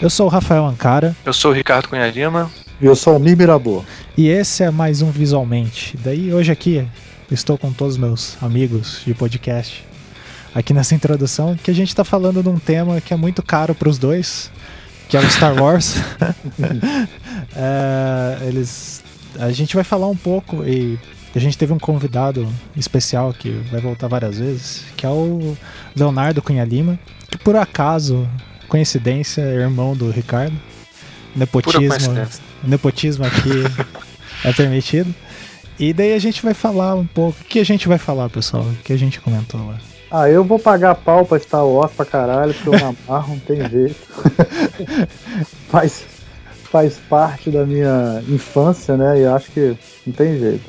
Eu sou o Rafael Ancara. Eu sou o Ricardo Cunha Lima. E eu sou o Mi Mirabô. E esse é mais um Visualmente. Daí hoje aqui estou com todos os meus amigos de podcast aqui nessa introdução, que a gente está falando de um tema que é muito caro para os dois, que é o Star Wars. A gente vai falar um pouco, e a gente teve um convidado especial que vai voltar várias vezes, que é o Leonardo Cunha Lima, que por acaso, coincidência, é irmão do Ricardo. Nepotismo aqui é permitido. E daí a gente vai falar um pouco. O que a gente vai falar, pessoal? O que a gente comentou lá? Eu vou pagar pau pra Star Wars pra caralho, porque eu me amarro, não tem jeito. Faz parte da minha infância, né? E eu acho que não tem jeito.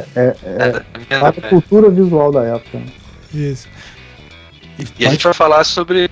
A cultura visual da época. Né? Isso. E a gente vai falar sobre,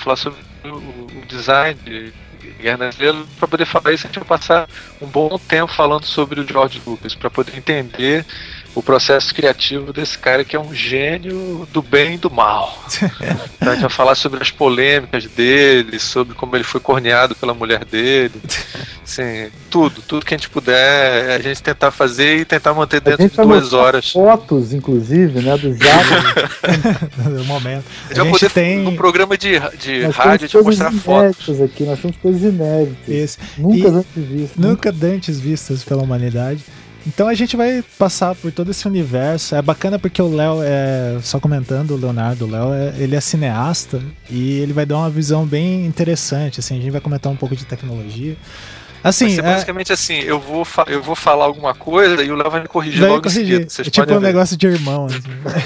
o design de Guerra nas Estrelas. Para poder falar isso, a gente vai passar um bom tempo falando sobre o George Lucas, para poder entender o processo criativo desse cara que é um gênio do bem e do mal. Então a gente vai falar sobre as polêmicas dele, sobre como ele foi corneado pela mulher dele, assim, tudo que a gente puder, a gente tentar fazer e tentar manter dentro de 2 horas. Fotos, inclusive, né, dos jatos. No momento. A gente vai poder, tem no programa de rádio, de mostrar fotos. Aqui, nós temos coisas inéditas. Isso. Nunca antes vistas pela humanidade. Então a gente vai passar por todo esse universo. É bacana porque o Léo, só comentando, o Leonardo, ele é cineasta e ele vai dar uma visão bem interessante, assim, a gente vai comentar um pouco de tecnologia. Assim, vai ser basicamente assim, eu vou falar alguma coisa e o Léo vai me corrigir logo em seguida. É tipo um negócio de irmão, assim.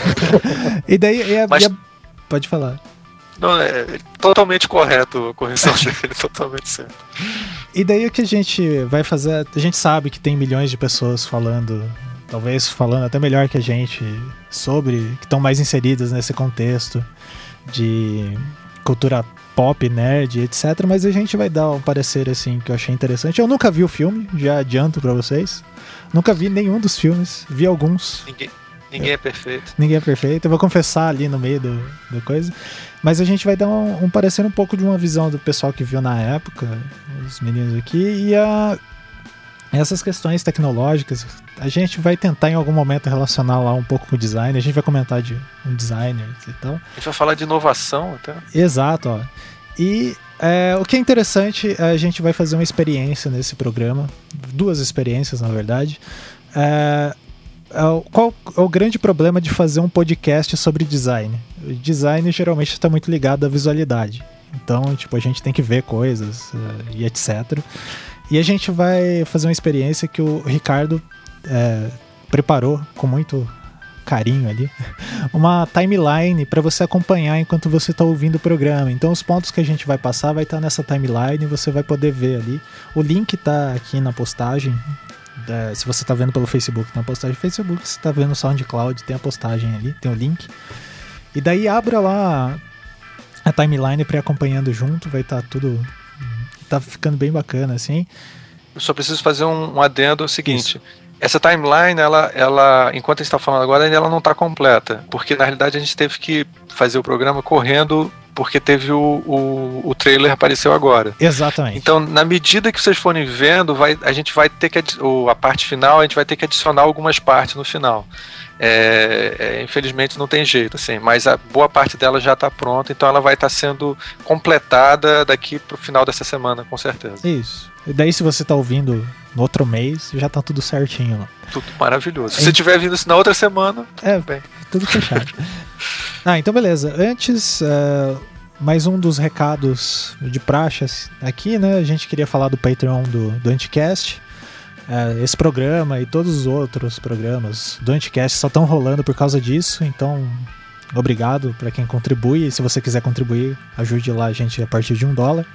E daí, pode falar. Não, é totalmente correto a correção dele, totalmente certo. E daí o que a gente vai fazer, a gente sabe que tem milhões de pessoas falando, talvez falando até melhor que a gente, sobre, que estão mais inseridas nesse contexto de cultura pop, nerd, etc. Mas a gente vai dar um parecer assim que eu achei interessante. Eu nunca vi o filme, já adianto pra vocês. Nunca vi nenhum dos filmes, vi alguns. Ninguém é perfeito. Ninguém é perfeito, eu vou confessar ali no meio da coisa. Mas a gente vai dar um parecer um pouco de uma visão do pessoal que viu na época, os meninos aqui, e essas questões tecnológicas, a gente vai tentar em algum momento relacionar lá um pouco com o design, a gente vai comentar de um designer e tal. A gente vai falar de inovação até. Exato, ó. E o que é interessante, a gente vai fazer uma experiência nesse programa, 2 experiências na verdade. Qual é o grande problema de fazer um podcast sobre design? O design geralmente está muito ligado à visualidade. Então, a gente tem que ver coisas e etc. E a gente vai fazer uma experiência que o Ricardo preparou com muito carinho ali. Uma timeline para você acompanhar enquanto você está ouvindo o programa. Então, os pontos que a gente vai passar vai estar nessa timeline e você vai poder ver ali. O link está aqui na postagem. Se você está vendo pelo Facebook, tem a postagem do Facebook. Se está vendo no SoundCloud, tem a postagem ali, tem o link. E daí abra lá a timeline para ir acompanhando junto, vai estar tudo, tá ficando bem bacana assim. Eu só preciso fazer um adendo, é o seguinte. Isso. Essa timeline, ela, enquanto a gente está falando agora, ela não está completa, porque na realidade a gente teve que fazer o programa correndo, porque teve o trailer apareceu agora. Exatamente. Então, na medida que vocês forem vendo, a gente vai ter que a parte final, a gente vai ter que adicionar algumas partes no final. Infelizmente não tem jeito, assim, mas a boa parte dela já está pronta, então ela vai estar sendo completada daqui pro final dessa semana, com certeza. Isso. E daí, se você está ouvindo no outro mês, já está tudo certinho lá. Tudo maravilhoso. Se você estiver vindo isso na outra semana, tudo bem. Tudo fechado. Então beleza. Antes, mais um dos recados de praxes aqui, né? A gente queria falar do Patreon do Anticast. Esse programa e todos os outros programas do Anticast só estão rolando por causa disso, então obrigado para quem contribui. E se você quiser contribuir, ajude lá a gente a partir de $1.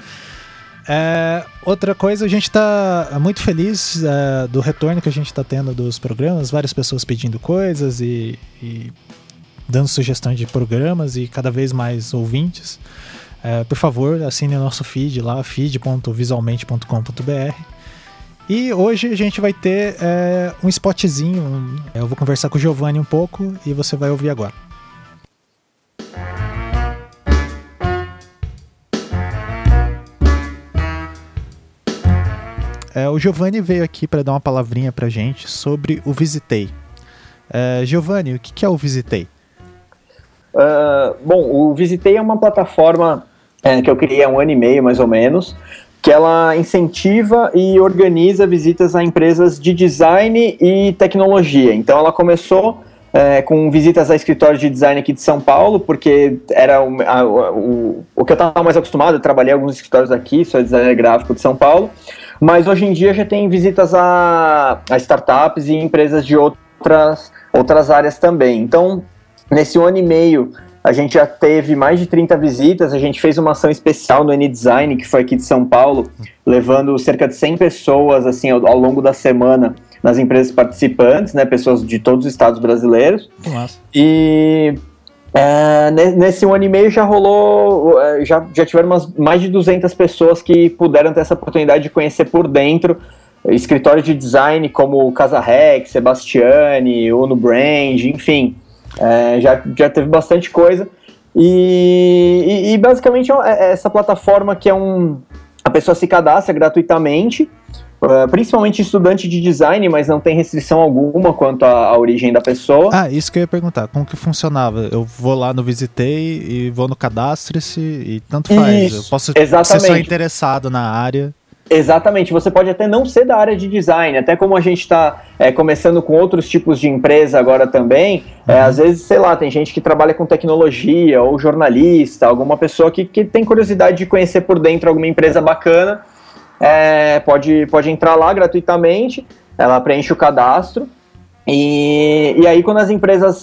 Outra coisa, a gente está muito feliz do retorno que a gente está tendo dos programas, várias pessoas pedindo coisas e dando sugestões de programas e cada vez mais ouvintes. Por favor, assine o nosso feed lá, feed.visualmente.com.br. E hoje a gente vai ter um spotzinho, eu vou conversar com o Giovanni um pouco e você vai ouvir agora. O Giovanni veio aqui para dar uma palavrinha pra gente sobre o Visitei. Giovanni, o que é o Visitei? Bom, o Visitei é uma plataforma que eu criei há 1 ano e meio, mais ou menos, que ela incentiva e organiza visitas a empresas de design e tecnologia. Então ela começou com visitas a escritórios de design aqui de São Paulo, porque era o que eu estava mais acostumado. Eu trabalhei em alguns escritórios aqui, sou designer gráfico de São Paulo, mas hoje em dia já tem visitas a startups e empresas de outras áreas também. Então, nesse 1 ano e meio, a gente já teve mais de 30 visitas. A gente fez uma ação especial no N-Design, que foi aqui de São Paulo, levando cerca de 100 pessoas assim, ao longo da semana nas empresas participantes, né, pessoas de todos os estados brasileiros. Nossa. E nesse 1 ano e meio já rolou, já tiveram mais de 200 pessoas que puderam ter essa oportunidade de conhecer por dentro escritórios de design como Casa Rex, Sebastiani, Uno Brand, enfim. Já teve bastante coisa e basicamente essa plataforma que a pessoa se cadastra gratuitamente, principalmente estudante de design, mas não tem restrição alguma quanto à origem da pessoa. Isso que eu ia perguntar, como que funcionava? Eu vou lá no Visitei e vou no Cadastre-se e tanto faz. Eu posso ser só interessado na área. Exatamente, você pode até não ser da área de design, até como a gente está começando com outros tipos de empresa agora também, às vezes, sei lá, tem gente que trabalha com tecnologia, ou jornalista, alguma pessoa que tem curiosidade de conhecer por dentro alguma empresa bacana, pode entrar lá gratuitamente, ela preenche o cadastro, e aí quando as empresas,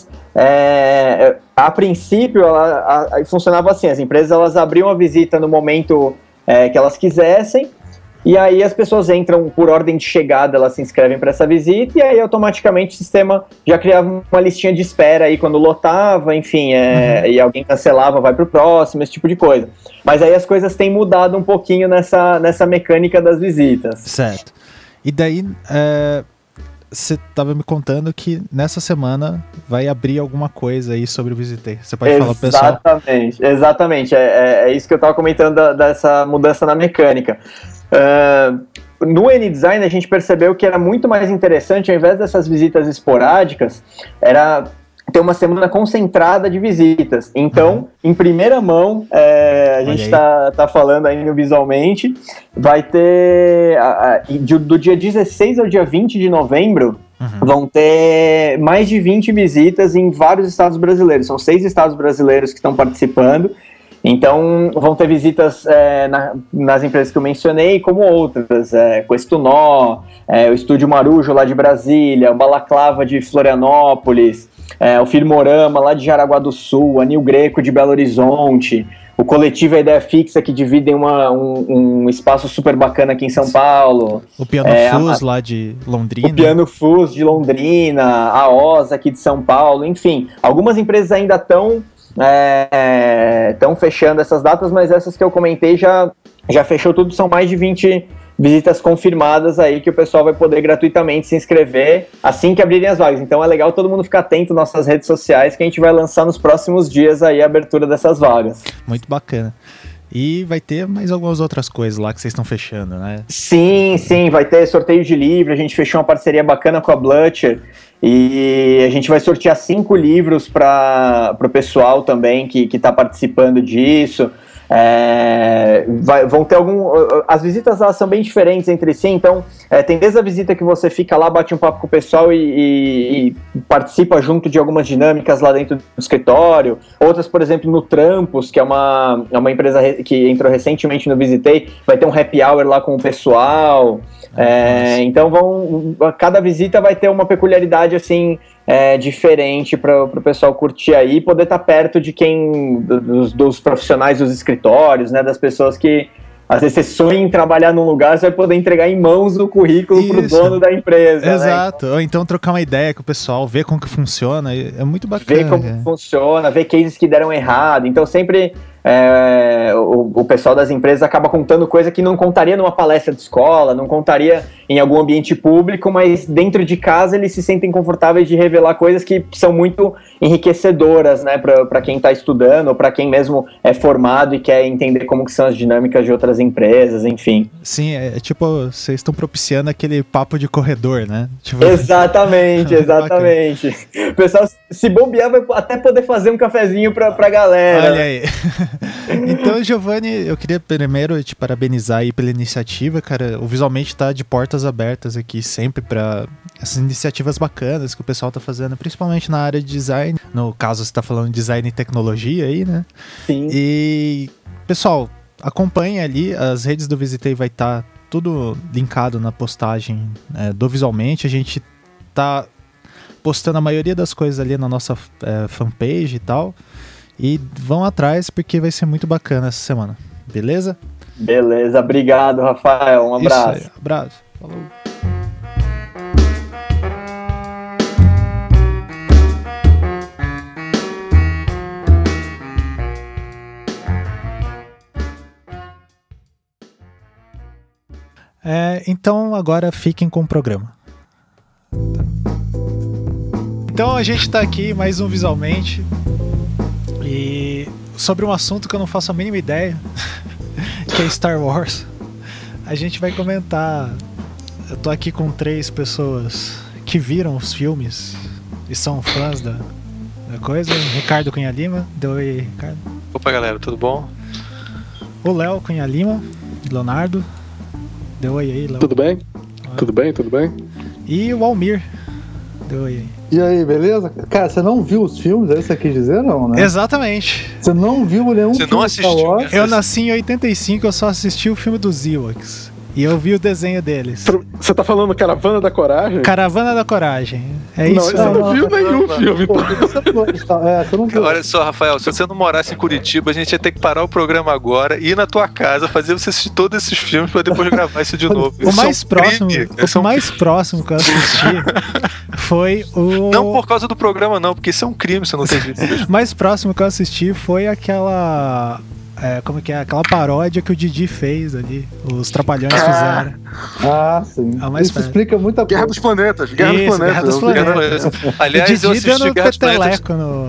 a princípio, funcionava assim, as empresas elas abriam a visita no momento que elas quisessem, e aí as pessoas entram por ordem de chegada, elas se inscrevem para essa visita, e aí automaticamente o sistema já criava uma listinha de espera aí quando lotava, enfim, e alguém cancelava, vai pro próximo, esse tipo de coisa. Mas aí as coisas têm mudado um pouquinho nessa mecânica das visitas. Certo. E daí, você estava me contando que nessa semana vai abrir alguma coisa aí sobre o Visitei. Você pode falar pro pessoal? Exatamente. É isso que eu estava comentando dessa mudança na mecânica. No N-Design a gente percebeu que era muito mais interessante, ao invés dessas visitas esporádicas, era ter uma semana concentrada de visitas. Então, em primeira mão, a gente está falando aí visualmente, vai ter, do dia 16 ao dia 20 de novembro, vão ter mais de 20 visitas em vários estados brasileiros. São 6 estados brasileiros que estão participando. Então, vão ter visitas nas empresas que eu mencionei, como outras, Questunó, o Estúdio Marujo lá de Brasília, o Balaclava de Florianópolis, o Firmorama lá de Jaraguá do Sul, a Nil Greco de Belo Horizonte, o Coletivo A Ideia Fixa, que dividem um espaço super bacana aqui em São Paulo. O Piano Fus lá de Londrina. O Piano Fus de Londrina, a OSA aqui de São Paulo, enfim. Algumas empresas ainda estão fechando essas datas, mas essas que eu comentei já fechou tudo, são mais de 20 visitas confirmadas aí que o pessoal vai poder gratuitamente se inscrever assim que abrirem as vagas. Então é legal todo mundo ficar atento nas nossas redes sociais, que a gente vai lançar nos próximos dias aí a abertura dessas vagas. Muito bacana. E vai ter mais algumas outras coisas lá que vocês estão fechando, né? Sim, vai ter sorteio de livro, a gente fechou uma parceria bacana com a Blutcher, e a gente vai sortear 5 livros para o pessoal também que está participando disso. Vão ter as visitas elas são bem diferentes entre si, então tem desde a visita que você fica lá, bate um papo com o pessoal e participa junto de algumas dinâmicas lá dentro do escritório. Outras, por exemplo, no Trampos, que é uma empresa que entrou recentemente no Visitei, vai ter um happy hour lá com o pessoal. Então cada visita vai ter uma peculiaridade assim diferente para o pessoal curtir aí e poder estar perto de dos profissionais dos escritórios, né, das pessoas que às vezes você sonha em trabalhar num lugar, você vai poder entregar em mãos o currículo para o dono da empresa. Exato, né? Ou então trocar uma ideia com o pessoal, ver como que funciona, é muito bacana. Ver como funciona, ver cases que deram errado. Então sempre o pessoal das empresas acaba contando coisa que não contaria numa palestra de escola, não contaria em algum ambiente público, mas dentro de casa eles se sentem confortáveis de revelar coisas que são muito enriquecedoras, né, para quem está estudando ou para quem mesmo é formado e quer entender como que são as dinâmicas de outras empresas, enfim. Sim, é tipo, vocês estão propiciando aquele papo de corredor, né? Tipo... Exatamente. O pessoal, se bobear, vai até poder fazer um cafezinho pra galera. Olha aí. Então, Giovanni, eu queria primeiro te parabenizar aí pela iniciativa, cara. O Visualmente tá de portas abertas aqui sempre para essas iniciativas bacanas que o pessoal tá fazendo, principalmente na área de design. No caso, você tá falando de design e tecnologia aí, né? Sim. E, pessoal, acompanhe ali, as redes do Visitei vai estar tudo linkado na postagem do Visualmente. A gente tá postando a maioria das coisas ali na nossa fanpage e tal. E vão atrás porque vai ser muito bacana essa semana. Beleza? Beleza, obrigado, Rafael. Um abraço. Isso aí, abraço. Falou. Então agora fiquem com o programa. Então a gente tá aqui mais um Visualmente e sobre um assunto que eu não faço a mínima ideia, que é Star Wars. A gente vai comentar. Eu tô aqui com 3 pessoas que viram os filmes e são fãs da coisa. Ricardo Cunha Lima, deu oi, Ricardo. Opa, galera, tudo bom? O Léo Cunha Lima, Leonardo. Deu oi aí, Léo. Tudo bem? Tudo bem? E o Almir. Deu oi aí. E aí, beleza? Cara, você não viu os filmes? É isso que você quis dizer, não, né? Exatamente. Você não viu nenhum filme? Você não assistiu? Eu nasci em 85, eu só assisti o filme dos Ewoks. E eu vi o desenho deles. Você tá falando Caravana da Coragem? Caravana da Coragem. É isso. Não, você não viu nenhum filme. Pô, você não viu. Olha só, Rafael, se você não morasse em Curitiba, a gente ia ter que parar o programa agora, ir na tua casa, fazer você assistir todos esses filmes pra depois gravar isso de novo. O mais próximo que eu assisti foi o... Não por causa do programa, não, porque isso é um crime, você não tem visto. O mais próximo que eu assisti foi aquela... como que é? Aquela paródia que o Didi fez ali. Os Trapalhões fizeram. Ah, sim. Isso explica muita coisa. Guerra dos Planetas. Guerra dos Planetas. Aliás, eu assisti Guerra dos Planetas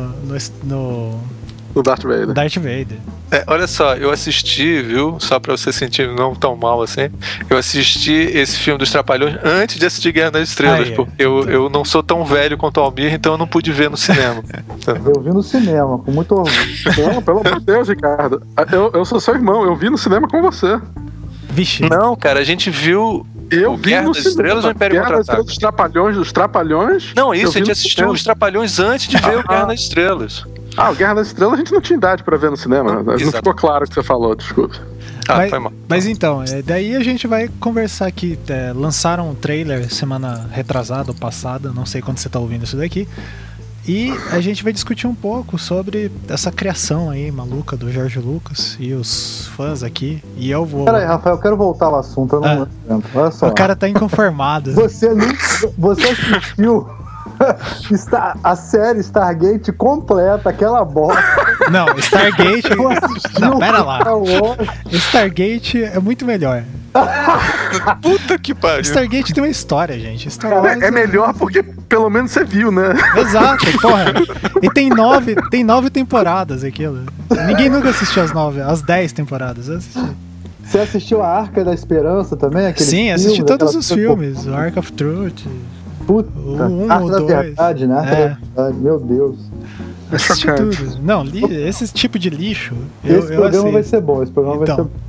do Darth Vader. Olha só, eu assisti, viu? Só pra você sentir não tão mal assim. Eu assisti esse filme dos Trapalhões antes de assistir Guerra das Estrelas. Porque eu não sou tão velho quanto o Almir, então eu não pude ver no cinema. Eu vi no cinema, com muito orgulho. Não, pelo amor de Deus, Ricardo. Eu sou seu irmão, eu vi no cinema com você. Vixe. Não, cara, a gente viu. Eu vi Guerra no das Estrelas ou Império Contra-Ataca? Dos Trapalhões. Não, isso, a gente assistiu os Trapalhões antes de ver o Guerra das Estrelas. O Guerra das Estrelas a gente não tinha idade pra ver no cinema. Não ficou claro o que você falou, desculpe. Foi mal. Mas então, daí a gente vai conversar aqui. Lançaram um trailer semana retrasada ou passada, não sei quando você tá ouvindo isso daqui. E a gente vai discutir um pouco sobre essa criação aí maluca do George Lucas e os fãs aqui. E eu vou... Peraí, Rafael, eu quero voltar ao assunto. Eu não lembro. Olha só. O cara tá inconformado. Você assistiu a série Stargate completa, aquela bosta. Não, Stargate... Não, pera lá. Stargate é muito melhor. Puta que pariu. Stargate tem uma história, gente. É melhor porque pelo menos você viu, né? Exato, porra. E tem 9 temporadas aquilo. Ninguém nunca assistiu as 10 temporadas. Eu assisti. Você assistiu a Arca da Esperança também? Sim, assisti todos os filmes. O Ark of Truth. Puta, o 1, Arca o da 2. Verdade, né? Arca da Verdade, meu Deus. Assisti tudo. Não, esse tipo de lixo. Esse programa vai ser bom. Esse programa vai ser bom.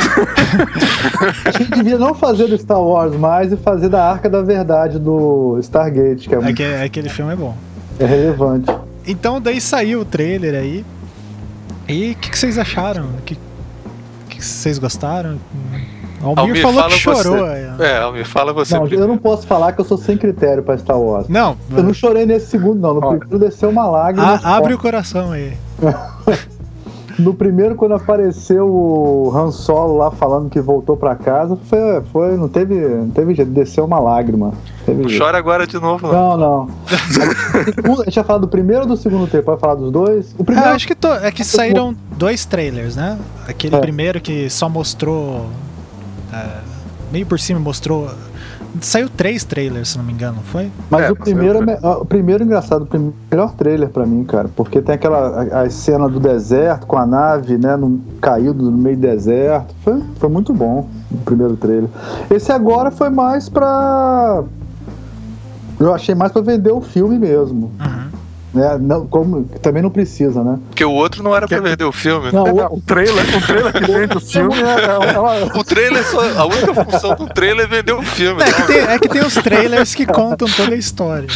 A gente devia não fazer do Star Wars mais e fazer da Arca da Verdade do Stargate, que é aquele filme é bom. É relevante. Então daí saiu o trailer aí. E o que vocês acharam? O que vocês gostaram? Almir falou que chorou. Almir, fala você. Não, eu não posso falar que eu sou sem critério pra Star Wars. Não. Eu não chorei nesse segundo, não. No primeiro desceu uma lágrima. Abre o coração aí. No primeiro, quando apareceu o Han Solo lá falando que voltou pra casa, não teve jeito, desceu uma lágrima. Não chora agora de novo, não. A gente vai falar do primeiro ou do segundo trailer? Pode falar dos dois? O primeiro... acho que saíram 2 trailers, né? Aquele primeiro que só mostrou... meio por cima mostrou... Saiu 3 trailers, se não me engano, foi? Mas o primeiro engraçado, o melhor trailer pra mim, cara, porque tem a cena do deserto com a nave, né, caiu no meio do deserto. Foi muito bom o primeiro trailer. Esse agora foi mais pra... Eu achei mais pra vender o filme mesmo. Não, também não precisa, né? Porque o outro não era pra vender o filme, né? O trailer que vende o filme. O trailer a única função do trailer é vender o filme. É que tem os trailers que contam toda a história.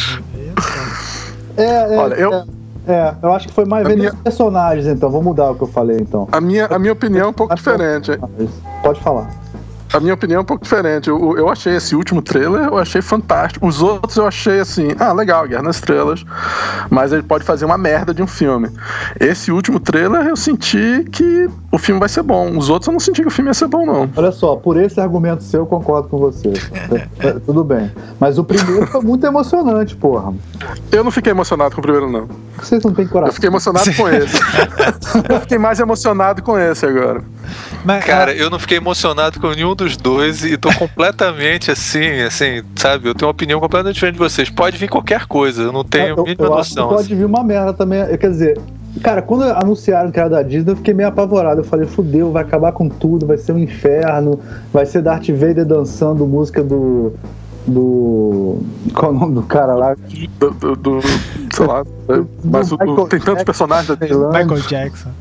Olha, eu acho que foi mais vender os personagens, então. Vou mudar o que eu falei, então. A minha opinião é um pouco diferente. Pode falar. A minha opinião é um pouco diferente. Eu achei esse último trailer, eu achei fantástico. Os outros eu achei assim, legal, Guerra nas Estrelas, mas ele pode fazer uma merda de um filme. Esse último trailer eu senti que o filme vai ser bom. Os outros eu não senti que o filme ia ser bom, não. Olha só, por esse argumento seu eu concordo com você. Tudo bem. Mas o primeiro foi muito emocionante, porra. Eu não fiquei emocionado com o primeiro, não. Vocês não têm coração. Eu fiquei emocionado com esse. Eu fiquei mais emocionado com esse agora. Cara, eu não fiquei emocionado com nenhum dos dois e tô completamente assim, sabe? Eu tenho uma opinião completamente diferente de vocês. Pode vir qualquer coisa, eu não tenho a mínima noção. Pode vir uma merda também. Quer dizer, cara, quando anunciaram que era da Disney, eu fiquei meio apavorado. Eu falei, fudeu, vai acabar com tudo, vai ser um inferno, vai ser Darth Vader dançando música do... Qual é o nome do cara lá? Sei lá. Mas tem tantos personagens da Disney. Michael Jackson.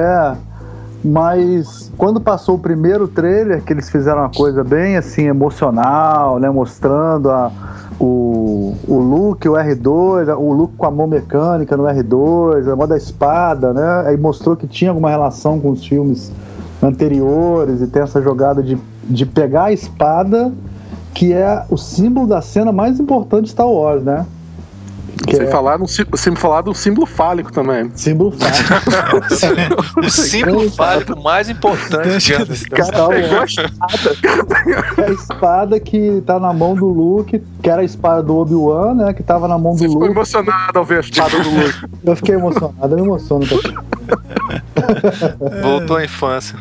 Mas quando passou o primeiro trailer, que eles fizeram uma coisa bem assim emocional, né, mostrando o Luke, o R2, o Luke com a mão mecânica no R2, a mão da espada, né? Aí mostrou que tinha alguma relação com os filmes anteriores e tem essa jogada de pegar a espada, que é o símbolo da cena mais importante de Star Wars, né? Sem falar do símbolo fálico também. Símbolo fálico. O símbolo fálico mais importante. É a espada que tá na mão do Luke, que era a espada do Obi-Wan, né? Que tava na mão do Luke. Você ficou emocionado ao ver a espada do Luke. Eu fiquei emocionado, eu me emociono também. Voltou à infância.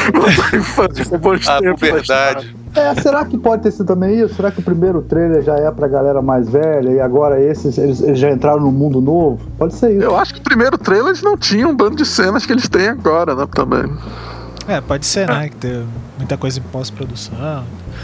A puberdade. Será que pode ter sido também isso? Será que o primeiro trailer já é pra galera mais velha e agora eles já entraram no mundo novo? Pode ser isso. Eu acho que o primeiro trailer eles não tinham um bando de cenas que eles têm agora, né, também. Pode ser, né, que tem muita coisa em pós-produção.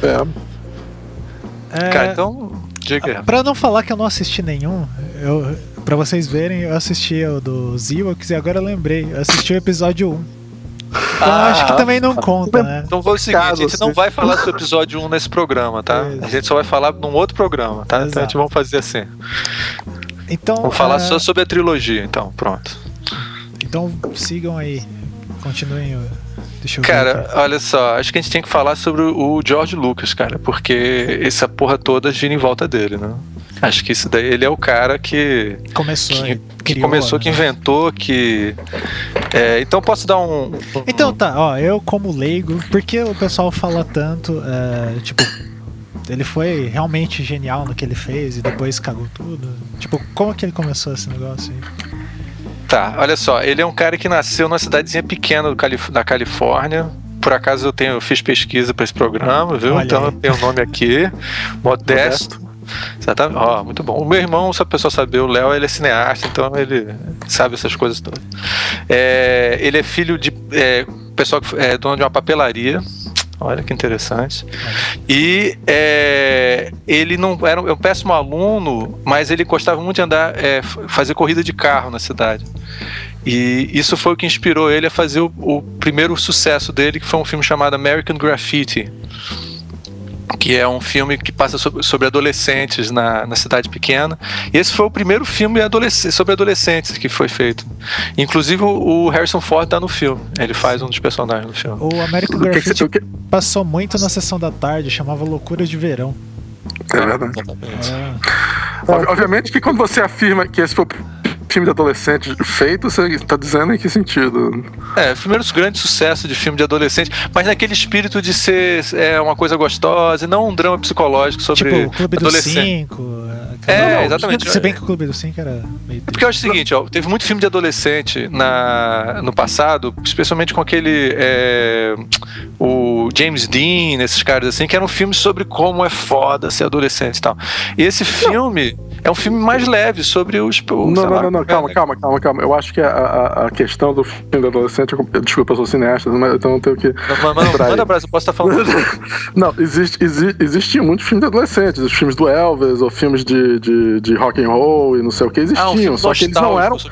Cara, então, diga. Pra não falar que eu não assisti nenhum, pra vocês verem, eu assisti o dos Ewoks e agora eu lembrei, eu assisti o episódio 1. Então acho que também não conta, né? Então foi o seguinte, a gente não vai falar sobre o episódio 1 nesse programa, tá? A gente só vai falar num outro programa, tá? Então a gente vai fazer assim. Então, vamos falar só sobre a trilogia, então, pronto. Então sigam aí, continuem. Deixa eu ver olha só, acho que a gente tem que falar sobre o George Lucas, cara, porque essa porra toda gira em volta dele, né? Acho que isso daí, ele é o cara que começou, que inventou, que... então posso dar um... Então tá, eu como leigo, por que o pessoal fala tanto, tipo, ele foi realmente genial no que ele fez e depois cagou tudo? Tipo, como que ele começou esse negócio aí? Tá, olha só, ele é um cara que nasceu numa cidadezinha pequena da Califórnia. Por acaso eu fiz pesquisa para esse programa, viu? Olha então aí. Eu tenho o nome aqui, Modesto. Muito bom. O meu irmão, se a pessoa saber, o Léo, ele é cineasta, então ele sabe essas coisas todas. Ele é filho de pessoal que é dono de uma papelaria. Olha que interessante. E ele não era um péssimo aluno, mas ele gostava muito de andar, fazer corrida de carro na cidade. E isso foi o que inspirou ele a fazer o primeiro sucesso dele, que foi um filme chamado American Graffiti, que é um filme que passa sobre adolescentes na cidade pequena. E esse foi o primeiro filme sobre adolescentes que foi feito. Inclusive o Harrison Ford tá no filme. Ele faz um dos personagens no filme. O American Graffiti passou muito na sessão da tarde, chamava Loucuras de Verão. É verdade. Obviamente que quando você afirma que esse foi o filme de adolescente feito, você tá dizendo em que sentido? O primeiro grande sucesso de filme de adolescente, mas naquele espírito de ser uma coisa gostosa e não um drama psicológico sobre tipo o Clube dos adolescente. 5. Exatamente. Se bem que o Clube dos 5 era meio... Porque eu acho o seguinte, teve muito filme de adolescente no passado, especialmente com aquele o James Dean, esses caras assim, que eram filmes sobre como é foda ser adolescente e tal. E esse filme é um filme mais leve sobre os... Não, calma. Eu acho que a questão do filme de adolescente... Desculpa, eu sou cineasta, mas então não tenho que... Manda abraço, eu posso estar falando. Não, existiam muitos filmes de adolescentes, os filmes do Elvis, ou filmes de rock and roll e não sei o que, existiam, só que eles não eram...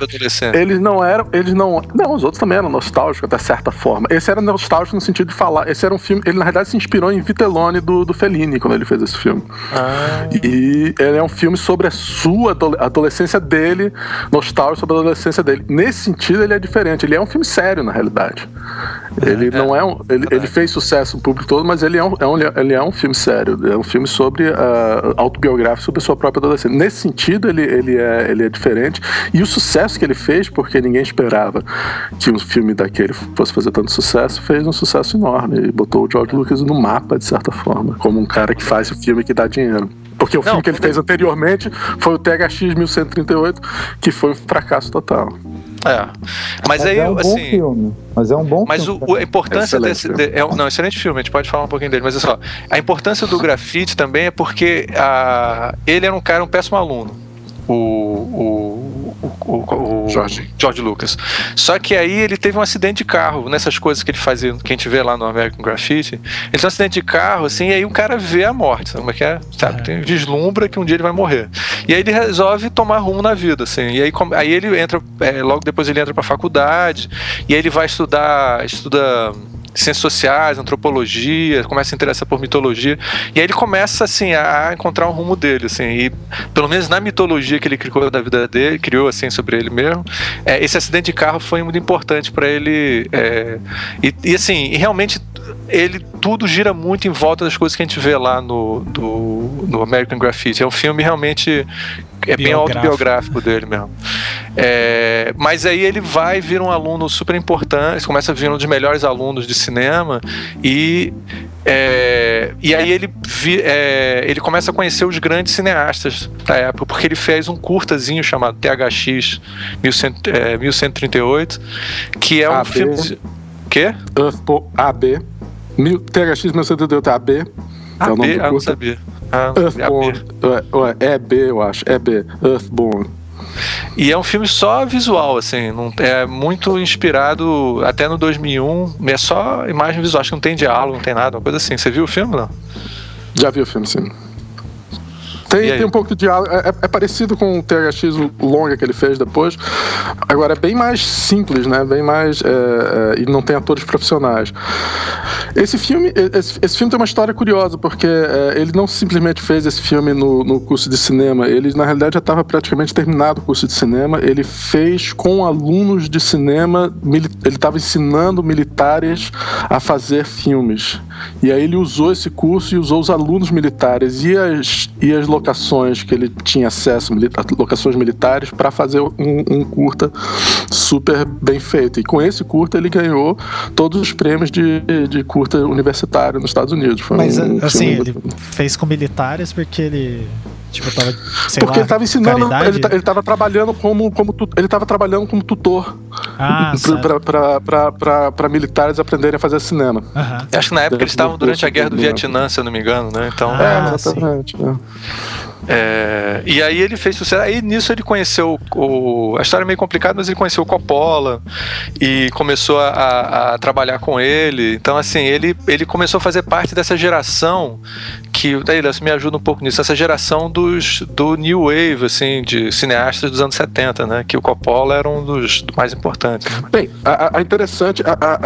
Não, os outros também eram nostálgicos, até certa forma. Esse era nostálgico no sentido de falar... Esse era um filme... Ele, na verdade, se inspirou em Vitelloni do Fellini, quando ele fez esse filme. E ele é um filme sobre a sua adolescência dele, nostálgico sobre a adolescência dele. Nesse sentido, ele é diferente. Ele é um filme sério, na realidade. Ele não é um... Ele fez sucesso no público todo, mas ele é um filme sério. É um filme sobre autobiográfico sobre a sua própria adolescência. Nesse sentido, ele é diferente. E o sucesso que ele fez, porque ninguém esperava que um filme daquele fosse fazer tanto sucesso, fez um sucesso enorme. E botou o George Lucas no mapa, de certa forma, como um cara que faz o filme que dá dinheiro. Porque o filme que ele fez anteriormente foi o THX 1138, que foi um fracasso total. Mas aí, é um bom filme. Mas é um bom filme. Mas a importância desse... excelente filme, a gente pode falar um pouquinho dele, mas é só. A importância do grafite também é porque ele era um péssimo aluno. O George Lucas. Só que aí ele teve um acidente de carro, nessas coisas que ele fazia, que a gente vê lá no American Graffiti. Ele tem um acidente de carro, assim, e aí o cara vê a morte, sabe como é que é? Vislumbra que um dia ele vai morrer. E aí ele resolve tomar rumo na vida, assim. E aí ele entra, logo depois ele entra pra faculdade, e aí ele vai estuda ciências sociais, antropologia, começa a se interessar por mitologia, e aí ele começa assim a encontrar um rumo dele, assim, e pelo menos na mitologia que ele criou da vida dele, criou assim sobre ele mesmo, esse acidente de carro foi muito importante para ele, e assim, realmente tudo gira muito em volta das coisas que a gente vê lá no American Graffiti. É um filme realmente bem autobiográfico dele mesmo. Mas aí ele vai vir um aluno super importante, começa a vir um dos melhores alunos de cinema, e aí ele começa a conhecer os grandes cineastas da época, porque ele fez um curtazinho chamado THX 1138, que é um filme... Quê? AB. THX 1138 AB. É o nome do curta. Não sabia. Earthborn. B, eu acho. B. Earthborn. E é um filme só visual, assim, não, é muito inspirado até no 2001, é só imagem visual, acho que não tem diálogo, não tem nada, uma coisa assim. Você viu o filme, não? Já vi o filme, sim. Tem um pouco de diálogo, é parecido com o THX longa que ele fez depois, agora é bem mais simples, né? Bem mais e não tem atores profissionais. Esse filme tem uma história curiosa, porque ele não simplesmente fez esse filme no curso de cinema, ele na realidade já estava praticamente terminado o curso de cinema, ele fez com alunos de cinema, ele estava ensinando militares a fazer filmes, e aí ele usou esse curso e usou os alunos militares e as locações que ele tinha acesso, locações militares, para fazer um curta super bem feito. E com esse curta ele ganhou todos os prêmios de curta universitário nos Estados Unidos. Mas assim, ele fez com militares porque ele tava, porque ele estava ensinando, ele estava trabalhando como tutor para militares aprenderem a fazer cinema. Eu acho que na época eles estavam durante a guerra do Vietnã, se eu não me engano, né? Então, exatamente. E aí ele fez sucesso. Aí nisso ele conheceu a história é meio complicada, mas ele conheceu o Coppola e começou a trabalhar com ele. Então assim, ele começou a fazer parte dessa geração que, daí você me ajuda um pouco nisso, essa geração do New Wave, assim, de cineastas dos anos 70, né? Que o Coppola era um dos mais importantes, né? Bem, a interessante,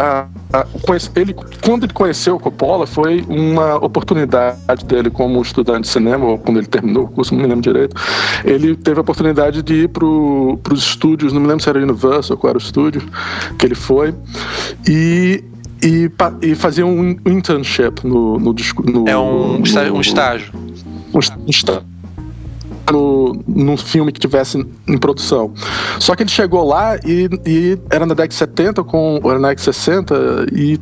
quando ele conheceu o Coppola, foi uma oportunidade dele como estudante de cinema, ou quando ele terminou o curso, não me lembro direito, ele teve a oportunidade de ir para os estúdios, não me lembro se era Universal, qual era o estúdio que ele foi, e fazer um internship no um estágio. num filme que tivesse em produção. Só que ele chegou lá e era na década de 70, ou na década de 60, e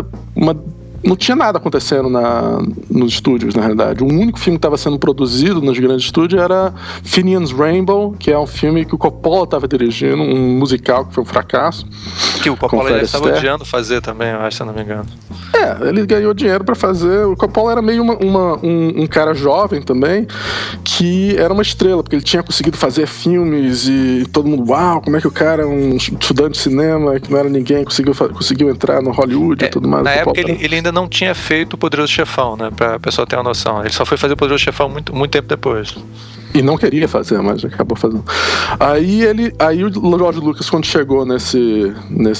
não tinha nada acontecendo nos estúdios, na realidade. O único filme que estava sendo produzido nos grandes estúdios era Finian's Rainbow, que é um filme que o Coppola estava dirigindo, um musical que foi um fracasso. Que o Coppola já estava odiando fazer também, eu acho, se eu não me engano. Ele ganhou dinheiro para fazer. O Coppola era meio um cara jovem também, que era uma estrela, porque ele tinha conseguido fazer filmes e todo mundo, uau, como é que o cara, um estudante de cinema, que não era ninguém, conseguiu entrar no Hollywood e tudo mais. Na época ele ainda não tinha feito o Poderoso Chefão, né, pra pessoa ter uma noção. Ele só foi fazer o Poderoso Chefão muito tempo depois. E não queria fazer, mas acabou fazendo. Aí o George Lucas, quando chegou nesse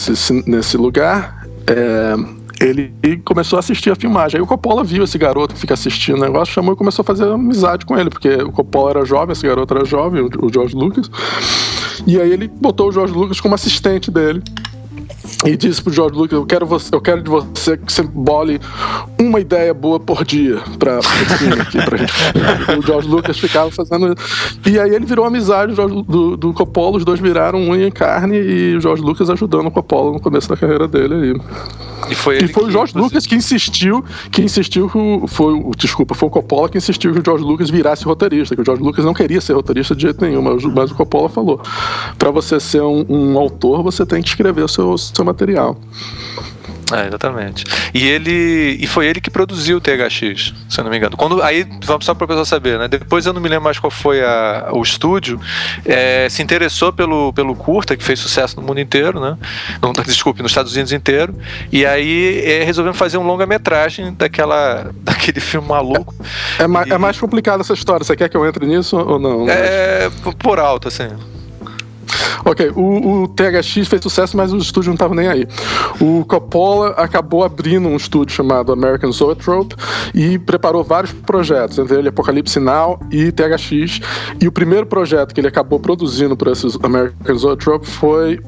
lugar, ele começou a assistir a filmagem. Aí o Coppola viu esse garoto que fica assistindo o negócio, chamou e começou a fazer amizade com ele, porque o Coppola era jovem, esse garoto era jovem, o George Lucas. E aí ele botou o George Lucas como assistente dele. E disse pro George Lucas, eu quero de você que você bole uma ideia boa por dia pra filme aqui, pra gente. O George Lucas ficava fazendo. E aí ele virou amizade do Coppola, os dois viraram unha em carne, e o George Lucas ajudando o Coppola no começo da carreira dele aí. E foi o George Lucas que insistiu foi o Coppola que insistiu que o George Lucas virasse roteirista, que o George Lucas não queria ser roteirista de jeito nenhum, mas o Coppola falou, pra você ser um autor, você tem que escrever o seu material. Exatamente. E foi ele que produziu o THX, se eu não me engano. Aí, vamos só para o pessoal saber, né? Depois eu não me lembro mais qual foi o estúdio, se interessou pelo curta, que fez sucesso no mundo inteiro, né? Desculpe, nos Estados Unidos inteiro. E aí resolvemos fazer um longa-metragem daquele filme maluco. É mais complicada essa história. Você quer que eu entre nisso ou não? Por alto, assim. Ok, o THX fez sucesso, mas os estúdios não estavam nem aí. O Coppola acabou abrindo um estúdio chamado American Zoetrope e preparou vários projetos, entre eles Apocalipse Now e THX. E o primeiro projeto que ele acabou produzindo para esses American Zoetrope foi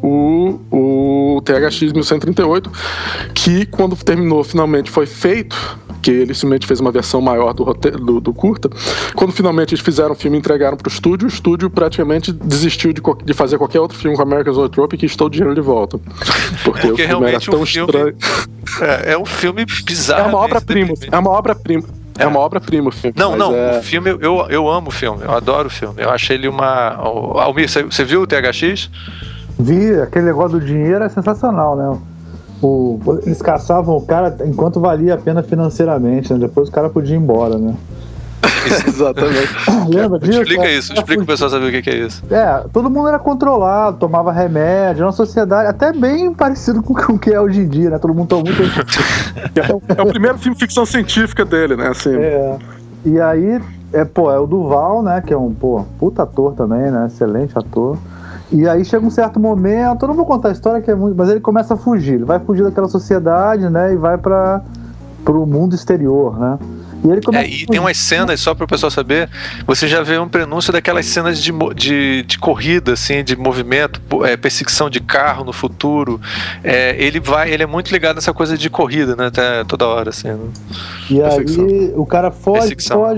o THX 1138, que quando terminou, finalmente foi feito, que ele simplesmente fez uma versão maior do curta. Quando finalmente eles fizeram o filme e entregaram para o estúdio praticamente desistiu de fazer qualquer outro filme com a American Zoetrope e quis todo o dinheiro de volta. Porque o filme era tão estranho. É um filme bizarro. É uma obra-prima. É uma obra-prima o filme. O filme, eu amo o filme, eu adoro o filme. Eu achei ele Almir, você viu o THX? Vi, aquele negócio do dinheiro é sensacional, né? Eles caçavam o cara enquanto valia a pena financeiramente, né? Depois o cara podia ir embora, né? Exatamente. Lembra disso? Explica pro pessoal saber o que é isso. Todo mundo era controlado, tomava remédio, era uma sociedade até bem parecido com o que é hoje em dia, né? Todo mundo toma muito. É o primeiro filme de ficção científica dele, né? Assim. E aí, é o Duval, né? Que é um puta ator também, né? Excelente ator. E aí chega um certo momento, eu não vou contar a história que é muito, mas ele começa a fugir, ele vai fugir daquela sociedade, né, e vai pro mundo exterior, né. E ele começa e tem umas cenas, só para o pessoal saber, você já vê um prenúncio daquelas cenas de corrida, assim, de movimento, perseguição de carro no futuro. Ele é muito ligado nessa coisa de corrida, né, até toda hora, assim. Né? E aí o cara foge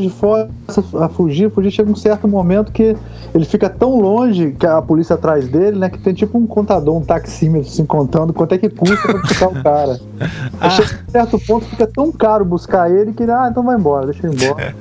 a fugir, chega um certo momento que ele fica tão longe que a polícia atrás dele, né, que tem tipo um contador, um taxímetro, assim, contando quanto é que custa pra buscar o cara. Aí chega a um certo ponto, fica tão caro buscar ele que então vai embora, deixa ele embora.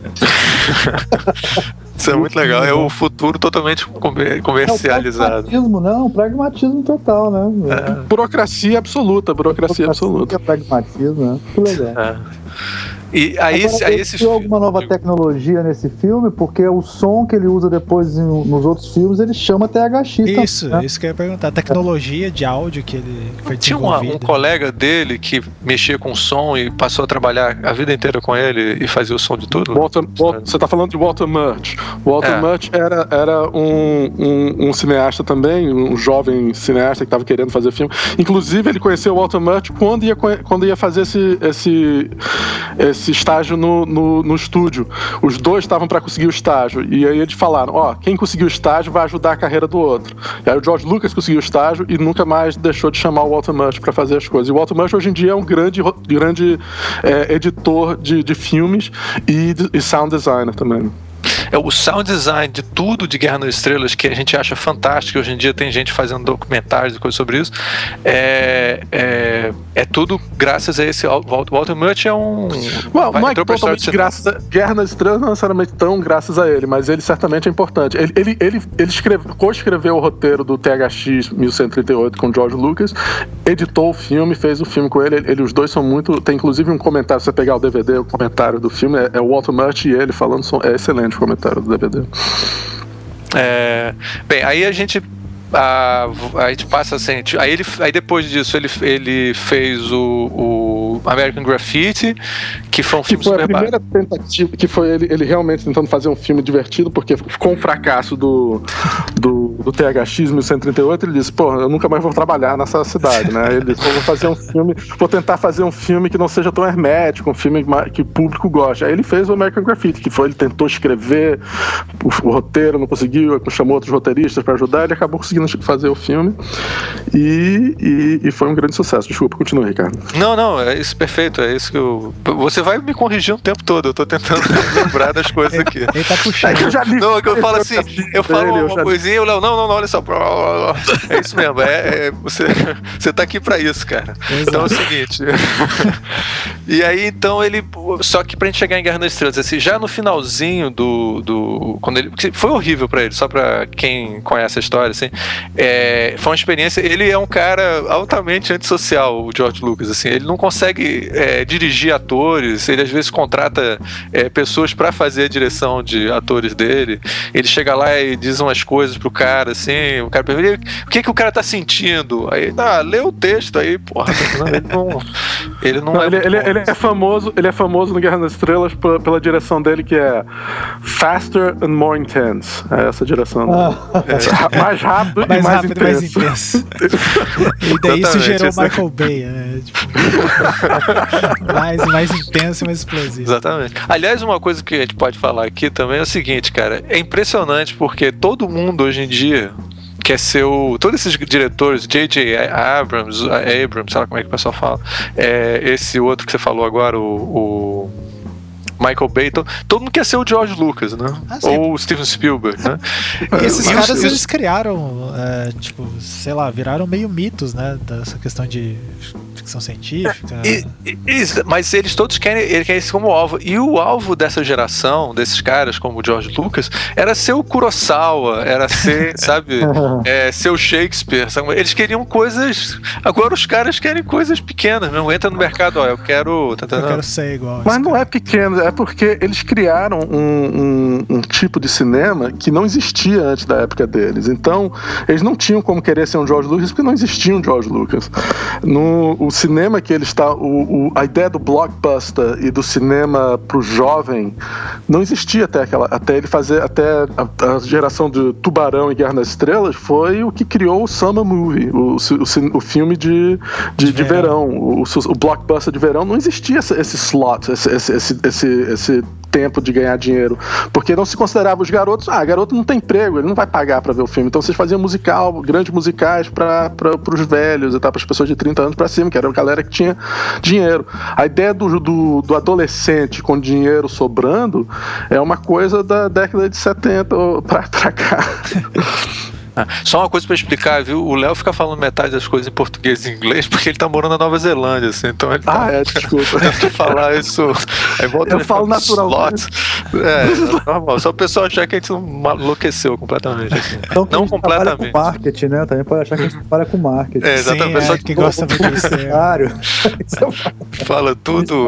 Isso é muito legal, é o futuro totalmente comercializado. Pragmatismo total, né? Burocracia absoluta. Pragmatismo, né? Muito legal. E aí esse filme... alguma nova tecnologia nesse filme, porque o som que ele usa depois nos outros filmes, ele chama THX. Isso que eu ia perguntar. A tecnologia de áudio que ele foi desenvolvida. Tinha um colega dele que mexia com som e passou a trabalhar a vida inteira com ele e fazia o som de tudo? Você tá falando de Walter Murch. Walter Murch era um cineasta também, um jovem cineasta que estava querendo fazer filme. Inclusive, ele conheceu o Walter Murch quando ia fazer esse estágio no estúdio. Os dois estavam para conseguir o estágio, e aí eles falaram, quem conseguiu o estágio vai ajudar a carreira do outro. E aí o George Lucas conseguiu o estágio e nunca mais deixou de chamar o Walter Murch para fazer as coisas. E o Walter Murch hoje em dia é um grande editor de filmes e sound designer também. o sound design de tudo de Guerra nas Estrelas, que a gente acha fantástico, hoje em dia tem gente fazendo documentários e coisas sobre isso, é tudo graças a esse Walter Murch. Não é totalmente graças a Guerra nas Estrelas, não necessariamente tão graças a ele, mas ele certamente é importante. Ele co-escreveu o roteiro do THX 1138 com George Lucas, editou o filme, fez o filme com ele. Os dois são muito... Tem inclusive um comentário, se você pegar o DVD, o comentário do filme é o Walter Murch e ele falando, é excelente o comentário do DVD. Bem, aí a gente passa assim, aí depois disso ele fez o American Graffiti, que foi um filme super barato. Que foi a primeira tentativa, que foi ele realmente tentando fazer um filme divertido, porque com o fracasso do THX 1138, ele disse, eu nunca mais vou trabalhar nessa cidade, né? Ele disse, vou tentar fazer um filme que não seja tão hermético, um filme que o público goste. Aí ele fez o American Graffiti, ele tentou escrever o roteiro, não conseguiu, chamou outros roteiristas para ajudar, ele acabou conseguindo fazer o filme e foi um grande sucesso. Desculpa, continua, Ricardo. Não, é isso, perfeito, é isso que você vai me corrigir o tempo todo, eu tô tentando lembrar das coisas aqui. Ele tá puxando. Eu já li. Não, é que eu falo assim, eu falo uma coisinha e o Léo, não, olha só, é isso mesmo, você tá aqui pra isso, cara. Exato. Então é o seguinte, e aí então só que pra gente chegar em Guerra nas Estrelas, assim, já no finalzinho quando ele, foi horrível pra ele, só pra quem conhece a história, assim, foi uma experiência. Ele é um cara altamente antissocial, o George Lucas, assim, ele não consegue dirigir atores, ele às vezes contrata pessoas pra fazer a direção de atores dele, ele chega lá e diz umas coisas pro cara, assim, o cara pergunta, o que o cara tá sentindo? Aí, lê o texto aí, porra, ele é famoso no Guerra nas Estrelas pela direção dele, que é Faster and More Intense, é essa direção dele. Mais rápido e mais intenso. E daí isso gerou o Michael Bay, né? mais intenso e mais explosivo. Exatamente. Aliás, uma coisa que a gente pode falar aqui também é o seguinte, cara, é impressionante porque todo mundo hoje em dia quer ser todos esses diretores, J.J. Abrams, sei lá como é que o pessoal fala, esse outro que você falou agora, o Michael Bay, todo mundo quer ser o George Lucas, né? Ou o Steven Spielberg, né? E esses caras, eles criaram, viraram meio mitos, né? Dessa questão de ficção científica. Mas eles todos querem isso como alvo. E o alvo dessa geração, desses caras como o George Lucas, era ser o Kurosawa, era ser, sabe, ser o Shakespeare. Sabe? Eles queriam coisas. Agora os caras querem coisas pequenas, não entra no mercado, eu quero ser igual. Mas não é pequeno, é porque eles criaram um tipo de cinema que não existia antes da época deles. Então, eles não tinham como querer ser um George Lucas porque não existia um George Lucas. O cinema que ele está... a ideia do blockbuster e do cinema pro jovem não existia até ele fazer... Até a geração de Tubarão e Guerra nas Estrelas foi o que criou o Summer Movie, o filme de verão. O blockbuster de verão. Não existia esse slot, esse tempo de ganhar dinheiro, porque não se considerava os garotos, garoto não tem emprego, ele não vai pagar pra ver o filme, então vocês faziam grandes musicais para os velhos, para as pessoas de 30 anos pra cima, que era a galera que tinha dinheiro. A ideia do adolescente com dinheiro sobrando é uma coisa da década de 70 pra cá. Só uma coisa pra explicar, viu? O Léo fica falando metade das coisas em português e inglês porque ele tá morando na Nova Zelândia, assim, então ele desculpa. Tenta falar isso. Aí volta, eu falo naturalmente. Normal. Só o pessoal achar que a gente não enlouqueceu completamente. Assim. Então, não completamente. Com marketing, né? Também pode achar que a gente trabalha com marketing. Exatamente. Pessoa que gosta muito disso. Fala tudo.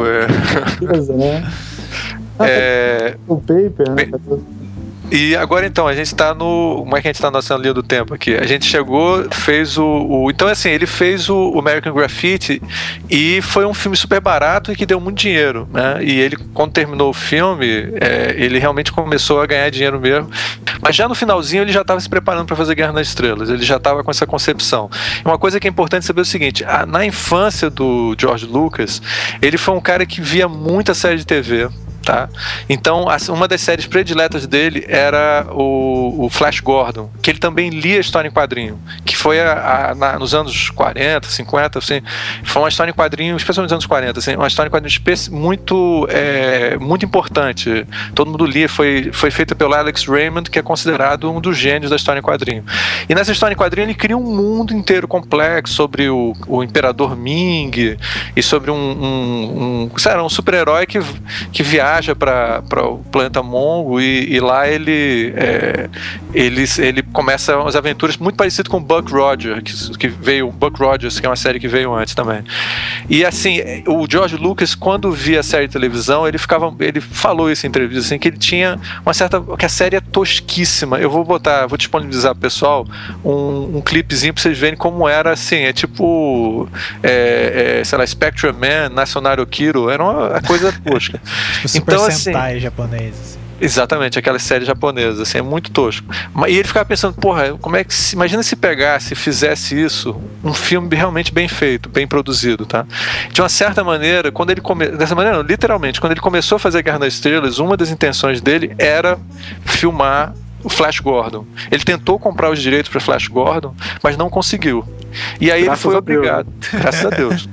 O paper, né? E agora então, a gente tá como é que a gente tá na nossa linha do tempo aqui? A gente chegou, fez então assim, ele fez o American Graffiti e foi um filme super barato e que deu muito dinheiro, né? E ele, quando terminou o filme, ele realmente começou a ganhar dinheiro mesmo. Mas já no finalzinho ele já estava se preparando para fazer Guerra nas Estrelas, ele já estava com essa concepção. Uma coisa que é importante saber é o seguinte, na infância do George Lucas, ele foi um cara que via muita série de TV, tá? Então, uma das séries prediletas dele era o Flash Gordon, que ele também lia história em quadrinho, que foi nos anos 40, 50, assim, foi uma história em quadrinhos, especialmente nos anos 40, assim, uma história em quadrinhos muito importante. Todo mundo lia, foi feita pelo Alex Raymond, que é considerado um dos gênios da história em quadrinho. E nessa história em quadrinho ele cria um mundo inteiro complexo sobre o Imperador Ming e sobre um super-herói que viaja para o planeta Mongo e lá ele começa umas aventuras muito parecidas com o Buck Rogers, que é uma série que veio antes também. E assim, o George Lucas, quando via a série de televisão, ele falou isso em entrevista, assim, que ele tinha que a série é tosquíssima. Eu vou disponibilizar pro pessoal um clipezinho pra vocês verem como era, assim, é tipo sei lá, Spectrum Man, National Kiro, era uma coisa tosca. Tipo Super Sentai japonês, assim. Exatamente, aquelas séries japonesas, assim, é muito tosco. E ele ficava pensando, porra, imagina se pegasse, fizesse isso, um filme realmente bem feito, bem produzido, tá? De uma certa maneira, dessa maneira não, literalmente, quando ele começou a fazer Guerra nas Estrelas, uma das intenções dele era filmar o Flash Gordon. Ele tentou comprar os direitos para Flash Gordon, mas não conseguiu. E aí ele foi obrigado. Graças a Deus.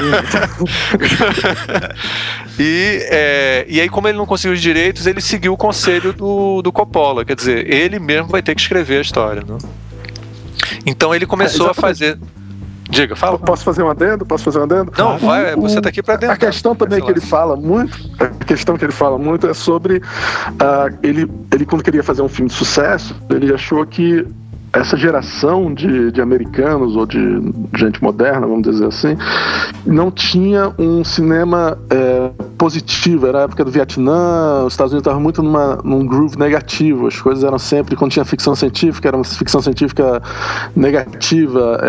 E aí, como ele não conseguiu os direitos, ele seguiu o conselho do Coppola. Quer dizer, ele mesmo vai ter que escrever a história, né? Então ele começou a fazer... Diga, fala. Posso fazer um adendo? Não, vai, você tá aqui pra dentro. A questão também que ele fala muito, é sobre ele quando queria fazer um filme de sucesso, ele achou que essa geração de americanos ou de gente moderna, vamos dizer assim, não tinha um cinema positivo. Era a época do Vietnã, os Estados Unidos estavam muito num groove negativo. As coisas eram sempre, quando tinha ficção científica, era uma ficção científica negativa,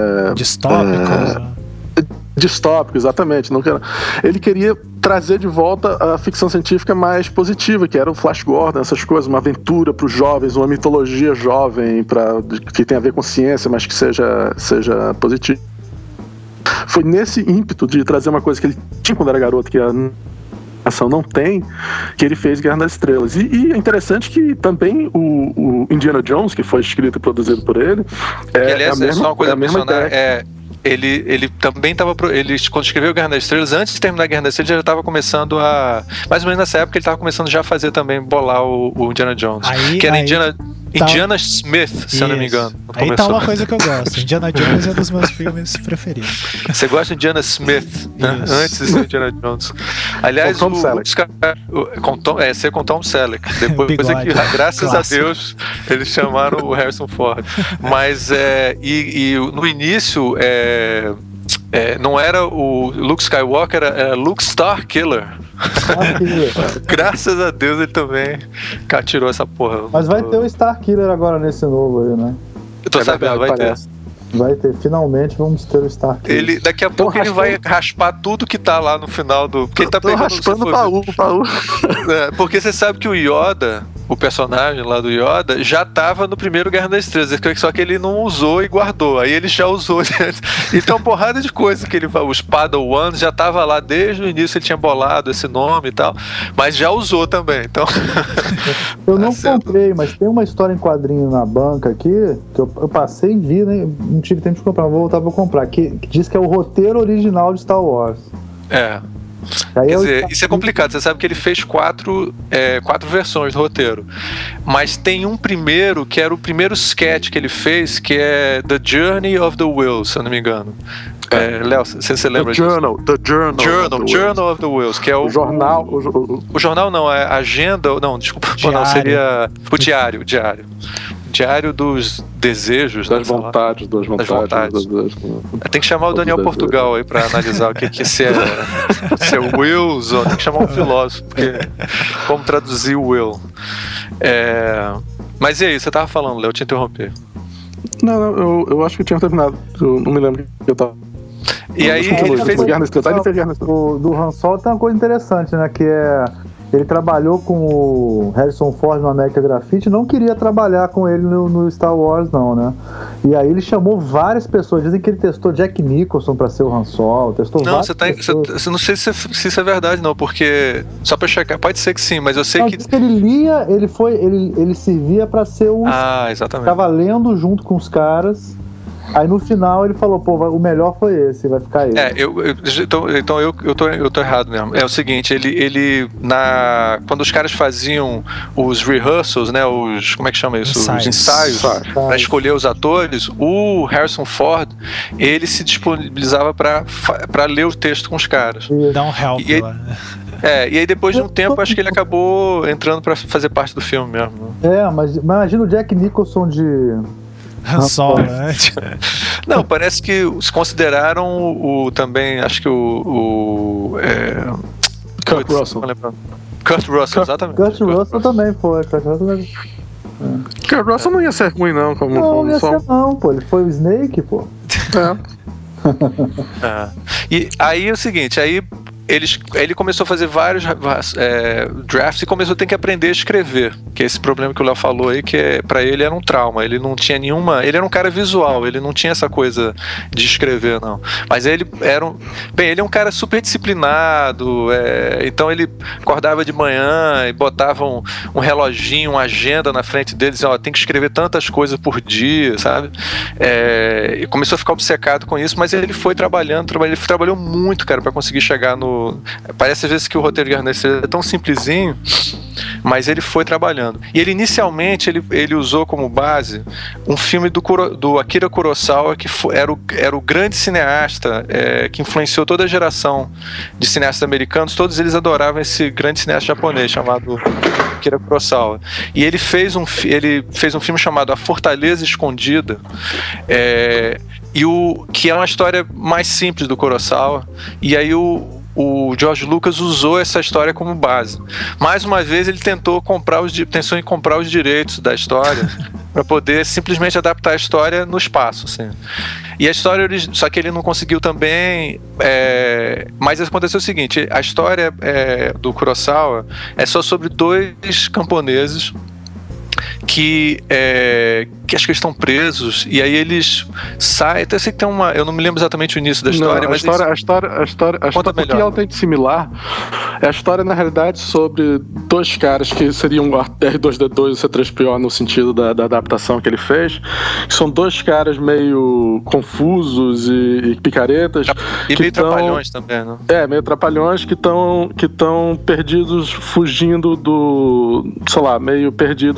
distópico, exatamente. Ele queria trazer de volta a ficção científica mais positiva, que era o Flash Gordon, essas coisas, uma aventura para os jovens, uma mitologia jovem que tem a ver com ciência, mas que seja positiva. Foi nesse ímpeto de trazer uma coisa que ele tinha quando era garoto, que a ação não tem, que ele fez Guerra nas Estrelas. E é interessante que também o Indiana Jones, que foi escrito e produzido por ele, só uma coisa a mesma ideia. Ele também estava. Quando escreveu Guerra das Estrelas, antes de terminar a Guerra das Estrelas, ele já estava começando a. Mais ou menos nessa época, ele estava começando já a fazer também, bolar o Indiana Jones. Que era Indiana Smith, se eu não me engano. Aí tá uma coisa que eu gosto. Indiana Jones é um dos meus filmes preferidos. Você gosta de Indiana Smith, né? Antes de ser Indiana Jones. Aliás, com Tom Selleck. Ser com Tom Selleck. Depois Bigode, graças clássico. A Deus, eles chamaram o Harrison Ford. Mas no início não era o Luke Skywalker, era Luke Starkiller. Graças a Deus ele também tirou essa porra. Mas vai ter o Starkiller agora nesse novo aí, né? Eu tô sabendo, vai ter. Vai ter, finalmente vamos ter o Starkiller. Daqui a pouco ele vai raspar tudo que tá lá no final do... Porque ele tá pegando, raspando o baú. Porque você sabe que o Yoda, o personagem lá do Yoda, já tava no primeiro Guerra das Estrelas, só que ele não usou e guardou. Aí ele já usou. Então, uma porrada de coisa que os Padawans já tava lá desde o início, ele tinha bolado esse nome e tal, mas já usou também. Então... Eu não comprei, mas tem uma história em quadrinho na banca aqui, que eu passei e vi, né? Não tive tempo de comprar, vou voltar pra comprar, que diz que é o roteiro original de Star Wars. Quer dizer, isso é complicado. Você sabe que ele fez quatro versões do roteiro, mas tem um primeiro que era o primeiro sketch que ele fez, que é The Journey of the Wills, se eu não me engano. Léo, você lembra disso? The Journal of the Wills, que é o jornal. O jornal não, é a agenda. Não, desculpa, não, seria o diário. Diário dos desejos, das vontades. Tem que chamar o Daniel Portugal aí pra analisar o que se é Wills, ou tem que chamar um filósofo, porque como traduzir o Will. Mas e aí, você tava falando, Léo, eu te interrompi. Não, eu acho que eu tinha terminado. Eu não me lembro que eu tava. E aí ele fez do Han Solo tem uma coisa interessante, né? Que ele trabalhou com o Harrison Ford no American Graffiti, não queria trabalhar com ele no Star Wars, não, né? E aí ele chamou várias pessoas, dizem que ele testou Jack Nicholson pra ser o Han Solo, testou várias pessoas. Não sei se isso é verdade, não, porque só pra checar, pode ser que sim, mas eu sei que... Diz que ele lia, ele servia pra ser o... exatamente. Tava lendo junto com os caras, Aí no final ele falou, pô, o melhor foi esse, vai ficar ele. Então eu tô errado mesmo. É o seguinte, quando os caras faziam os rehearsals, né, como é que chama isso? Os ensaios para escolher os atores, o Harrison Ford, ele se disponibilizava para ler o texto com os caras. Dá um help lá. E aí depois de um tempo acho que ele acabou entrando pra fazer parte do filme mesmo. Mas imagina o Jack Nicholson de Han Solo, né? Não, parece que se consideraram também, acho que Kurt Russell. Kurt Russell, exatamente. Kurt Russell também foi. Kurt Russell não ia ser ruim não. Não ia ser não, pô. Ele foi o Snake, pô. E aí é o seguinte, ele começou a fazer vários drafts e começou a ter que aprender a escrever, que é esse problema que o Léo falou aí, que pra ele era um trauma. Ele não tinha ele era um cara visual, ele não tinha essa coisa de escrever, não. Mas ele ele é um cara super disciplinado, então ele acordava de manhã e botava um reloginho, uma agenda na frente dele, dizia, tem que escrever tantas coisas por dia, sabe? E começou a ficar obcecado com isso, mas ele foi ele trabalhou muito, cara, pra conseguir chegar no... Parece às vezes que o roteiro de Guerra nas Estrelas é tão simplesinho, mas ele foi trabalhando. E ele inicialmente ele usou como base um filme do Akira Kurosawa, que era o grande cineasta que influenciou toda a geração de cineastas americanos. Todos eles adoravam esse grande cineasta japonês chamado Akira Kurosawa. E ele fez um filme chamado A Fortaleza Escondida, que é uma história mais simples do Kurosawa. E aí o George Lucas usou essa história como base. Mais uma vez ele pensou em comprar os direitos da história para poder simplesmente adaptar a história no espaço, assim. E a história, só que ele não conseguiu também, mas aconteceu o seguinte, a história do Kurosawa é só sobre 2 camponeses que acho que eles estão presos, e aí eles saem. Até sei que tem eu não me lembro exatamente o início da história, mas a história o que ela tem de similar é a história, na realidade, sobre 2 caras que seriam o R2D2 e o C3PO no sentido da adaptação que ele fez, que são 2 caras meio confusos e picaretas. E meio trapalhões também, né? Meio trapalhões que estão perdidos, fugindo meio perdidos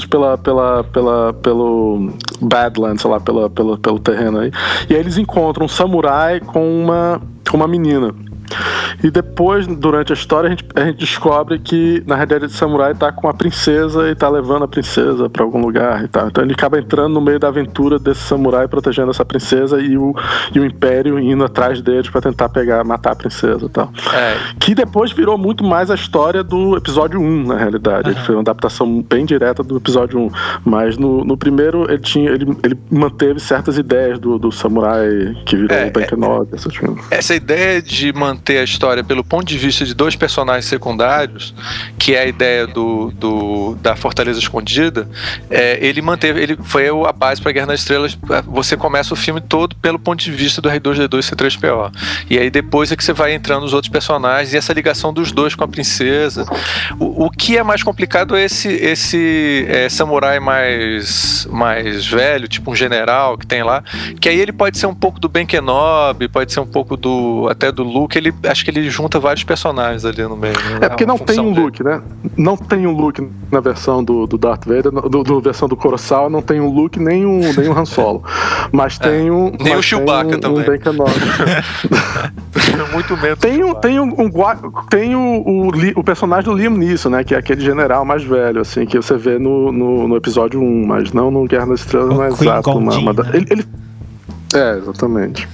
pelo Badlands, sei lá, pelo terreno aí. E aí eles encontram um samurai com uma menina. E depois, durante a história, a gente descobre que, na realidade, esse samurai tá com a princesa e tá levando a princesa pra algum lugar e tal. Então ele acaba entrando no meio da aventura desse samurai, protegendo essa princesa, e o Império indo atrás deles pra tentar matar a princesa e tal. Que depois virou muito mais a história do episódio 1, na realidade. Ele foi uma adaptação bem direta do episódio 1. Mas no primeiro ele manteve certas ideias do samurai que virou o Ben Kenobi, essas coisas. Essa ideia de manter a história pelo ponto de vista de 2 personagens secundários, que é a ideia da Fortaleza Escondida, ele foi a base para Guerra nas Estrelas. Você começa o filme todo pelo ponto de vista do R2D2 e C3PO, e aí depois é que você vai entrando nos outros personagens e essa ligação dos 2 com a princesa. O que é mais complicado é esse samurai mais velho, tipo um general que tem lá, que aí ele pode ser um pouco do Ben Kenobi, pode ser um pouco até do Luke. Acho que ele junta vários personagens ali no meio, né? Porque não tem um Luke, né? Não tem um Luke na versão do Darth Vader, na versão do Kurosawa, não tem um Luke nem um Han Solo. Mas tem um... Nem o Chewbacca também. Ben Kenobi. Muito menos. Tem o personagem do Liam Neeson, né? Que é aquele general mais velho, assim, que você vê no episódio 1, mas não no Guerra nas Estrelas, não é exato. Né? Exatamente.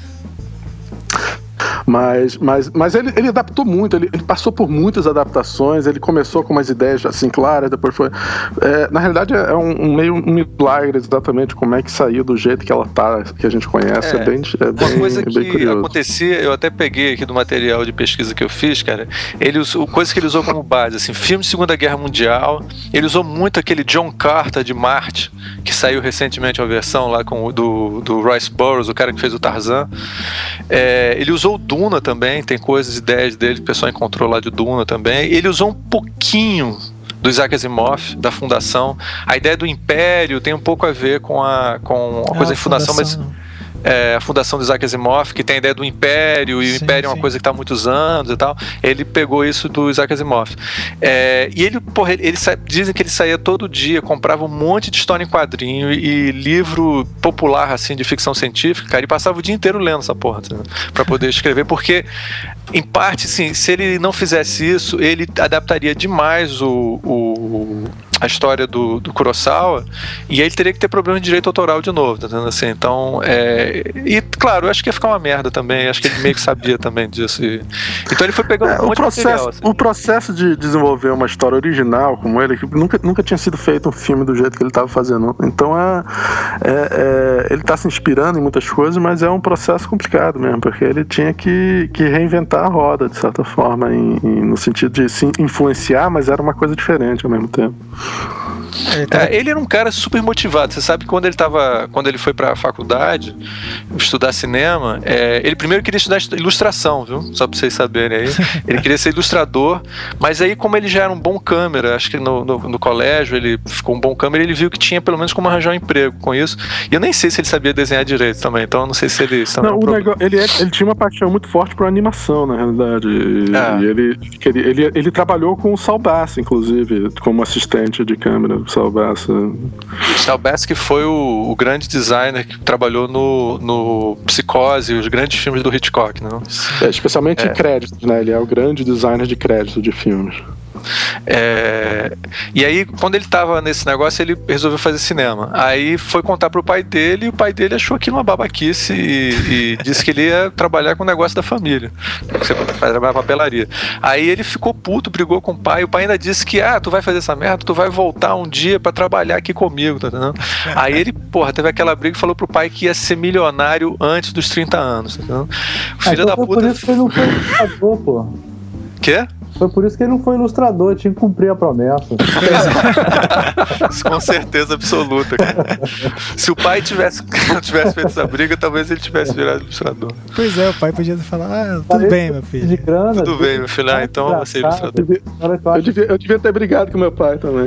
Mas ele adaptou muito, ele passou por muitas adaptações, ele começou com umas ideias assim claras, depois foi... na realidade é meio um milagre exatamente como é que saiu do jeito que ela tá, que a gente conhece, uma coisa que curioso. Acontecia, eu até peguei aqui do material de pesquisa que eu fiz, cara, coisa que ele usou como base, assim, filme de Segunda Guerra Mundial, ele usou muito aquele John Carter de Marte, que saiu recentemente uma versão lá do Royce Burroughs, o cara que fez o Tarzan. Ele usou o Duna também, tem ideias dele que o pessoal encontrou lá de Duna também. Ele usou um pouquinho do Isaac Asimov, da Fundação. A ideia do Império tem um pouco a ver com a coisa de Fundação, mas a fundação do Isaac Asimov, que tem a ideia do Império, e o Império é uma coisa que está há muitos anos e tal. Ele pegou isso do Isaac Asimov. E ele dizem que ele saía todo dia, comprava um monte de história em quadrinho e livro popular, assim, de ficção científica, cara, e passava o dia inteiro lendo essa porra, pra poder escrever, porque, em parte, assim, se ele não fizesse isso, ele adaptaria demais a história do Kurosawa, e aí ele teria que ter problema de direito autoral de novo, tá entendendo? Assim, então, e claro, eu acho que ia ficar uma merda também, acho que ele meio que sabia também disso. Então ele foi pegando um monte de material, assim. O processo de desenvolver uma história original como ele, que nunca tinha sido feito um filme do jeito que ele estava fazendo. Então ele está se inspirando em muitas coisas, mas é um processo complicado mesmo, porque ele tinha que reinventar a roda, de certa forma, no sentido de se influenciar, mas era uma coisa diferente ao mesmo tempo. Ele era um cara super motivado. Você sabe que quando ele foi pra faculdade estudar cinema, ele primeiro queria estudar ilustração, viu? Só pra vocês saberem aí. Ele queria ser ilustrador, mas aí, como ele já era um bom câmera, acho que no colégio ele ficou um bom câmera, ele viu que tinha pelo menos como arranjar um emprego com isso. E eu nem sei se ele sabia desenhar direito também, então eu não sei se ele... Ele tinha uma paixão muito forte por animação, na realidade. E ele trabalhou com o Saul Bass, inclusive, como assistente de câmera. Saul Bass, que foi o grande designer que trabalhou no Psicose, os grandes filmes do Hitchcock, não? Especialmente em créditos, né? Ele é o grande designer de crédito de filmes. E aí, quando ele tava nesse negócio, ele resolveu fazer cinema. Aí foi contar pro pai dele, e o pai dele achou aquilo uma babaquice e disse que ele ia trabalhar com o negócio da família. Você vai trabalhar papelaria. Aí ele ficou puto, brigou com o pai. O pai ainda disse que, tu vai fazer essa merda, tu vai voltar um dia pra trabalhar aqui comigo, tá entendendo? Aí ele, teve aquela briga e falou pro pai que ia ser milionário antes dos 30 anos, tá entendendo? O filho da puta. Por isso que ele não foi ilustrador, pô. Quê? Foi por isso que ele não foi ilustrador, tinha que cumprir a promessa. Com certeza absoluta, cara. Se o pai tivesse feito essa briga, talvez ele tivesse virado ilustrador. Pois é, o pai podia falar, tudo bem, meu filho. De grana, tudo bem, meu filho, então eu vou ser ilustrador. Eu devia ter brigado com meu pai também.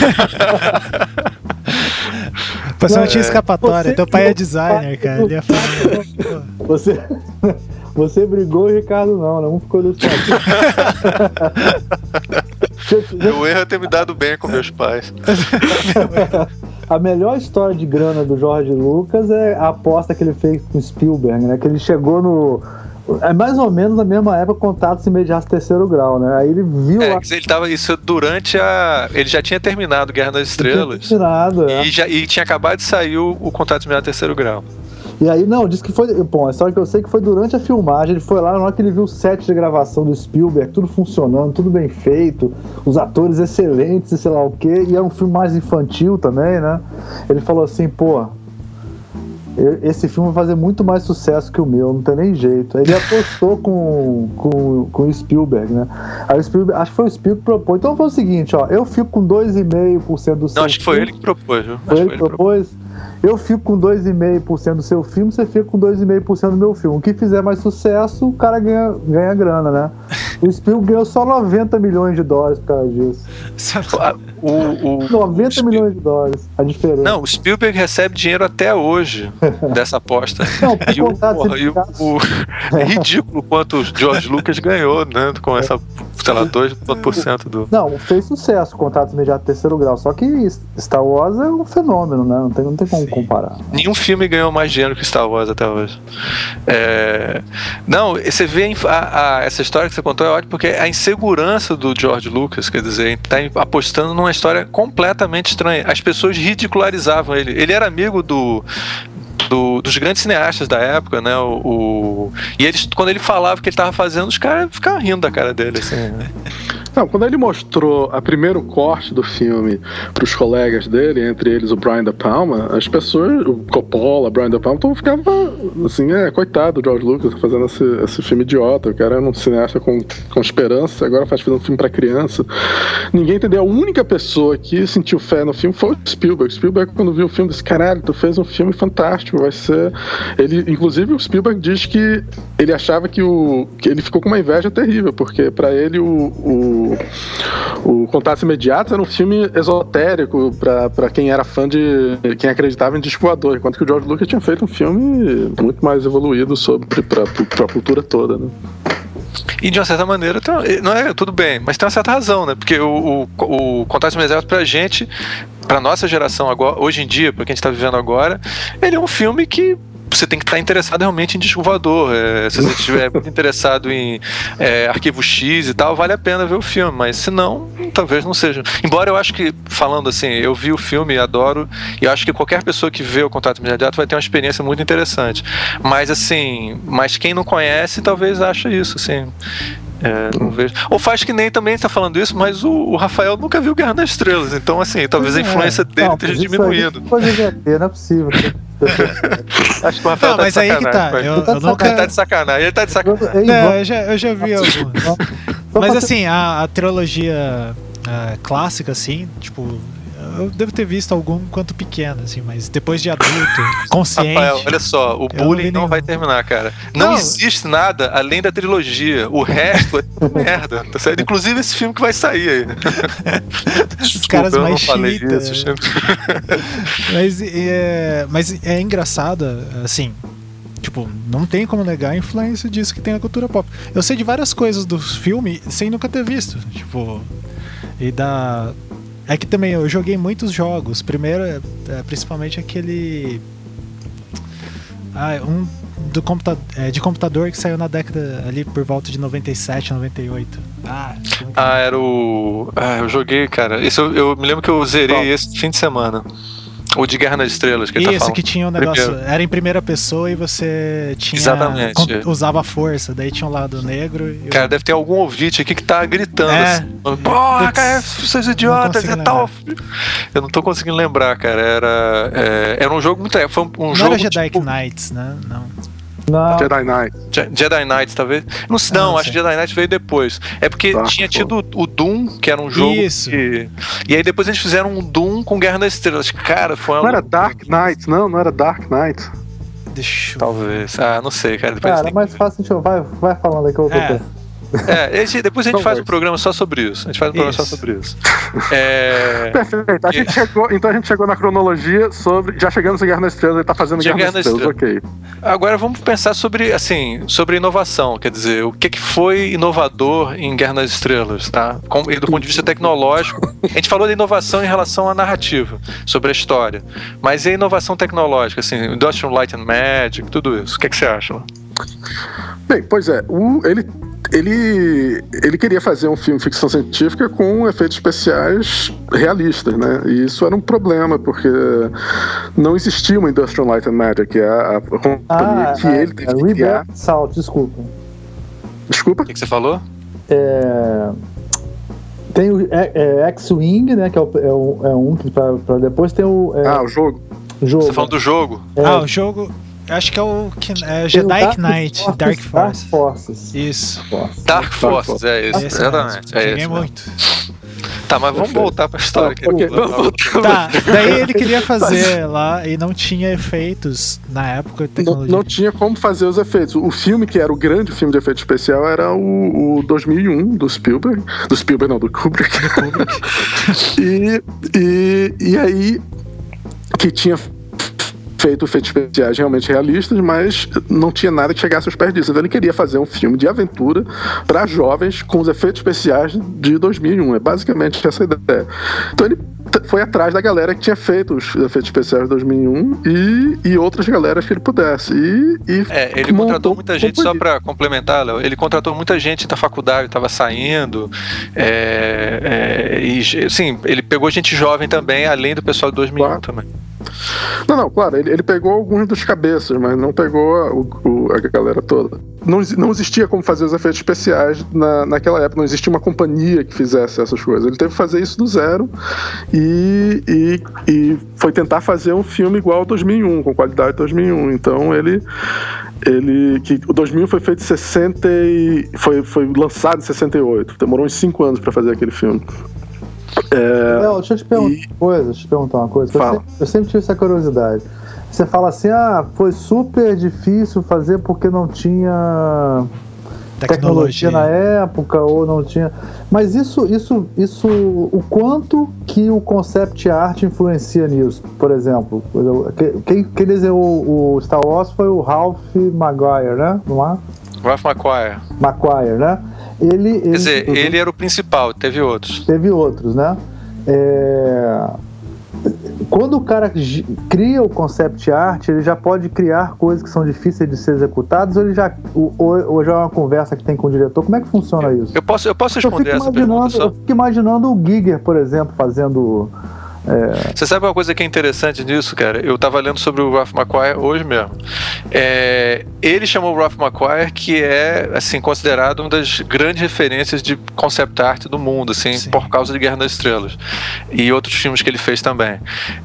Você não tinha escapatória, teu pai é designer, cara. Ele ia falar, Você brigou e o Ricardo não, um ficou ilustrador. Meu erro é ter me dado bem com meus pais. A melhor história de grana do George Lucas é a aposta que ele fez com Spielberg, né? Que ele chegou no... É mais ou menos na mesma época, Contatos Imediatos Terceiro Grau, né? Aí ele viu... Ele tava isso durante ele já tinha terminado Guerra das Estrelas. E tinha acabado de sair o Contatos Imediatos Terceiro Grau. E aí, disse que foi... Bom, a história que eu sei que foi durante a filmagem. Ele foi lá, na hora que ele viu o set de gravação do Spielberg, tudo funcionando, tudo bem feito, os atores excelentes e sei lá o quê, e era um filme mais infantil também, né? Ele falou assim, esse filme vai fazer muito mais sucesso que o meu, não tem nem jeito. Ele apostou com o Spielberg, né? Aí o Spielberg, acho que foi o Spielberg que propôs. Então foi o seguinte, eu fico com 2,5% do seu... Não, acho que foi ele que propôs, viu? Foi ele que propôs? Eu fico com 2,5% do seu filme, você fica com 2,5% do meu filme. O que fizer mais sucesso, o cara ganha grana, né? O Spielberg ganhou só $90 milhões por causa disso. 90 milhões de dólares, a diferença. Não, o Spielberg recebe dinheiro até hoje dessa aposta. Não, é ridículo quanto o George Lucas ganhou, né? Com essa, sei lá, 2% do... Não, fez sucesso o Contatos Imediatos Terceiro Grau, só que Star Wars é um fenômeno, né? Não tem como comparar. Nenhum filme ganhou mais dinheiro que Star Wars até hoje. Não, você vê essa história que você contou é ótimo, porque a insegurança do George Lucas, quer dizer, ele tá apostando numa história completamente estranha. As pessoas ridicularizavam ele. Ele era amigo dos grandes cineastas da época, né? E eles, quando ele falava o que ele estava fazendo, os caras ficavam rindo da cara dele, assim, né? Não, quando ele mostrou o primeiro corte do filme para os colegas dele, entre eles o Brian De Palma, as pessoas, o Coppola, Brian De Palma, ficavam assim, coitado do George Lucas, tá fazendo esse filme idiota, o cara era um cineasta com esperança, agora faz um filme para criança. Ninguém entendeu. A única pessoa que sentiu fé no filme foi o Spielberg. Spielberg, quando viu o filme, disse, caralho, tu fez um filme fantástico, vai ser... Inclusive, o Spielberg diz que ele achava que ele ficou com uma inveja terrível, porque para ele o o Contatos Imediatos era um filme esotérico pra quem era fã quem acreditava em disco voador, enquanto que o George Lucas tinha feito um filme muito mais evoluído pra cultura toda, né? E de uma certa maneira, não é tudo bem, mas tem uma certa razão, né? Porque o Contatos Imediatos pra gente, pra nossa geração agora, hoje em dia, pra quem a gente tá vivendo agora, ele é um filme que você tem que estar interessado realmente em disco voador. Se você estiver muito interessado em arquivo X e tal, vale a pena ver o filme, mas se não, talvez não seja. Embora eu acho que, falando assim, eu vi o filme e adoro, e eu acho que qualquer pessoa que vê o Contato Imediato vai ter uma experiência muito interessante. Mas assim, quem não conhece talvez ache isso, assim. Não vejo. Ou faz que nem também está falando isso, mas o Rafael nunca viu Guerra nas Estrelas, então assim, talvez a influência dele esteja diminuindo. Não é possível. Acho que o Rafael tá de sacanagem. Ele tá de sacanagem. Ele tá de sacanagem. Eu já vi alguns. Mas assim, a trilogia clássica, assim, tipo, eu devo ter visto algum quanto pequeno, assim, mas depois de adulto, consciente. Rafael, olha só, o bullying não vai terminar, cara. Não existe nada além da trilogia. O resto é merda. Tá certo? Inclusive esse filme que vai sair aí. Os caras mais chiitas. Mas é engraçado, assim. Tipo, não tem como negar a influência disso que tem na cultura pop. Eu sei de várias coisas do filme sem nunca ter visto. Tipo, é que também eu joguei muitos jogos. Primeiro, principalmente aquele... de computador que saiu na década ali por volta de 97, 98. Era o... eu joguei, cara. Eu me lembro que eu zerei esse fim de semana. O de Guerra nas Estrelas, que ele tá falando. Que tinha um negócio, era em primeira pessoa e você tinha... Exatamente. Usava a força, daí tinha um lado negro e... Cara, deve ter algum ouvinte aqui que tá gritando assim. Porra, cara, vocês idiotas e tal. Eu não tô conseguindo lembrar, cara. Era um jogo muito... Foi um não jogo era Jedi Knights, né? Não. Jedi Knights, talvez. Não, acho que Jedi Knights veio depois. É porque tinha tido o Doom, que era um jogo. Isso. E aí depois eles fizeram um Doom com Guerra nas Estrelas. Cara, foi uma. Não era Dark Knights, não era Dark Knights. Talvez. Não sei, cara. Depois mais fácil, vai falando aí que eu vou ter. Depois a gente faz um programa só sobre isso. Perfeito. A gente chegou na cronologia sobre. Já chegamos em Guerra nas Estrelas, ele tá fazendo Guerra nas Estrelas. Ok. Agora vamos pensar sobre inovação. Quer dizer, o que foi inovador em Guerra nas Estrelas, tá? Do ponto de vista tecnológico. A gente falou da inovação em relação à narrativa, sobre a história. Mas e a inovação tecnológica, assim, Industrial Light and Magic, tudo isso. O que você acha? Bem, pois é, ele queria fazer um filme de ficção científica com efeitos especiais realistas, né? E isso era um problema, porque não existia uma Industrial Light and Magic, que é a companhia que ele teve que criar. Desculpa. O que você falou? Tem o X-Wing, né? Que é um que pra depois tem o... o jogo. Você tá falando do jogo? O jogo... Acho que é o Jedi Knight, Dark Forces. Isso. Dark Forces, é isso. Exatamente. Joguei muito. Tá, mas vamos voltar pra história. Daí ele queria fazer lá e não tinha efeitos na época. Não tinha como fazer os efeitos. O filme que era o grande filme de efeito especial era o 2001 do Spielberg. Do Kubrick. E aí que tinha feito efeitos especiais realmente realistas, mas não tinha nada que chegasse aos pés disso. Então ele queria fazer um filme de aventura para jovens com os efeitos especiais de 2001. É basicamente essa ideia. Então ele foi atrás da galera que tinha feito os efeitos especiais de 2001 e outras galeras que ele pudesse. Ele contratou muita gente, só para complementar, Léo, ele contratou muita gente da faculdade, estava saindo, ele pegou gente jovem também, além do pessoal de 2001 também. Não, claro, ele pegou alguns dos cabeças, mas não pegou a galera toda. Não existia como fazer os efeitos especiais naquela época, não existia uma companhia que fizesse essas coisas. Ele teve que fazer isso do zero e foi tentar fazer um filme igual ao 2001, com qualidade de 2001. Então o 2001 foi feito em 60 e foi lançado em 68. Demorou uns 5 anos para fazer aquele filme. Deixa eu te perguntar uma coisa. Eu sempre tive essa curiosidade. Você fala assim, foi super difícil fazer porque não tinha tecnologia na época, ou não tinha. Mas isso, o quanto que o concept art influencia nisso? Por exemplo, quem desenhou o Star Wars foi o Ralph Maguire, né? Não é? Ralph McQuarrie. McQuarrie, né? Quer dizer, ele era o principal, teve outros. Teve outros, né? Quando o cara cria o concept art, ele já pode criar coisas que são difíceis de ser executadas, ou já é uma conversa que tem com o diretor? Como é que funciona isso? Eu posso responder essa pergunta só? Eu fico imaginando o Giger, por exemplo, fazendo... Você sabe uma coisa que é interessante nisso, cara? Eu tava lendo sobre o Ralph McQuarrie hoje mesmo. Ele chamou o Ralph McQuarrie, que é assim, considerado uma das grandes referências de concept art do mundo, assim, por causa de Guerra nas Estrelas e outros filmes que ele fez também.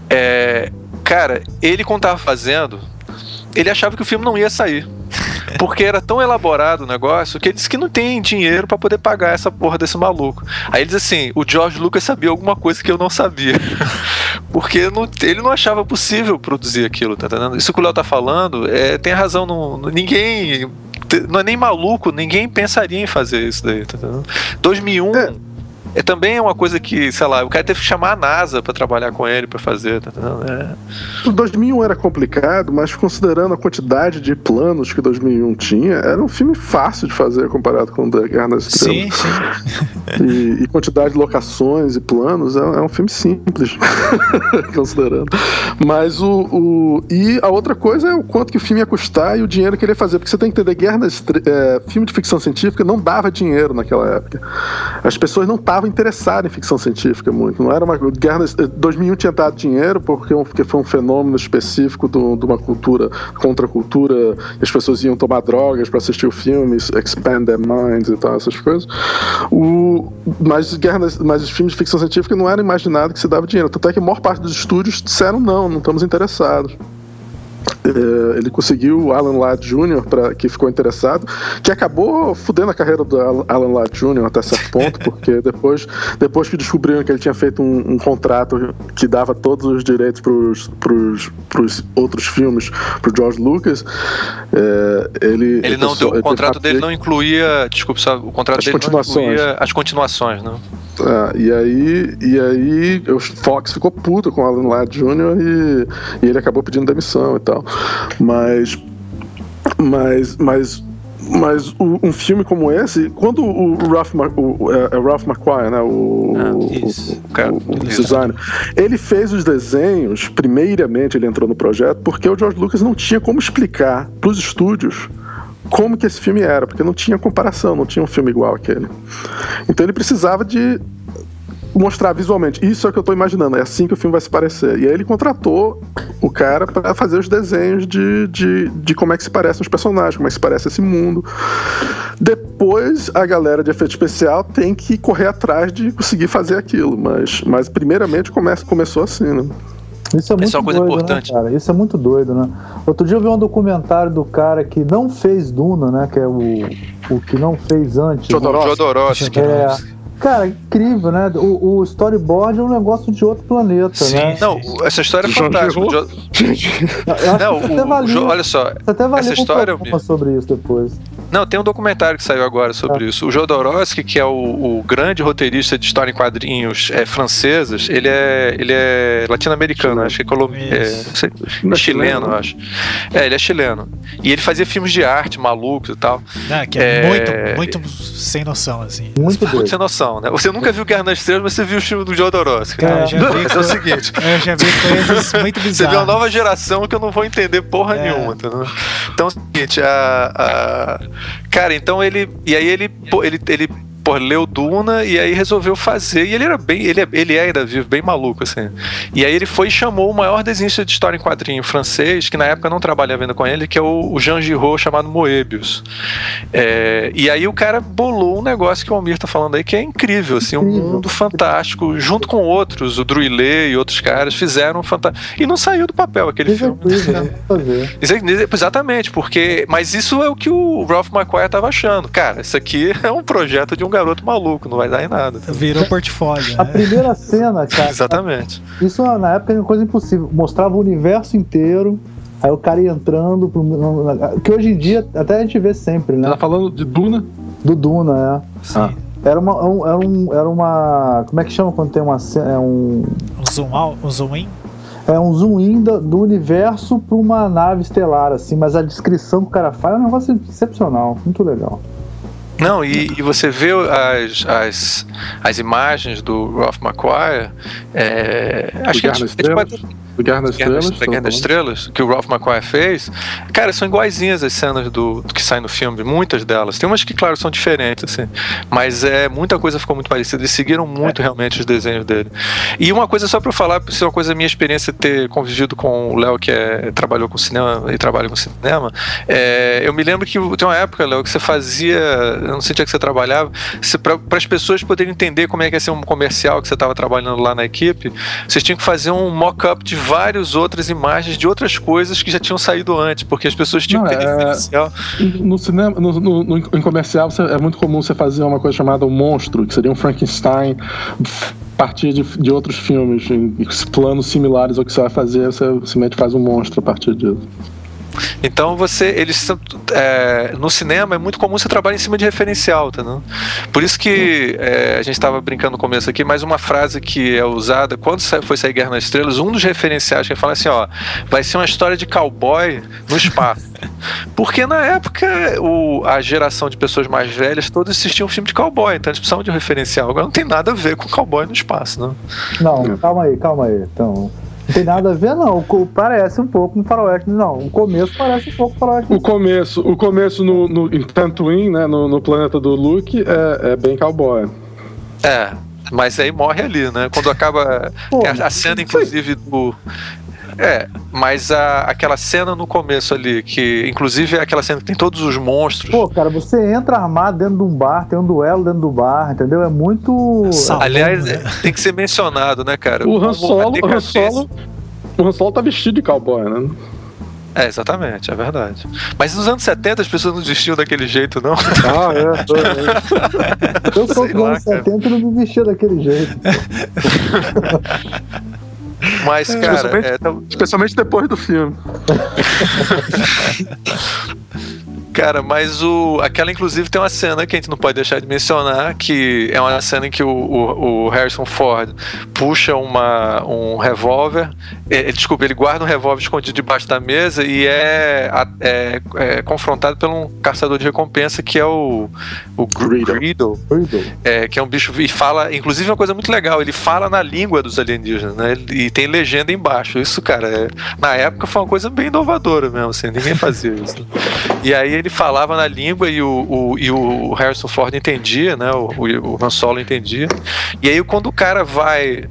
Cara, ele quando tava fazendo, ele achava que o filme não ia sair, porque era tão elaborado o negócio que ele disse que não tem dinheiro pra poder pagar essa porra desse maluco. Aí ele diz assim, o George Lucas sabia alguma coisa que eu não sabia, porque ele não achava possível produzir aquilo, tá entendendo? Isso que o Léo tá falando, tem razão, ninguém, não é nem maluco, ninguém pensaria em fazer isso daí, tá entendendo? 2001 também é uma coisa que, sei lá, o cara teve que chamar a NASA pra trabalhar com ele, pra fazer, tá entendendo? O 2001 era complicado, mas considerando a quantidade de planos que 2001 tinha, era um filme fácil de fazer comparado com o Guerra nas Estrelas. Sim. E quantidade de locações e planos, é um filme simples, considerando. Mas e a outra coisa é o quanto que o filme ia custar e o dinheiro que ele ia fazer, porque você tem que entender, filme de ficção científica não dava dinheiro naquela época. As pessoas não estavam interessado em ficção científica muito, não era uma guerra. 2001 tinha dado dinheiro porque foi um fenômeno específico de uma cultura, contracultura, as pessoas iam tomar drogas para assistir o filme, expand their minds e tal, essas coisas. Mas os filmes de ficção científica não era imaginado que se dava dinheiro, tanto é que a maior parte dos estúdios disseram não estamos interessados. Ele conseguiu o Alan Ladd Jr., que ficou interessado, que acabou fudendo a carreira do Alan Ladd Jr. até certo ponto, porque depois que descobriram que ele tinha feito um contrato que dava todos os direitos pros outros filmes pro George Lucas, o contrato dele não incluía, desculpe, o contrato dele não incluía as continuações, não? E aí o Fox ficou puto com o Alan Ladd Jr. e ele acabou pedindo demissão e tal. Mas um filme como esse, quando o Ralph McQuarrie, né, o designer, ele fez os desenhos, primeiramente ele entrou no projeto porque o George Lucas não tinha como explicar para os estúdios como que esse filme era, porque não tinha comparação, não tinha um filme igual àquele. Então ele precisava de mostrar visualmente, isso é o que eu estou imaginando, é assim que o filme vai se parecer. E aí ele contratou o cara para fazer os desenhos de como é que se parecem os personagens, como é que se parece esse mundo. Depois a galera de efeito especial tem que correr atrás de conseguir fazer aquilo, mas primeiramente começou assim, né? Isso é muito doido, importante, né, cara? Isso é muito doido, né? Outro dia eu vi um documentário do cara que não fez Duna, né? Que é o que não fez antes. Jodorowsky. Cara, incrível, né? O storyboard é um negócio de outro planeta, né? Não, essa história é fantástica. Olha só, essa história sobre isso depois. Não, tem um documentário que saiu agora sobre isso. O Jodorowsky, que é o grande roteirista de história em quadrinhos francesas, ele é latino-americano, acho que é chileno, acho. Ele é chileno. E ele fazia filmes de arte malucos e tal. Que é muito sem noção, assim. Muito sem noção, né? Você nunca viu Guerra nas Estrelas, mas você viu o filme do Jodorowsky. Cara, é o seguinte. Eu já vi coisas muito bizarras. Você viu uma nova geração que eu não vou entender porra nenhuma, entendeu? Então é o seguinte, cara, então ele leu Duna e aí resolveu fazer, e ele era bem, ele ainda vive bem maluco, assim. E aí ele foi e chamou o maior desenhista de história em quadrinho francês, que na época não trabalhava ainda com ele, que é o Jean Giraud, chamado Moebius. E aí o cara bolou um negócio que o Almir tá falando aí, que é incrível, assim, um mundo fantástico, junto com outros, o Druillet e outros caras, fizeram um fantástico. E não saiu do papel aquele filme. Exatamente, mas isso é o que o Ralph McQuarrie tava achando. Cara, isso aqui é um projeto de um garoto maluco, não vai dar em nada. Virou portfólio. A primeira cena, cara. Exatamente. Isso na época era uma coisa impossível. Mostrava o universo inteiro, aí o cara ia entrando. Que hoje em dia até a gente vê sempre, né? Tá falando de Duna? Do Duna, Sim. Era uma. Como é que chama quando tem uma cena? Um zoom in? É um zoom in do universo para uma nave estelar, assim, mas a descrição que o cara faz é um negócio excepcional, muito legal. Não, e você vê as imagens do Ralph McQuarrie, acho que a gente pode... Guerra nas Estrelas, que o Ralph McQuarrie fez, cara, são iguaizinhas as cenas do que saem no filme, muitas delas. Tem umas que, claro, são diferentes, assim, mas muita coisa ficou muito parecida. Eles seguiram muito realmente os desenhos dele. E uma coisa só pra eu falar, isso é uma coisa da minha experiência ter convivido com o Léo, que trabalhou com cinema e trabalha com cinema. Eu me lembro que tem uma época, Léo, que você fazia, eu não sei onde é que você trabalhava, para as pessoas poderem entender como é que ia ser um comercial que você estava trabalhando lá na equipe, vocês tinham que fazer um mock-up de várias outras imagens de outras coisas que já tinham saído antes, porque as pessoas tinham que ter referencial. No cinema, em comercial, é muito comum você fazer uma coisa chamada um monstro, que seria um Frankenstein, a partir de outros filmes, em planos similares ao que você vai fazer, você simplesmente faz um monstro a partir disso. Então no cinema é muito comum você trabalhar em cima de referencial, tá, não? Por isso que a gente estava brincando no começo aqui, mas uma frase que é usada quando foi sair Guerra nas Estrelas, um dos referenciais que fala assim, ó, vai ser uma história de cowboy no espaço. Porque na época a geração de pessoas mais velhas todos assistiam um filme de cowboy, então eles precisavam de um referencial. Agora não tem nada a ver com cowboy no espaço, não? Não, calma aí. Então, não tem nada a ver, não. Parece um pouco no Faroeste. Não, o começo parece um pouco Faroeste. O começo em Tatooine, né, no planeta do Luke, é bem cowboy. Mas aí morre ali, né? Quando acaba a cena, inclusive, do... mas aquela cena no começo ali, que inclusive é aquela cena que tem todos os monstros. Pô, cara, você entra armado dentro de um bar, tem um duelo dentro do bar, entendeu? É muito... Aliás, tem que ser mencionado, né, cara? O Han Solo tá vestido de cowboy, né? Exatamente, é verdade. Mas nos anos 70 as pessoas não vestiam daquele jeito, não? Eu sou dos anos 70 e não me vestia daquele jeito. Mas, cara... Especialmente depois do filme. Cara, mas aquela inclusive tem uma cena que a gente não pode deixar de mencionar, que é uma cena em que o Harrison Ford puxa um revólver, ele guarda um revólver escondido debaixo da mesa e é confrontado por um caçador de recompensa que é o Greedo, que é um bicho, e fala, inclusive uma coisa muito legal, ele fala na língua dos alienígenas, né, e tem legenda embaixo. Isso, cara, na época foi uma coisa bem inovadora mesmo, assim, ninguém fazia isso. E aí ele falava na língua e o Harrison Ford entendia, né? O Han Solo entendia. E aí quando o cara vai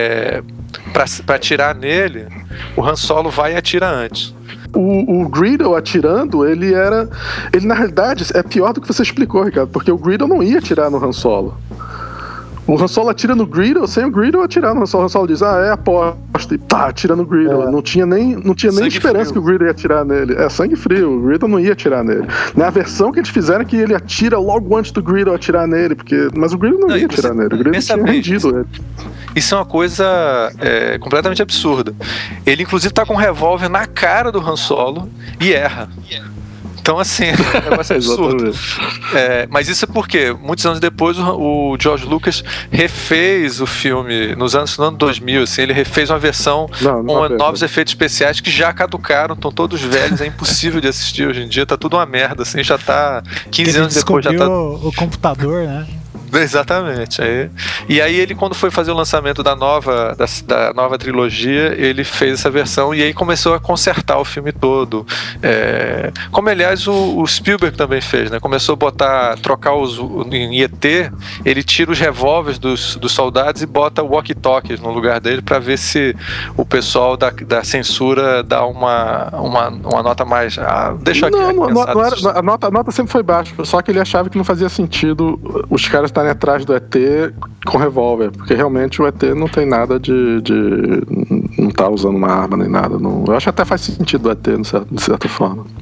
pra atirar nele, o Han Solo vai e atira antes. O Greedo atirando, ele na realidade é pior do que você explicou, Ricardo, porque o Greedo não ia atirar no Han Solo. O Han Solo atira no Greedo sem o Greedo atirar no Han Solo. O Han Solo diz, é aposta, e tá, atira no Greedo. Não tinha nem esperança que o Greedo ia atirar nele. É sangue frio, o Greedo não ia atirar nele. Na versão que eles fizeram, que ele atira logo antes do Greedo atirar nele, mas o Greedo não ia atirar nele, o Greedo tinha rendido ele. Isso é uma coisa completamente absurda. Ele inclusive tá com um revólver na cara do Han Solo e erra. Então, assim, é um negócio absurdo. Mas isso é porque, muitos anos depois, o George Lucas refez o filme, no ano 2000, assim, ele refez uma versão com novos efeitos especiais que já caducaram, estão todos velhos, é impossível de assistir hoje em dia, tá tudo uma merda, assim, já tá 15 anos depois. Já tá o computador, né? Exatamente. E aí ele, quando foi fazer o lançamento da nova trilogia, ele fez essa versão e aí começou a consertar o filme todo. Como aliás o Spielberg também fez, né? Começou a trocar em ET, ele tira os revólveres dos soldados e bota walkie-talkies no lugar dele para ver se o pessoal da censura dá uma nota mais. Deixa aqui. A nota sempre foi baixa, só que ele achava que não fazia sentido os caras estarem atrás do ET com revólver, porque realmente o ET não tem nada de não tá usando uma arma nem nada. Eu acho que até faz sentido o ET, de certa forma.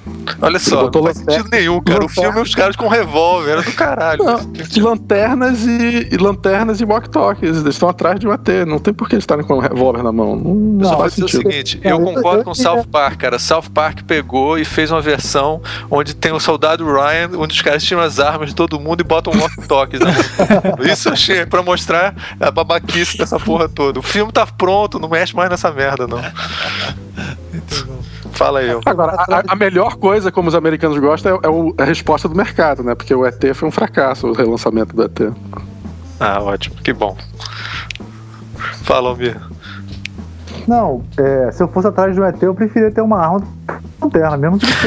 Olha só, não faz sentido nenhum, cara. O filme é os caras com revólver, era do caralho. Lanternas e walkie-talkies. Eles estão atrás de um ET. Não tem por que eles estarem com um revólver na mão. Não só faz dizer sentido. o seguinte, eu concordo com o South Park, cara. South Park pegou e fez uma versão onde tem o soldado Ryan, onde os caras tiram as armas de todo mundo e botam walkie-talkies. Né? Isso eu achei pra mostrar a babaquice dessa porra toda. O filme tá pronto, não mexe mais nessa merda, não. Fala aí. Agora, a melhor coisa, como os americanos gostam, é a resposta do mercado, né? Porque o ET foi um fracasso, o relançamento do ET. Ah, ótimo, que bom. Fala, Almir. Não, se eu fosse atrás de um ET, eu preferia ter uma arma lanterna, mesmo que ele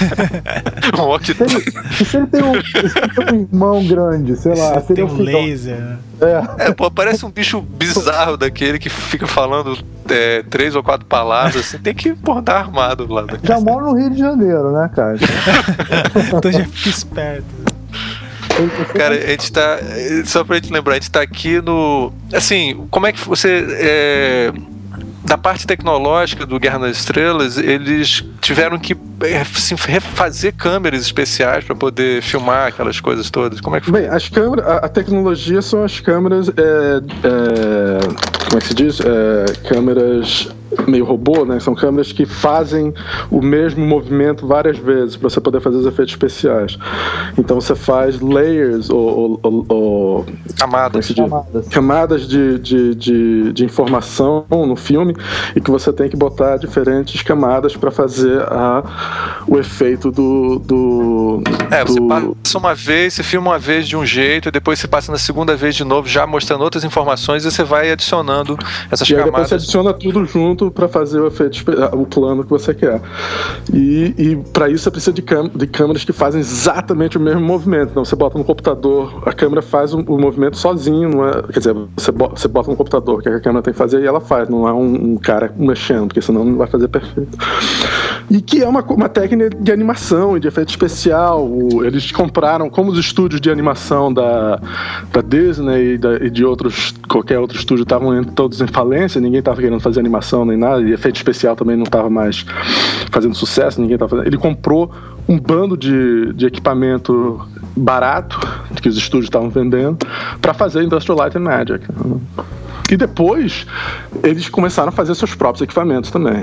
se ele tem um irmão grande, sei lá, seria um laser, né? Pô, parece um bicho bizarro daquele que fica falando 3 ou 4 palavras, assim, tem que dar armado lá. Já moro no Rio de Janeiro, né, cara? Então já fica esperto. Cara, a gente tá. Só pra gente lembrar, a gente tá aqui no. Assim, como é que você. Da parte tecnológica do Guerra nas Estrelas, eles tiveram que refazer câmeras especiais para poder filmar aquelas coisas todas. Como é que foi? Bem, as câmeras, a tecnologia são as câmeras, como é que se diz? Câmeras meio robô, né? São câmeras que fazem o mesmo movimento várias vezes para você poder fazer os efeitos especiais. Então você faz layers ou camadas de informação no filme, e que você tem que botar diferentes camadas para fazer o efeito você passa uma vez, você filma uma vez de um jeito, e depois você passa na segunda vez de novo, já mostrando outras informações, e você vai adicionando essas camadas. E depois você adiciona tudo junto para fazer o efeito, o plano que você quer. E para isso você precisa de câmeras que fazem exatamente o mesmo movimento. Então você bota no computador, a câmera faz o movimento sozinho, não é? Quer dizer, você bota no computador o que a câmera tem que fazer e ela faz, não é um cara mexendo, porque senão não vai fazer perfeito. E que é uma técnica de animação e de efeito especial. Eles compraram, como os estúdios de animação da Disney e de qualquer outro estúdio estavam todos em falência, ninguém estava querendo fazer animação nem nada, e efeito especial também não estava mais fazendo sucesso, ninguém estava fazendo. Ele comprou um bando de equipamento barato que os estúdios estavam vendendo para fazer Industrial Light and Magic. E depois eles começaram a fazer seus próprios equipamentos também.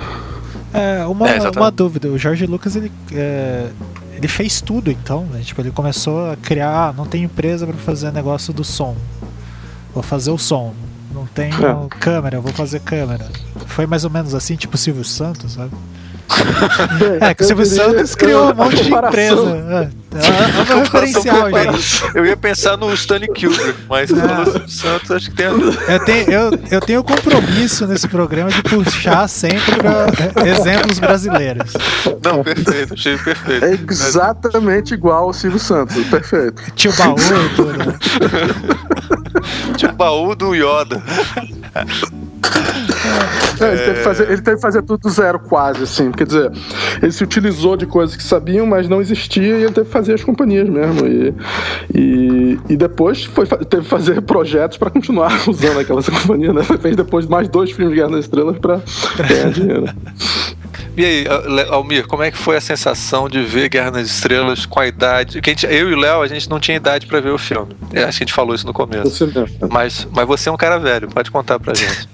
Uma dúvida, o George Lucas ele fez tudo, então, né? Tipo, ele começou a criar, não tem empresa para fazer negócio do som, vou fazer o som, não tenho câmera, vou fazer câmera. Foi mais ou menos assim, tipo o Silvio Santos, sabe? Que o Silvio Santos criou um monte de empresa. É um referencial, gente. Eu ia pensar no Stanley Kubrick, mas o Silvio Santos acho que tem eu tenho compromisso nesse programa de puxar sempre pra exemplos brasileiros. Não, perfeito, achei perfeito. É exatamente igual ao Silvio Santos, perfeito. Tio Baú e tudo, né? Tio Baú do Yoda. Ele teve que fazer tudo do zero, quase, assim. Quer dizer, ele se utilizou de coisas que sabiam, mas não existia, e ele teve que fazer as companhias mesmo. E depois teve que fazer projetos para continuar usando aquelas companhias, né? Fez depois mais 2 filmes de Guerra nas Estrelas para ganhar dinheiro. E aí, Almir, como é que foi a sensação de ver Guerra nas Estrelas com a idade? Eu e o Léo, a gente não tinha idade pra ver o filme. Acho que a gente falou isso no começo. Mas você é um cara velho, pode contar pra gente.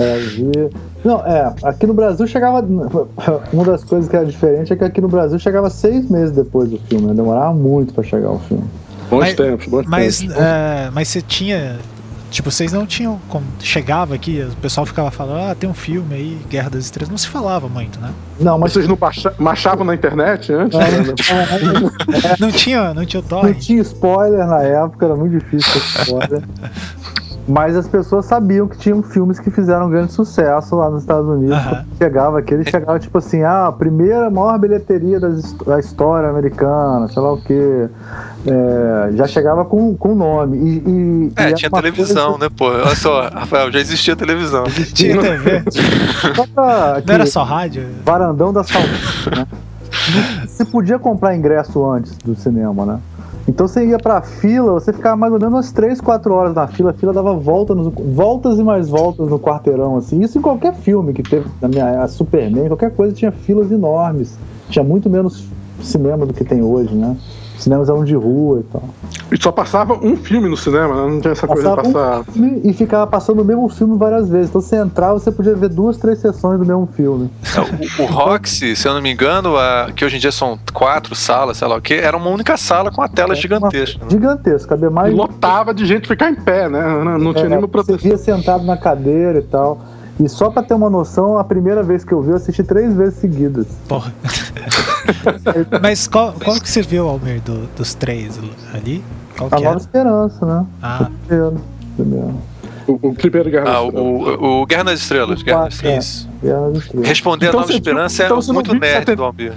Aqui no Brasil chegava. Uma das coisas que era diferente é que aqui no Brasil chegava 6 meses depois do filme, né? Demorava muito pra chegar o filme. Bons tempos. Mas você tinha. Tipo, vocês não tinham. Chegava aqui, o pessoal ficava falando, tem um filme aí, Guerra das Estrelas. Não se falava muito, né? Não, mas vocês não baixavam na internet antes? Não tinha o torrent. Não tinha spoiler na época, era muito difícil ter spoiler. Mas as pessoas sabiam que tinham filmes que fizeram grande sucesso lá nos Estados Unidos. Chegava tipo assim, a primeira maior bilheteria da história americana, sei lá o quê. Já chegava com nome. Tinha televisão, né, pô? Olha só, Rafael, já existia televisão. Tinha TV. Não era só rádio? Varandão da Saúde, né? Você podia comprar ingresso antes do cinema, né? Então você ia pra fila, você ficava mais ou menos umas 3, 4 horas na fila, a fila dava voltas e mais voltas no quarteirão, assim. Isso em qualquer filme que teve, a Superman, qualquer coisa tinha filas enormes. Tinha muito menos cinema do que tem hoje, né? Os cinemas eram de rua e tal. E só passava um filme no cinema, né? Não tinha essa coisa de passar... um filme e ficava passando o mesmo filme várias vezes. Então você entrava, você podia ver 2, 3 sessões do mesmo filme. O Roxy, se eu não me engano, que hoje em dia são 4 salas, sei lá o que, era uma única sala com a tela gigantesca. Gigantesca, cabia mais... E lotava de gente ficar em pé, né? Não tinha nenhuma proteção. Você via sentado na cadeira e tal. E só pra ter uma noção, a primeira vez que eu vi, eu assisti 3 vezes seguidas. Porra. Mas qual que você viu, Almir, dos 3 ali? Qual que Nova Esperança, né? Primeiro. O primeiro Guerra nas Estrelas. O Guerra nas Estrelas. Guerra nas Estrelas. Isso. Responder Então a Nova Esperança é muito nerd do Almir.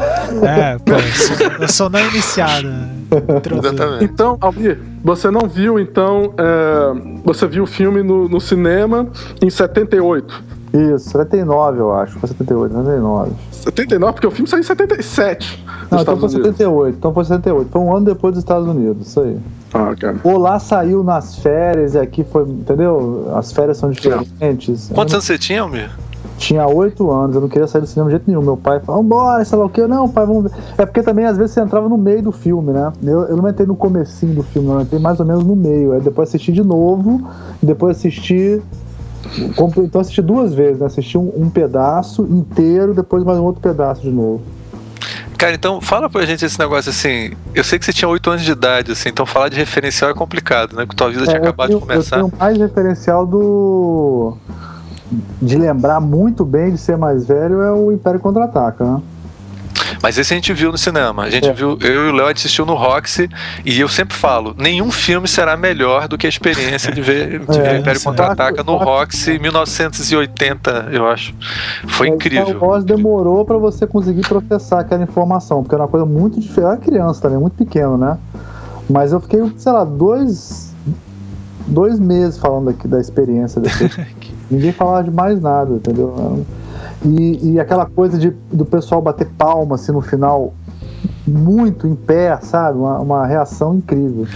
Eu sou não iniciado. Exatamente. Então, Almir, você não viu, então... você viu o filme no cinema em 78. Isso, 79 eu acho. Foi 78, 79. 79, porque o filme saiu em 77. Não, então foi 78. Então foi 78. Foi um ano depois dos Estados Unidos, isso aí. Cara. Ou lá saiu nas férias e aqui foi, entendeu? As férias são diferentes. Quantos anos você tinha, Almir? Tinha 8 anos, eu não queria sair do cinema de jeito nenhum. Meu pai falou, vambora, sei lá o que. Não, pai, vamos ver. É porque também às vezes você entrava no meio do filme, né? Eu não entrei no comecinho do filme, não. Eu entrei mais ou menos no meio. Aí depois assisti de novo, e depois assisti... Então assisti 2 vezes, né? Assisti um pedaço inteiro, depois mais um outro pedaço de novo. Cara, então fala pra gente esse negócio assim. Eu sei que você tinha 8 anos de idade, assim, então falar de referencial é complicado, né? Porque tua vida tinha acabado de começar. Eu tenho mais referencial de lembrar muito bem de ser mais velho é o Império Contra-Ataca, né? Mas esse a gente viu no cinema. A gente viu, eu e o Léo assistiu no Roxy, e eu sempre falo, nenhum filme será melhor do que a experiência de ver Império Contra-Ataca no Roxy 1980, eu acho. Foi incrível. Star Wars demorou pra você conseguir processar aquela informação, porque era uma coisa muito diferente. Eu era criança também, muito pequeno, né? Mas eu fiquei, sei lá, 2 meses falando aqui da experiência desse. Ninguém falava de mais nada, entendeu? E aquela coisa do pessoal bater palma assim no final, muito em pé, sabe? Uma reação incrível.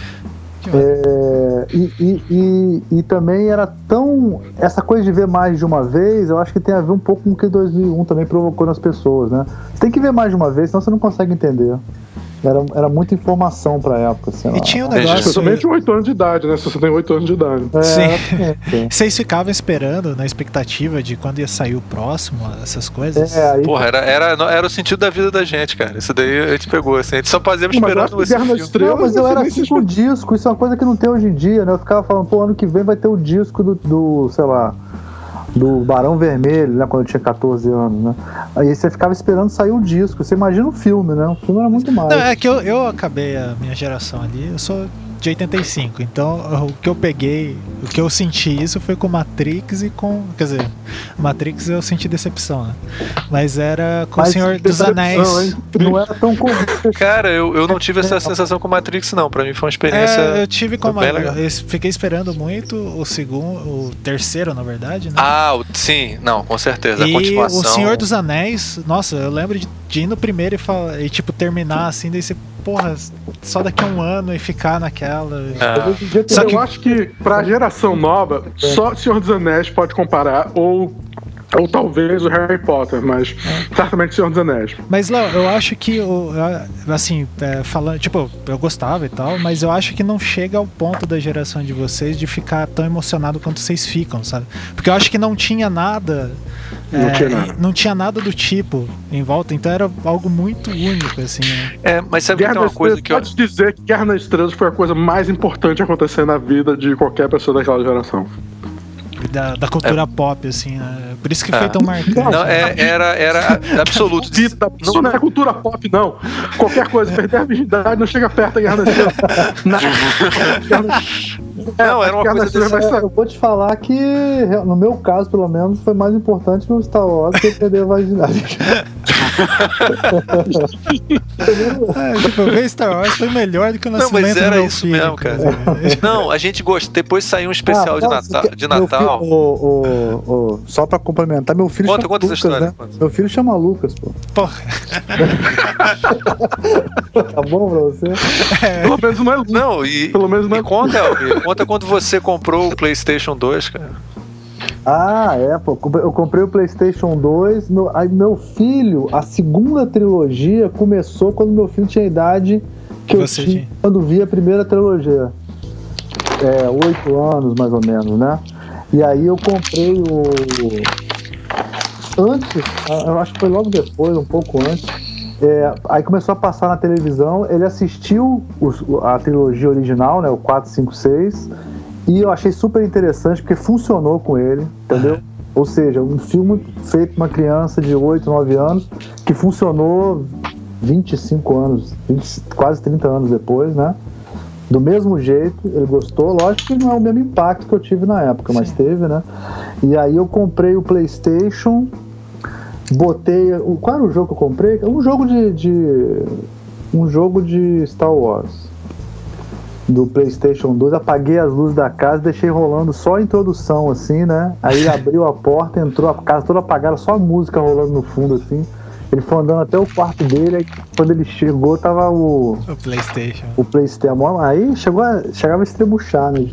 E também era tão... Essa coisa de ver mais de uma vez, eu acho que tem a ver um pouco com o que 2001 também provocou nas pessoas, né? Você tem que ver mais de uma vez, senão você não consegue entender. Era muita informação pra época. Assim, e tinha um negócio... Especialmente 8 anos de idade, né? Se você tem 8 anos de idade. Sim. Vocês ficavam esperando, na expectativa de quando ia sair o próximo, essas coisas? Aí... Porra, era o sentido da vida da gente, cara. Isso daí a gente pegou, assim. A gente só fazia esperando esse filme. Mas eu era assim com o disco. Isso é uma coisa que não tem hoje em dia, né? Eu ficava falando, ano que vem vai ter o disco do sei lá... do Barão Vermelho, né, quando eu tinha 14 anos, né? Aí você ficava esperando sair o disco. Você imagina o filme, né? O filme era muito mais. Não, é que eu acabei a minha geração ali, eu sou de 85, então o que eu peguei, o que eu senti isso foi com Matrix e com... Quer dizer, Matrix eu senti decepção, né? Mas era com o Senhor dos Anéis. Não era tão comum. Cara, eu não tive essa sensação com Matrix, não. Pra mim foi uma experiência... eu tive com eu fiquei esperando muito o terceiro, na verdade, né? Sim, não, com certeza. A e continuação... o Senhor dos Anéis, nossa, eu lembro de ir no primeiro e tipo, terminar assim, daí você, porra, só daqui a um ano e ficar naquela... Só que eu acho que pra geração nova, só Senhor dos Anéis pode comparar, ou talvez o Harry Potter, mas certamente Senhor dos Anéis. Mas, Léo, eu acho que, assim, falando, tipo, eu gostava e tal, mas eu acho que não chega ao ponto da geração de vocês de ficar tão emocionado quanto vocês ficam, sabe? Porque eu acho que não tinha nada... Não tinha nada do tipo em volta, então era algo muito único, assim, né? Mas sabe que tem uma coisa que pode dizer que Guerra nas Estrelas foi a coisa mais importante a acontecer na vida de qualquer pessoa daquela geração. Da cultura pop, assim, né? Por isso que foi tão marcante. Não, era absoluto. Isso não é cultura pop, não. Qualquer coisa, perder a virgindade não chega perto da Guerra nas Estrelas. Não, era uma coisa desse... Eu vou te falar que, no meu caso, pelo menos, foi mais importante no Star Wars que perder a virgindade. Tipo, ver Star Wars foi melhor do que o nascimento. Não, mas era do meu isso filho, mesmo, cara. Não, a gente gostou. Depois saiu um especial de Natal. Só pra complementar, meu filho conta chama essa Lucas, história. né? Meu filho chama Lucas, pô. Porra. Tá bom pra você? Pelo menos não é Lucas. Não, Pelo menos não é... conta quando você comprou o PlayStation 2, cara. Pô, eu comprei o PlayStation 2, meu filho, a segunda trilogia começou quando meu filho tinha a idade que eu tinha quando vi a primeira trilogia. 8 anos mais ou menos, né? E aí eu comprei antes, eu acho que foi logo depois, um pouco antes. Aí começou a passar na televisão, ele assistiu a trilogia original, né, o 4, 5, 6, e eu achei super interessante porque funcionou com ele, entendeu? Ou seja, um filme feito por uma criança de 8, 9 anos que funcionou 25 anos, quase 30 anos depois, né? Do mesmo jeito, ele gostou. Lógico que não é o mesmo impacto que eu tive na época, mas teve, né? E aí eu comprei o PlayStation, botei... Qual era o jogo que eu comprei? Um jogo de Star Wars do PlayStation 2, apaguei as luzes da casa, deixei rolando só a introdução, assim, né? Aí abriu a porta, entrou, a casa toda apagada, só a música rolando no fundo, assim. Ele foi andando até o quarto dele, aí quando ele chegou, tava o PlayStation. O PlayStation. Aí chegava a estrebuchar, né?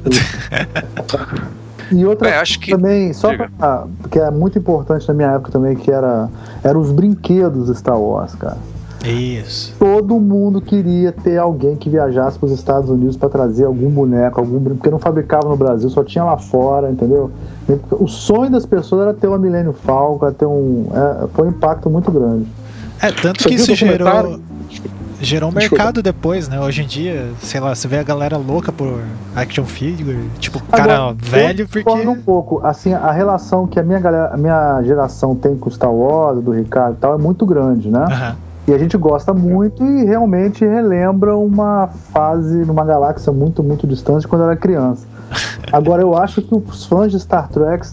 E outra acho que... também, que é muito importante na minha época também, que eram os brinquedos do Star Wars, cara. Isso. Todo mundo queria ter alguém que viajasse para os Estados Unidos para trazer algum boneco, porque não fabricava no Brasil, só tinha lá fora, entendeu? O sonho das pessoas era ter uma Millennium Falcon, foi um impacto muito grande. Tanto que isso gerou um mercado depois, né? Hoje em dia, sei lá, você vê a galera louca por action figure, tipo, cara velho, porque... um pouco, assim, a relação que a minha geração tem com o Star Wars, do Ricardo e tal, é muito grande, né? Uhum. E a gente gosta muito e realmente relembra uma fase numa galáxia muito, muito distante quando era criança. Agora, eu acho que os fãs de Star Trek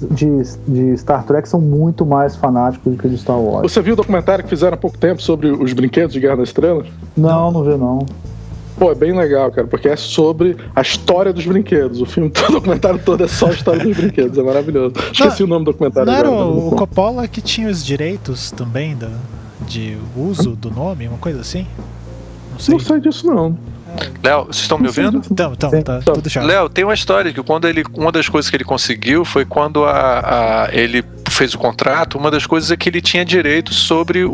são muito mais fanáticos do que de Star Wars. Você viu o documentário que fizeram há pouco tempo sobre os brinquedos de Guerra nas Estrelas? Não vi não. Pô, é bem legal, cara, porque é sobre a história dos brinquedos. O filme, o documentário todo é só a história dos brinquedos, é maravilhoso. Esqueci o nome do documentário. Não era o Coppola que tinha os direitos também de uso do nome, uma coisa assim? Não sei disso, não. Léo, vocês estão me ouvindo? Tá tudo chato. Léo, tem uma história que uma das coisas que ele conseguiu foi quando ele fez o contrato, uma das coisas é que ele tinha direito sobre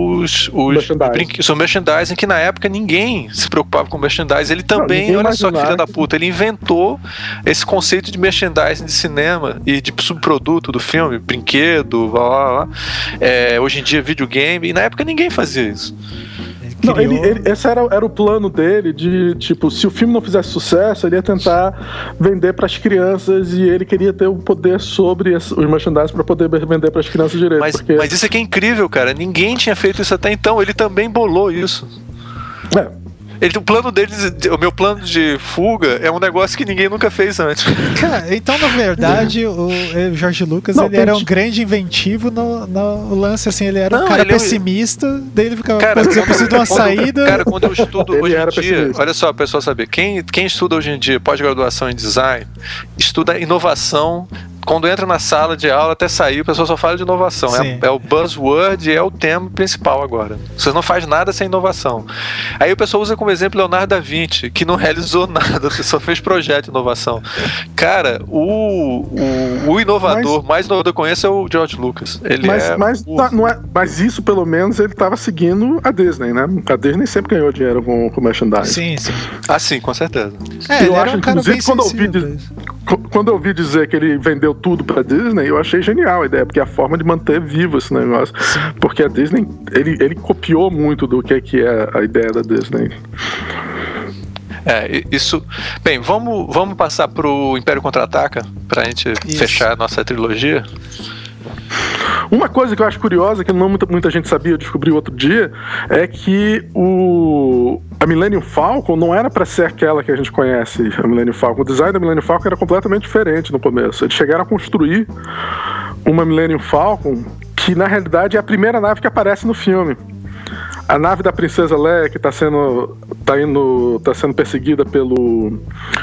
sobre merchandising, que na época ninguém se preocupava com merchandising. Ele também, olha só que filha da puta, ele inventou esse conceito de merchandising de cinema e de subproduto do filme, brinquedo, hoje em dia videogame, e na época ninguém fazia isso. Não, esse era o plano dele de, tipo, se o filme não fizesse sucesso, ele ia tentar vender para as crianças e ele queria ter o poder sobre os merchandising para poder vender para as crianças direito. Mas isso aqui é incrível, cara. Ninguém tinha feito isso até então. Ele também bolou isso. O plano deles, o meu plano de fuga é um negócio que ninguém nunca fez antes. Cara, então na verdade o George Lucas ele era um grande inventivo no lance, assim, ele era um cara pessimista, daí ele ficava, eu preciso de uma saída. Cara, quando eu estudo hoje em dia, olha só, pessoal saber, quem estuda hoje em dia pós-graduação em design, estuda inovação. Quando entra na sala de aula até sair, o pessoal só fala de inovação. É o buzzword e é o tema principal agora. Você não faz nada sem inovação. Aí o pessoal usa como exemplo Leonardo da Vinci, que não realizou nada, só fez projeto de inovação. Cara, o inovador mais inovador que eu conheço é o George Lucas. Mas isso, pelo menos, ele estava seguindo a Disney, né? A Disney sempre ganhou dinheiro com merchandising. Sim. Ah, sim, com certeza. Eu acho, inclusive, quando eu ouvi dizer que ele vendeu tudo pra Disney, eu achei genial a ideia, porque é a forma de manter vivo esse negócio. Sim. Porque a Disney, ele copiou muito do que é a ideia da Disney. Isso. Bem, vamos passar pro Império Contra-Ataca pra gente fechar a nossa trilogia. Uma coisa que eu acho curiosa, que não muita gente sabia, eu descobri outro dia, é que a Millennium Falcon não era para ser aquela que a gente conhece, a Millennium Falcon. O design da Millennium Falcon era completamente diferente no começo. Eles chegaram a construir uma Millennium Falcon que na realidade é a primeira nave que aparece no filme. A nave da Princesa Leia, que tá sendo perseguida pelo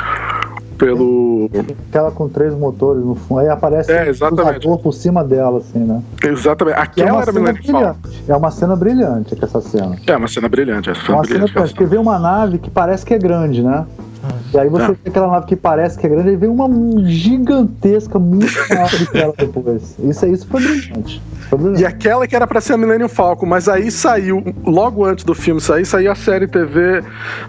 aquela com 3 motores no fundo, aí aparece um cruzador por cima dela, assim, né? Exatamente. Aquela era Millennium Falcon. É uma cena brilhante essa cena. É uma cena brilhante. Porque vê uma nave que parece que é grande, né? E aí você vê aquela nave que parece que é grande, e vem uma gigantesca, muito maior do que ela depois. Isso foi brilhante. E aquela que era pra ser a Millennium Falcon, mas aí saiu, logo antes do filme sair, saiu a série TV,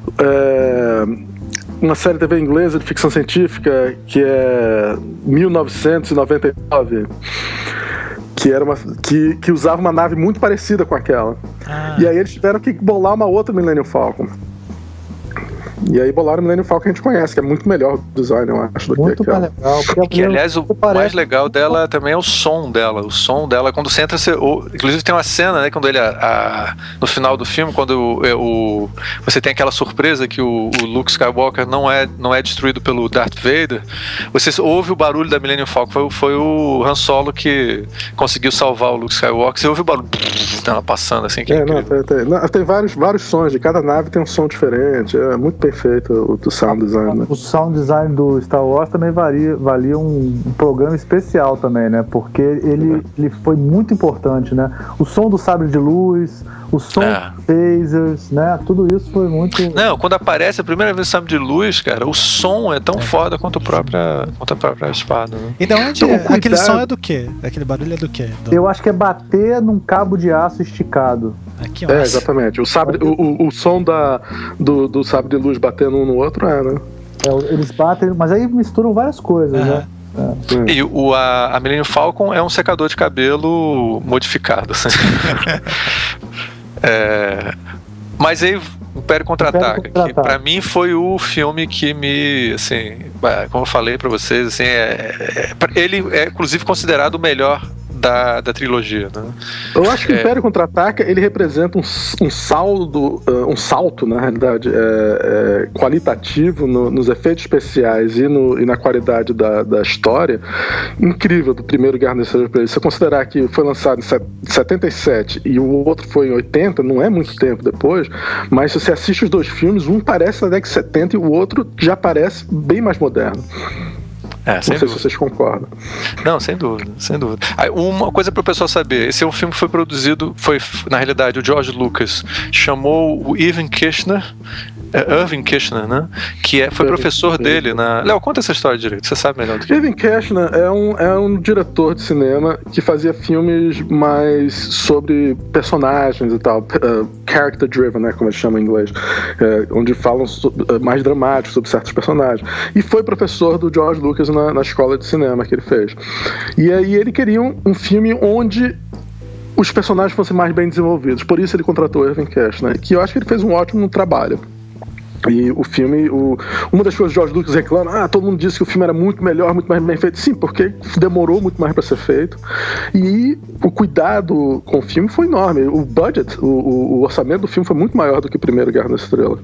uma série TV inglesa de ficção científica, que é 1999, que era que usava uma nave muito parecida com aquela. E aí eles tiveram que bolar uma outra Millennium Falcon. E aí bolaram o Millennium Falcon que a gente conhece, que é muito melhor o design, eu acho, do muito que aquela. Legal, que, aliás, o mais legal dela também é o som dela. O som dela, quando você entra, inclusive tem uma cena, né, quando ele, no final do filme, quando você tem aquela surpresa que o Luke Skywalker não é destruído pelo Darth Vader, você ouve o barulho da Millennium Falcon. Foi o Han Solo que conseguiu salvar o Luke Skywalker. Você ouve o barulho dela passando, assim, que é tem vários sons, de cada nave tem um som diferente, é muito perfeito o sound design, né? O sound design do Star Wars também valia um programa especial também, né? Porque ele foi muito importante, né? O som do sabre de luz, o som dos phasers, né? Tudo isso foi muito... Não, quando aparece a primeira vez o sabre de luz, cara, o som é tão foda quanto a própria espada, né? Então, aquele som é do quê? Aquele barulho é do quê? Eu acho que é bater num cabo de aço esticado. Aqui, exatamente. O som do sabre de luz batendo um no outro, né? Eles batem, mas aí misturam várias coisas, né? E a Millennium Falcon é um secador de cabelo modificado, assim. Mas aí o Império Contra-Ataca, que pra mim foi o filme que me, assim, como eu falei pra vocês, assim, ele é inclusive considerado o melhor da trilogia, né? Eu acho que o Império Contra-Ataca, ele representa um salto, na realidade, qualitativo nos efeitos especiais e na qualidade da história, incrível, do primeiro Guerra nas Estrelas. Se você considerar que foi lançado em 77 e o outro foi em 80, não é muito tempo depois, mas se você assiste os dois filmes, um parece da década de 70 e o outro já parece bem mais moderno. Não sei se vocês concordam. Não, sem dúvida. Uma coisa para o pessoal saber: esse é um filme que foi produzido, na realidade, o George Lucas chamou o Irving Kirchner, né? Que foi professor dele na... Léo, conta essa história direito, você sabe melhor do que... Irving Kirchner é um diretor de cinema que fazia filmes mais sobre personagens e tal, character driven, né, como eles chamam em inglês, onde falam mais dramáticos sobre certos personagens. E foi professor do George Lucas na escola de cinema que ele fez. E aí ele queria um filme onde os personagens fossem mais bem desenvolvidos. Por isso ele contratou Irving Kirchner, que eu acho que ele fez um ótimo trabalho. E o filme, uma das coisas que o George Lucas reclama, todo mundo disse que o filme era muito melhor, muito mais bem feito. Sim, porque demorou muito mais para ser feito. E o cuidado com o filme foi enorme. O budget, o orçamento do filme foi muito maior do que o primeiro Guerra nas Estrelas.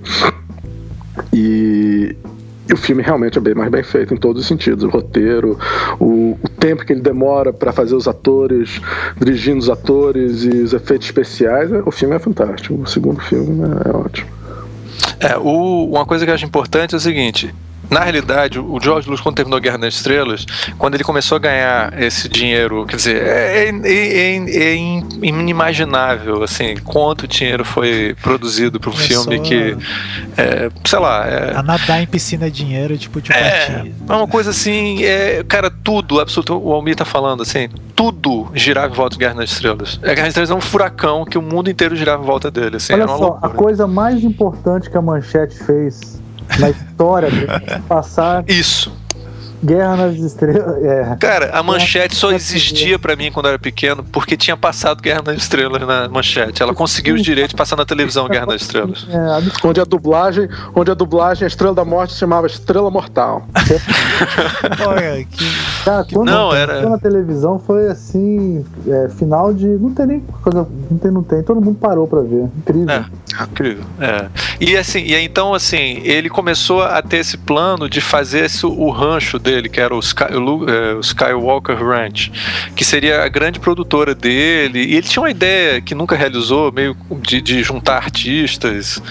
E o filme realmente é bem mais bem feito em todos os sentidos. O roteiro, o tempo que ele demora para fazer os atores, dirigindo os atores e os efeitos especiais, o filme é fantástico. O segundo filme é ótimo. Uma coisa que eu acho importante é o seguinte: na realidade, o George Lucas, quando terminou Guerra nas Estrelas, quando ele começou a ganhar esse dinheiro, quer dizer, é inimaginável, assim, quanto dinheiro foi produzido para um filme que, sei lá... a nadar em piscina de dinheiro, tipo de partida. É uma coisa assim, cara, tudo, absoluto, o Almir tá falando, assim, tudo girava em volta de Guerra nas Estrelas. A Guerra nas Estrelas é um furacão que o mundo inteiro girava em volta dele, assim. Olha só, loucura. A coisa mais importante que a Manchete fez na história de passar isso. Guerra nas Estrelas. Cara, a Manchete só existia pra mim quando eu era pequeno porque tinha passado Guerra nas Estrelas na Manchete. Ela conseguiu o direito de passar na televisão Guerra nas Estrelas. Onde a dublagem, a Estrela da Morte se chamava Estrela Mortal. Olha, cara, quando era na televisão foi assim, final de... Não tem nem coisa... Não tem. Todo mundo parou pra ver. Incrível. Incrível. E assim, e então assim, ele começou a ter esse plano de fazer o rancho dele, que era o Skywalker Ranch, que seria a grande produtora dele, e ele tinha uma ideia que nunca realizou, meio de juntar artistas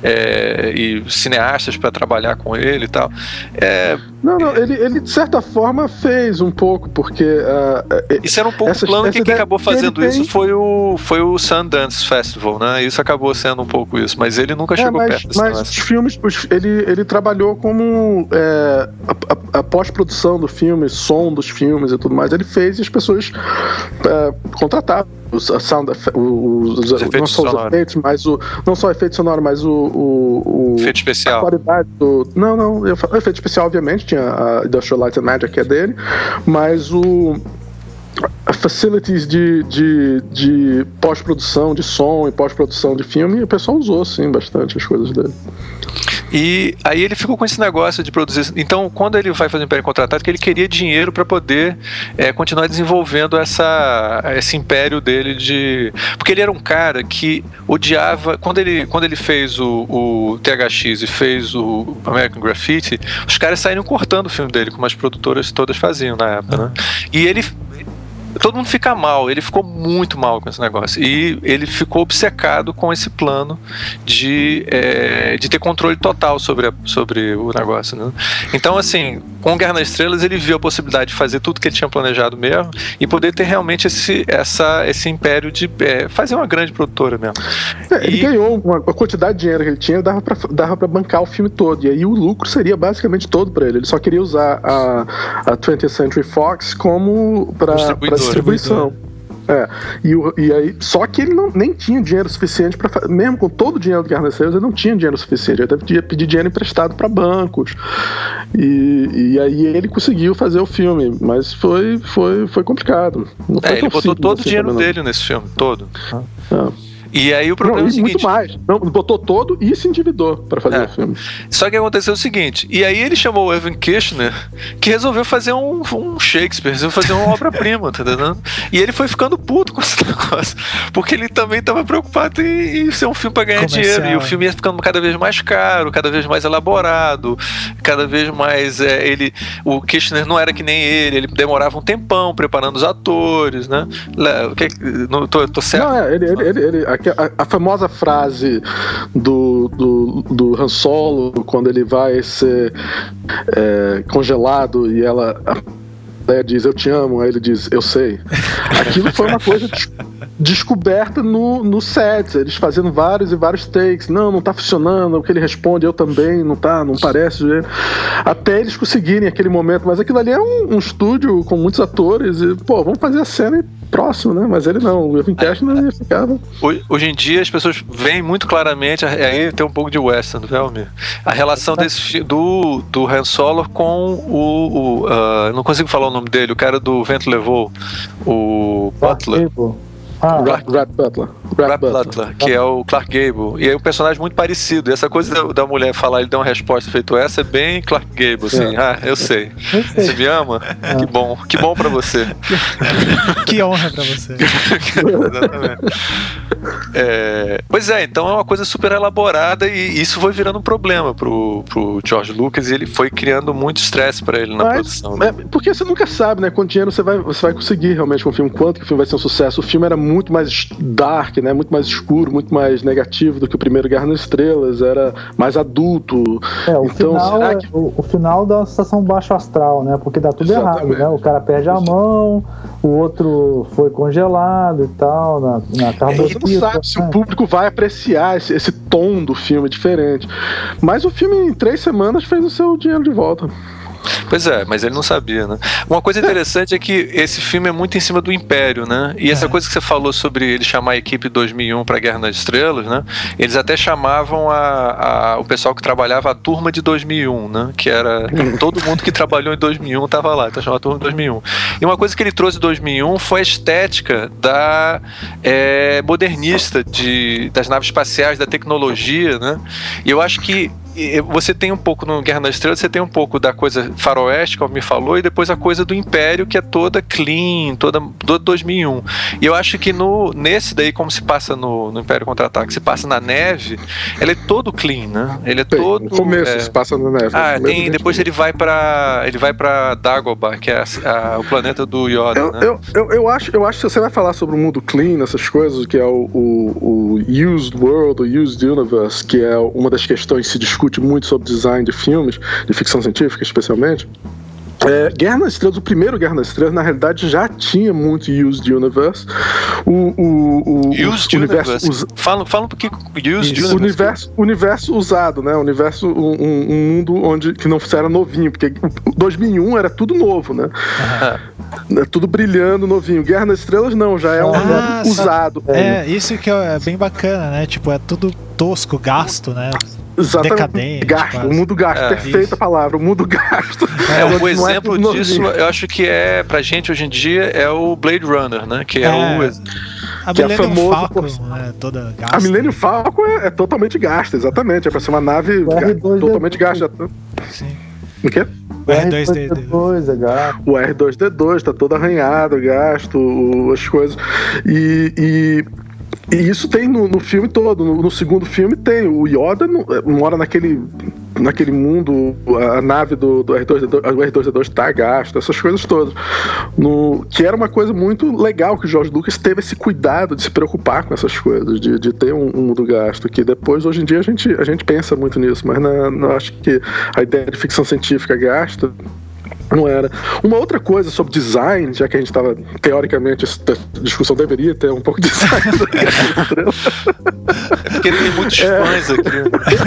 e cineastas para trabalhar com ele e tal. Não, ele de certa forma fez um pouco, porque isso era um pouco o plano, que quem acabou fazendo isso foi o Sundance Festival, né? Isso acabou sendo um pouco isso, mas ele nunca chegou perto desse mas os filmes, ele trabalhou como a pós-produção do filme, som dos filmes e tudo mais, ele fez e as pessoas contratavam os não só os efeitos, mas não só o efeito sonoro, mas o efeito especial. A qualidade do... Não, o efeito especial, obviamente, tinha a Industrial Light and Magic, que é dele, mas facilities de pós-produção de som e pós-produção de filme, o pessoal usou, sim, bastante as coisas dele. E aí ele ficou com esse negócio de produzir. Então, quando ele vai fazer o Império Contra-Ataque, ele queria dinheiro para poder continuar desenvolvendo esse império dele porque ele era um cara que odiava. Quando ele fez o THX e fez o American Graffiti, os caras saíram cortando o filme dele, como as produtoras todas faziam na época, né? E todo mundo fica mal, ele ficou muito mal com esse negócio, e ele ficou obcecado com esse plano de ter controle total sobre o negócio, né? Então, assim, com Guerra nas Estrelas ele viu a possibilidade de fazer tudo que ele tinha planejado mesmo e poder ter realmente esse império de fazer uma grande produtora mesmo. Ele ganhou uma quantidade de dinheiro que ele tinha, dava pra bancar o filme todo, e aí o lucro seria basicamente todo pra ele só queria usar a 20th Century Fox como pra distribuição. E aí, só que ele nem tinha dinheiro suficiente para, mesmo com todo o dinheiro do Guerra nas Estrelas, ele não tinha dinheiro suficiente, ele teve que pedir dinheiro emprestado para bancos, e aí ele conseguiu fazer o filme, mas foi complicado. Não foi ele botou todo o dinheiro dele nesse filme, todo. E aí o problema é o seguinte... Muito mais. Botou todo e se endividou para fazer o filme. Só que aconteceu o seguinte, e aí ele chamou o Evan Kirchner, que resolveu fazer um Shakespeare, resolveu fazer uma obra-prima, tá entendendo? E ele foi ficando puto com esse negócio, porque ele também estava preocupado em ser um filme para ganhar dinheiro, e o filme ia ficando cada vez mais caro, cada vez mais elaborado, cada vez mais... o Kirchner não era que nem ele demorava um tempão preparando os atores, né? Tô certo? Não, a famosa frase do Han Solo, quando ele vai ser congelado e ela diz, eu te amo, aí ele diz, eu sei. Aquilo foi uma coisa descoberta no set, eles fazendo vários e vários takes, não tá funcionando, o que ele responde, eu também, não parece, até eles conseguirem aquele momento, mas aquilo ali é um estúdio com muitos atores, e vamos fazer a cena próximo, né? Mas ele não, o Evan Kirchner ficava... Hoje em dia as pessoas veem muito claramente, aí tem um pouco de western, viu, Almir? A relação do Han Solo com não consigo falar o nome dele, o cara do Vento Levou, o Butler. Rat Butler, que é o Clark Gable, e é um personagem muito parecido, e essa coisa da mulher falar, ele dá uma resposta feito essa, é bem Clark Gable, assim, eu sei. Você me ama? Que bom pra você. Que honra pra você. Exatamente. Pois então é uma coisa super elaborada, e isso foi virando um problema pro George Lucas, e ele foi criando muito estresse pra ele na produção. Porque você nunca sabe, né, quanto dinheiro você vai conseguir realmente com o filme, quanto que o filme vai ser um sucesso. O filme era muito mais dark, né, muito mais escuro, muito mais negativo do que o primeiro Guerra nas Estrelas, era mais adulto. O final dá uma sensação baixo astral, né, porque dá tudo errado, né, o cara perde a mão, o outro foi congelado e tal, na Você não sabe se o público vai apreciar esse tom do filme diferente, mas o filme em 3 semanas fez o seu dinheiro de volta. Pois mas ele não sabia, né? Uma coisa interessante é que esse filme é muito em cima do Império, né? E essa coisa que você falou sobre ele chamar a equipe 2001 para Guerra nas Estrelas, né? Eles até chamavam o pessoal que trabalhava a turma de 2001, né? Que era todo mundo que trabalhou em 2001 estava lá, então chamava a turma de 2001. E uma coisa que ele trouxe em 2001 foi a estética modernista das naves espaciais, da tecnologia, né? E eu acho que você tem um pouco no Guerra nas Estrelas, você tem um pouco da coisa faroeste, como me falou, e depois a coisa do Império, que é toda clean, toda 2001. E eu acho que nesse daí, como se passa no Império Contra-Ataque, se passa na neve, ele é todo clean, né? Ele é todo... No começo se passa na neve. Depois ele vai pra Dagobah, que é o planeta do Yoda, né? Eu acho que se você vai falar sobre o mundo clean, essas coisas, que é o Used World, o Used Universe, que é uma das questões que se discute muito sobre design de filmes, de ficção científica especialmente. Guerra nas Estrelas, o primeiro Guerra nas Estrelas, na realidade, já tinha muito Used Universe. Used Universe. Fala um pouquinho Used Universe. Universo usado, né? Um mundo que não era novinho, porque 2001 era tudo novo, né? Tudo brilhando, novinho. Guerra nas Estrelas não, já é um mundo usado. Isso que é bem bacana, né? Tipo, é tudo tosco, gasto, né? Exatamente. Decadente, gasto, o mundo gasto, perfeita isso. a palavra, o mundo gasto. Um exemplo disso, eu acho que pra gente hoje em dia é o Blade Runner, né? Que é o... A Millennium Falcon é toda gasta. A Millennium Falcon é totalmente gasta, exatamente. É pra ser uma nave totalmente gasta. Sim. O quê? O R2D2 é gasto. O R2D2 tá todo arranhado, gasto, as coisas. E isso tem no filme todo. No segundo filme tem. O Yoda mora naquele mundo, a nave do R2D2, o R2D2 tá gasto, essas coisas todas. Que era uma coisa muito legal que o George Lucas teve esse cuidado de se preocupar com essas coisas, de ter um mundo gasto, que depois, hoje em dia, a gente pensa muito nisso, mas não acho que a ideia de ficção científica gasta não era. Uma outra coisa sobre design, já que a gente estava, teoricamente, essa discussão deveria ter um pouco de design. É porque tem muitos fãs aqui.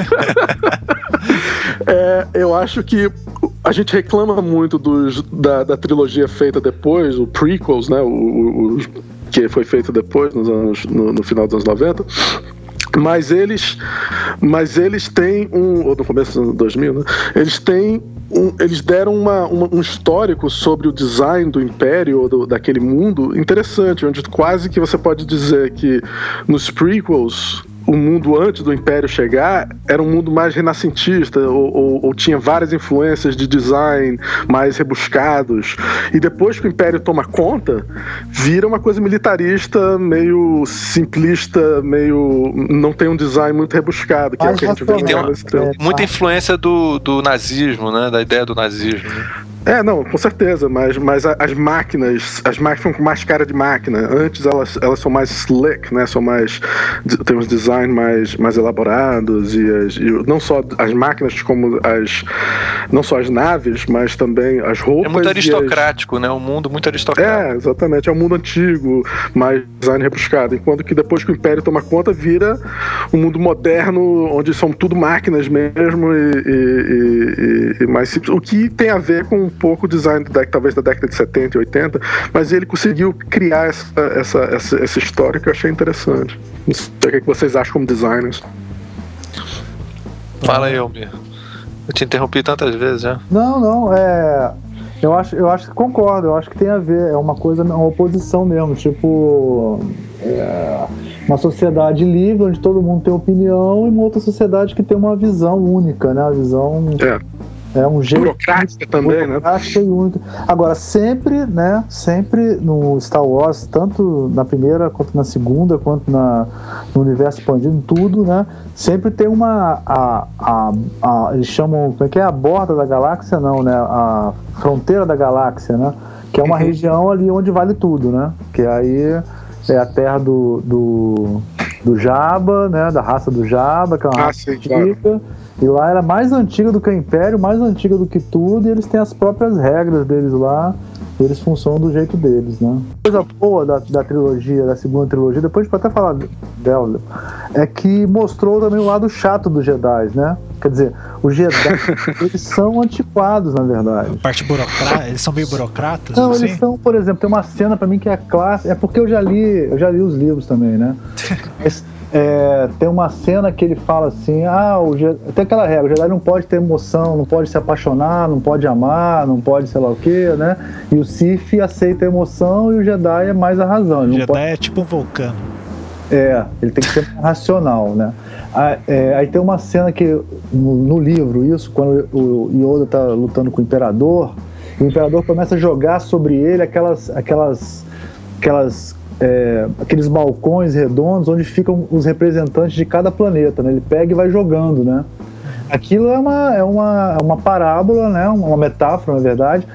Eu acho que a gente reclama muito da trilogia feita depois, o prequels, né, que foi feito depois, no final dos anos 90. Mas eles têm ou no começo dos anos 2000, né? Eles deram um histórico sobre o design do Império, daquele mundo, interessante, onde quase que você pode dizer que nos prequels, o mundo antes do Império chegar era um mundo mais renascentista, ou tinha várias influências de design mais rebuscados, e depois que o Império toma conta, vira uma coisa militarista, meio simplista, não tem um design muito rebuscado, que é o que a gente vê muita influência do nazismo, né, da ideia do nazismo, né? Não, com certeza, mas as máquinas são com mais cara de máquina. Antes elas são mais slick, né? Tem uns design mais elaborados, e não só as máquinas, como não só as naves, mas também as roupas. É muito aristocrático, né? Um mundo muito aristocrático. Exatamente. É um mundo antigo, mais design rebuscado. Enquanto que depois que o Império toma conta, vira um mundo moderno, onde são tudo máquinas mesmo, e mais simples. O que tem a ver com um pouco o design talvez da década de 70 e 80, mas ele conseguiu criar essa história que eu achei interessante. Não sei o que vocês acham como designers. Fala aí, Almir. Eu te interrompi tantas vezes já. Não, eu acho que concordo, eu acho que tem a ver, é uma oposição mesmo, tipo uma sociedade livre, onde todo mundo tem opinião, e uma outra sociedade que tem uma visão única, né? A visão... É um jeito burocrática também, né? E único. Agora, sempre no Star Wars, tanto na primeira, quanto na segunda, quanto no universo expandido, tudo, né? Sempre tem eles chamam, como é que é? A borda da galáxia, não, né? A fronteira da galáxia, né? Que é uma região ali onde vale tudo, né? Que aí é a terra do Jabba, né? Da raça do Jabba, que é uma raça antiga. E lá era mais antiga do que o Império, mais antiga do que tudo, e eles têm as próprias regras deles lá, e eles funcionam do jeito deles, né? A coisa boa da trilogia, da segunda trilogia, depois a gente pode até falar dela, é que mostrou também o lado chato dos Jedi, né? Quer dizer, os Jedi, eles são antiquados, na verdade. Parte burocrata, eles são meio burocratas? Não, assim? eles são, por exemplo, tem uma cena pra mim que é clássica, é porque eu já li os livros também, né? Tem uma cena que ele fala assim, tem aquela regra, o Jedi não pode ter emoção, não pode se apaixonar, não pode amar, não pode sei lá o que, né? E o Sith aceita a emoção e o Jedi é mais a razão. O Jedi é tipo um vulcano. Ele tem que ser racional, né? Aí tem uma cena que, no livro, quando o Yoda tá lutando com o Imperador começa a jogar sobre ele aqueles balcões redondos onde ficam os representantes de cada planeta, né? Ele pega e vai jogando, né? Aquilo é uma parábola, né? Uma metáfora, na verdade,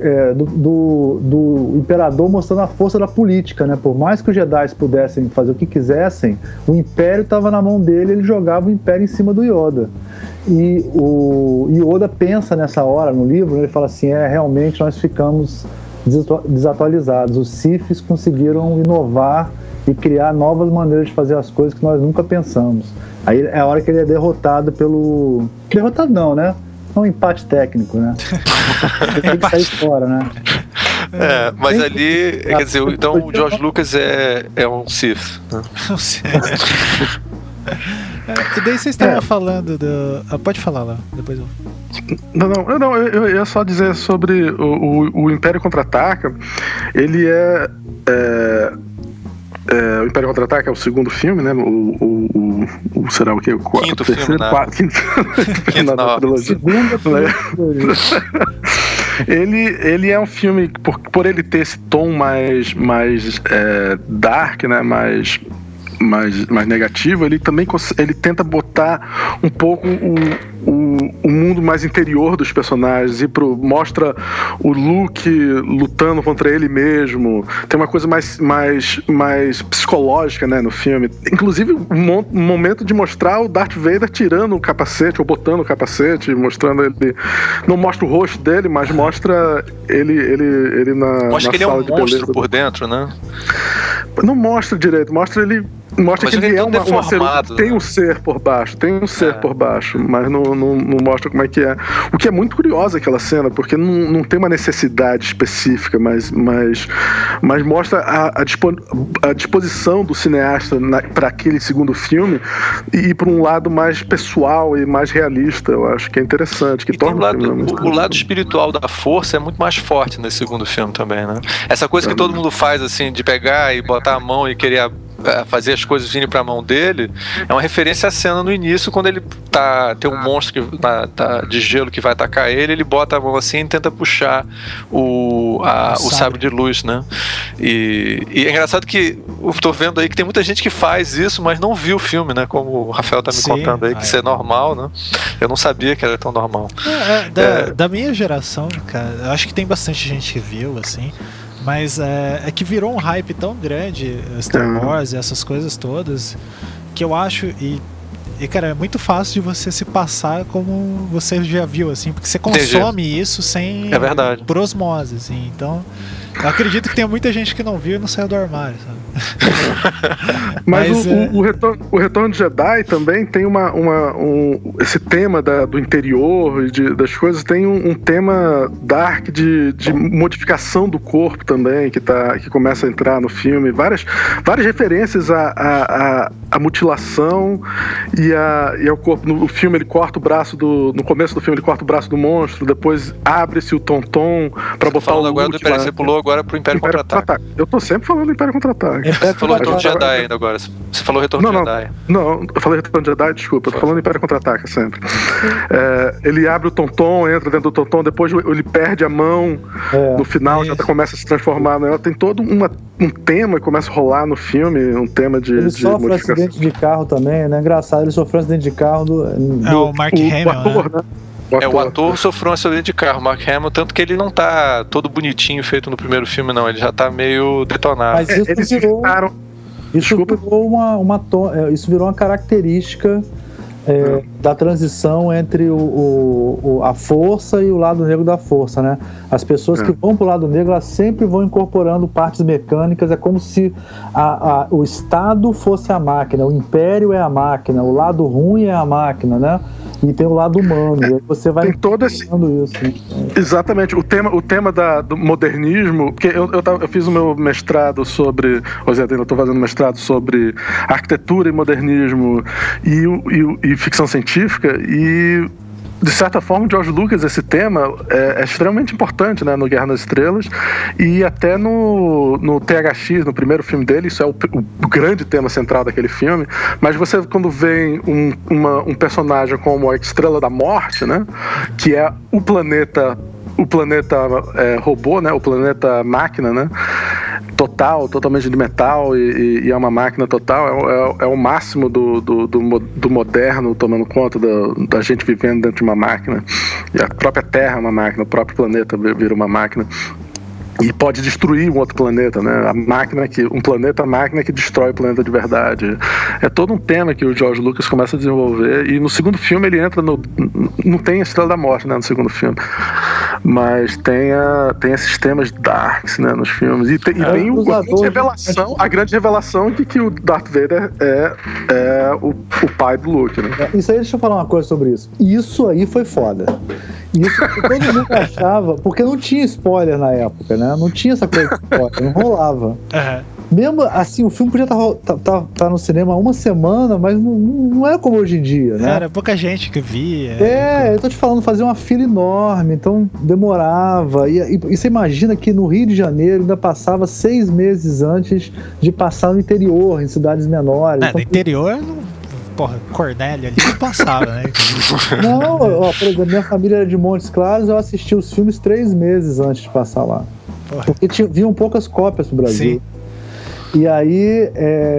do Imperador mostrando a força da política, né? Por mais que os Jedi pudessem fazer o que quisessem, o Império estava na mão dele, ele jogava o Império em cima do Yoda. E o Yoda pensa nessa hora no livro, né? Ele fala assim, realmente nós ficamos desatualizados. Os Siths conseguiram inovar e criar novas maneiras de fazer as coisas que nós nunca pensamos. Aí é a hora que ele é derrotado pelo... Derrotado não, né? É um empate técnico, né? Ele tem que sair fora, né? Mas ali, quer dizer, então o George Lucas é um Sith, né? E daí vocês estavam falando do... pode falar lá, depois eu... Não, eu ia só dizer sobre o Império Contra-Ataca. Ele o Império Contra-Ataca é o segundo filme, né? Será o quê? O quinto filme, quinto na trilogia. Ele é um filme, por ele ter esse tom mais dark, né? Mais negativo, ele também tenta botar um pouco o mundo mais interior dos personagens, mostra o Luke lutando contra ele mesmo. Tem uma coisa mais psicológica, né, no filme. Inclusive um momento de mostrar o Darth Vader tirando o capacete ou botando o capacete, mostrando ele. Não mostra o rosto dele, mas mostra ele na mostra que ele é um monstro por dentro, né? Não mostra direito, mostra ele. Mostra que ele é uma ser, tem um ser por baixo, mas não mostra como é que é. O que é muito curioso aquela cena, porque não tem uma necessidade específica, mas mostra a disposição do cineasta para aquele segundo filme e ir para um lado mais pessoal e mais realista. Eu acho que é interessante. Que torna o lado espiritual da força é muito mais forte nesse segundo filme também, né? Essa coisa que todo mundo faz, assim, de pegar e botar a mão e querer fazer as coisas virem pra mão dele, é uma referência à cena no início, quando ele tem um monstro que tá de gelo que vai atacar ele bota a mão assim e tenta puxar o sabre de luz, né? E é engraçado que eu tô vendo aí que tem muita gente que faz isso, mas não viu o filme, né? Como o Rafael tá me contando aí, que isso é normal, né? Eu não sabia que era tão normal. Da minha geração, cara, eu acho que tem bastante gente que viu, assim. Mas é que virou um hype tão grande, Star Wars e essas coisas todas, que eu acho, e cara, é muito fácil de você se passar como você já viu, assim, porque você consome isso sem... É verdade. Por osmose, assim, então... Eu acredito que tem muita gente que não viu e não saiu do armário, sabe? Mas o Retorno de Jedi também tem esse tema do interior e das coisas, tem um tema dark de modificação do corpo também, que começa a entrar no filme. Várias referências à mutilação e ao corpo. No filme ele corta o braço no começo do filme ele corta o braço do monstro, depois abre-se o tonton pra botar o agora Luke, você pulou agora pro Império Contra-Ataque. Eu tô sempre falando do Império Contra-Ataque. Você falou Retorno de Jedi ainda agora. Você falou Retorno de Jedi. Não, eu falei Retorno de Jedi, desculpa. Eu tô falando Império Contra-Ataque sempre. Ele abre o tonton, entra dentro do tonton, depois ele perde a mão. No final já começa a se transformar nela. Tem todo um tema que começa a rolar no filme, um tema de ele sofre acidente de carro também, né? Engraçado, ele sofreu um acidente de carro o Mark Hamill, né? O ator sofreu um acidente de carro, Mark Hamill, tanto que ele não tá todo bonitinho feito no primeiro filme, não. Ele já tá meio detonado. Mas isso virou uma característica da transição entre a força e o lado negro da força, né? As pessoas que vão pro lado negro, elas sempre vão incorporando partes mecânicas. É como se o Estado fosse a máquina, o Império é a máquina, o lado ruim é a máquina, né? E tem o lado humano, e aí você vai entendendo isso. Né? Exatamente, o tema do modernismo, porque eu fiz o meu mestrado sobre, eu estou fazendo mestrado sobre arquitetura e modernismo e ficção científica, e de certa forma, o George Lucas, esse tema é extremamente importante, né, no Guerra nas Estrelas, e até no THX, no primeiro filme dele, isso é o grande tema central daquele filme. Mas você, quando vê um personagem como a Estrela da Morte, né, que é o planeta robô, né, o planeta máquina, né, totalmente de metal, e é uma máquina total, é o máximo do moderno, tomando conta da gente vivendo dentro de uma máquina. E a própria Terra é uma máquina, o próprio planeta vira uma máquina. E pode destruir um outro planeta, né? Um planeta máquina que destrói o planeta de verdade. É todo um tema que o George Lucas começa a desenvolver. E no segundo filme ele entra não tem a Estrela da Morte, né? No segundo filme. Mas tem esses temas darks, né? Nos filmes. E tem a grande revelação de que o Darth Vader é o pai do Luke, né? Isso aí, deixa eu falar uma coisa sobre isso. Isso aí foi foda. Isso que todo mundo achava, porque não tinha spoiler na época, né? Não tinha essa coisa de spoiler, não rolava. Uhum. Mesmo assim, o filme podia estar no cinema há uma semana, mas não é como hoje em dia, né? Era pouca gente que via. Eu tô te falando, fazia uma fila enorme, então demorava. E você imagina que no Rio de Janeiro ainda passava 6 meses antes de passar no interior, em cidades menores. No interior porra, Cornélio ali não passava, né? Não, por exemplo, minha família era de Montes Claros, eu assisti os filmes 3 meses antes de passar lá. Porra. Porque vinham poucas cópias pro Brasil. Sim. E aí,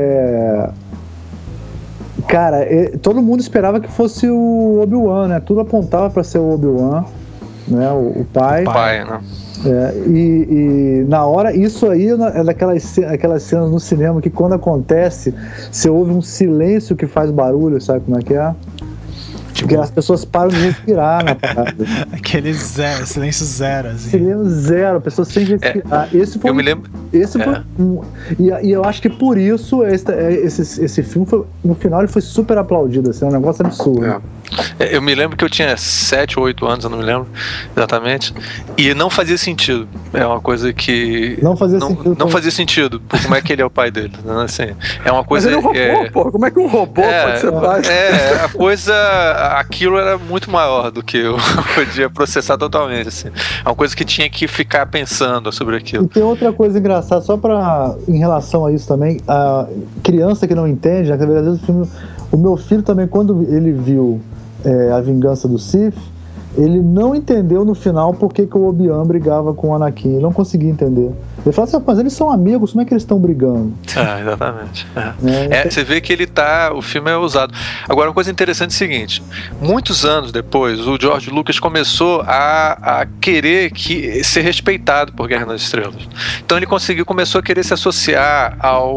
cara, todo mundo esperava que fosse o Obi-Wan, né? Tudo apontava pra ser o Obi-Wan, né? O pai. O pai, né? E na hora, isso aí é daquelas cenas no cinema que quando acontece, você ouve um silêncio que faz barulho, sabe como é que é? Porque as pessoas param de respirar na parada. Aquele silêncio zero, assim. Silêncio zero, pessoas sem respirar. Esse foi eu me lembro. E eu acho que por isso esse filme, no final, ele foi super aplaudido, assim, é um negócio absurdo. Eu me lembro que eu tinha 7 ou 8 anos, eu não me lembro exatamente, e não fazia sentido. É uma coisa que não fazia sentido. Como é que ele é o pai dele? Assim, é uma coisa. Mas ele é um robô, pô. Como é que um robô pode ser pai? A coisa, aquilo era muito maior do que eu podia processar totalmente. Assim. É uma coisa que tinha que ficar pensando sobre aquilo. E tem outra coisa engraçada, só em relação a isso também, a criança que não entende, né, que às vezes o meu filho também, quando ele viu A Vingança do Sith, ele não entendeu no final por que o Obi-Wan brigava com o Anakin. Ele não conseguia entender. Ele fala assim, mas eles são amigos, como é que eles estão brigando? Exatamente. Você vê que o filme é ousado. Agora, uma coisa interessante é o seguinte, muitos anos depois, o George Lucas começou a querer ser respeitado por Guerra nas Estrelas. Então ele começou a querer se associar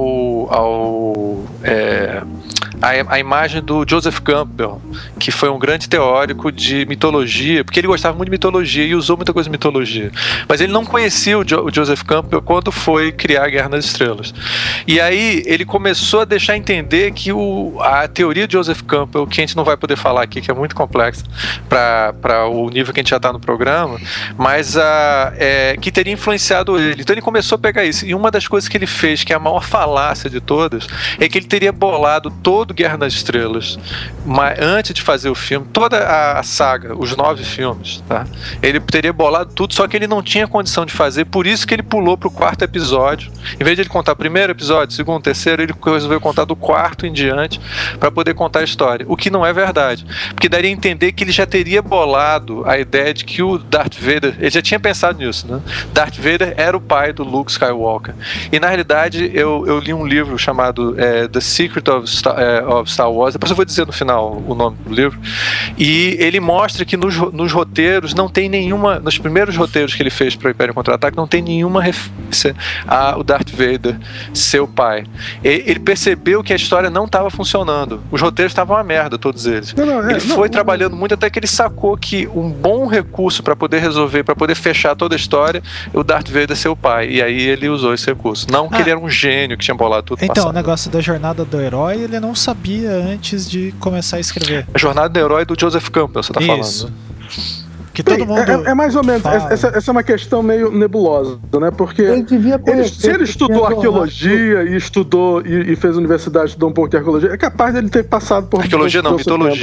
a imagem do Joseph Campbell, que foi um grande teórico de mitologia, porque ele gostava muito de mitologia e usou muita coisa de mitologia. Mas ele não conhecia o Joseph Campbell quando foi criar a Guerra nas Estrelas. E aí ele começou a deixar entender que a teoria de Joseph Campbell, que a gente não vai poder falar aqui, que é muito complexa para o nível que a gente já está no programa, mas que teria influenciado ele. Então ele começou a pegar isso. E uma das coisas que ele fez, que é a maior falácia de todas, é que ele teria bolado todo Guerra nas Estrelas, mas antes de fazer o filme, toda a saga, os 9 filmes, tá? Ele teria bolado tudo, só que ele não tinha condição de fazer, por isso que ele pulou pro 4º episódio. Em vez de ele contar o primeiro episódio, segundo, terceiro, ele resolveu contar do 4º em diante para poder contar a história, o que não é verdade, porque daria a entender que ele já teria bolado a ideia de que o Darth Vader, ele já tinha pensado nisso, né? Darth Vader era o pai do Luke Skywalker, e na realidade eu li um livro chamado The Secret of Star Wars, depois eu vou dizer no final o nome do livro, e ele mostra que nos roteiros não tem nenhuma, nos primeiros roteiros que ele fez para o Império Contra-Ataque, não tem nenhuma referência ao Darth Vader ser o pai. Ele percebeu que a história não estava funcionando, os roteiros estavam uma merda, todos eles. Ele foi trabalhando muito até que ele sacou que um bom recurso para poder resolver, para poder fechar toda a história, é o Darth Vader ser o pai, e aí ele usou esse recurso. Não que ele era um gênio que tinha bolado tudo. Então, o negócio da jornada do herói, ele não sabia antes de começar a escrever. A jornada do herói do Joseph Campbell, você tá Isso. falando. Que todo mundo é mais ou menos. Essa é uma questão meio nebulosa, né? Porque se ele estudou arqueologia e estudou e fez universidade, estudou um pouco de arqueologia, é capaz dele ter passado por. Arqueologia não, mitologia.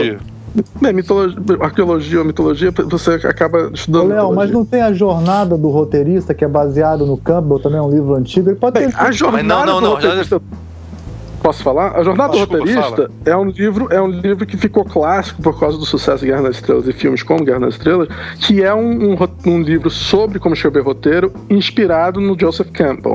Arqueologia ou mitologia, você acaba estudando. Léo, mas não tem a jornada do roteirista, que é baseado no Campbell, também é um livro antigo? Ele pode ter. A jornada do roteirista. Posso falar? A Jornada do Roteirista é um livro que ficou clássico por causa do sucesso de Guerra nas Estrelas e filmes como Guerra nas Estrelas, que é um livro sobre como escrever roteiro, inspirado no Joseph Campbell.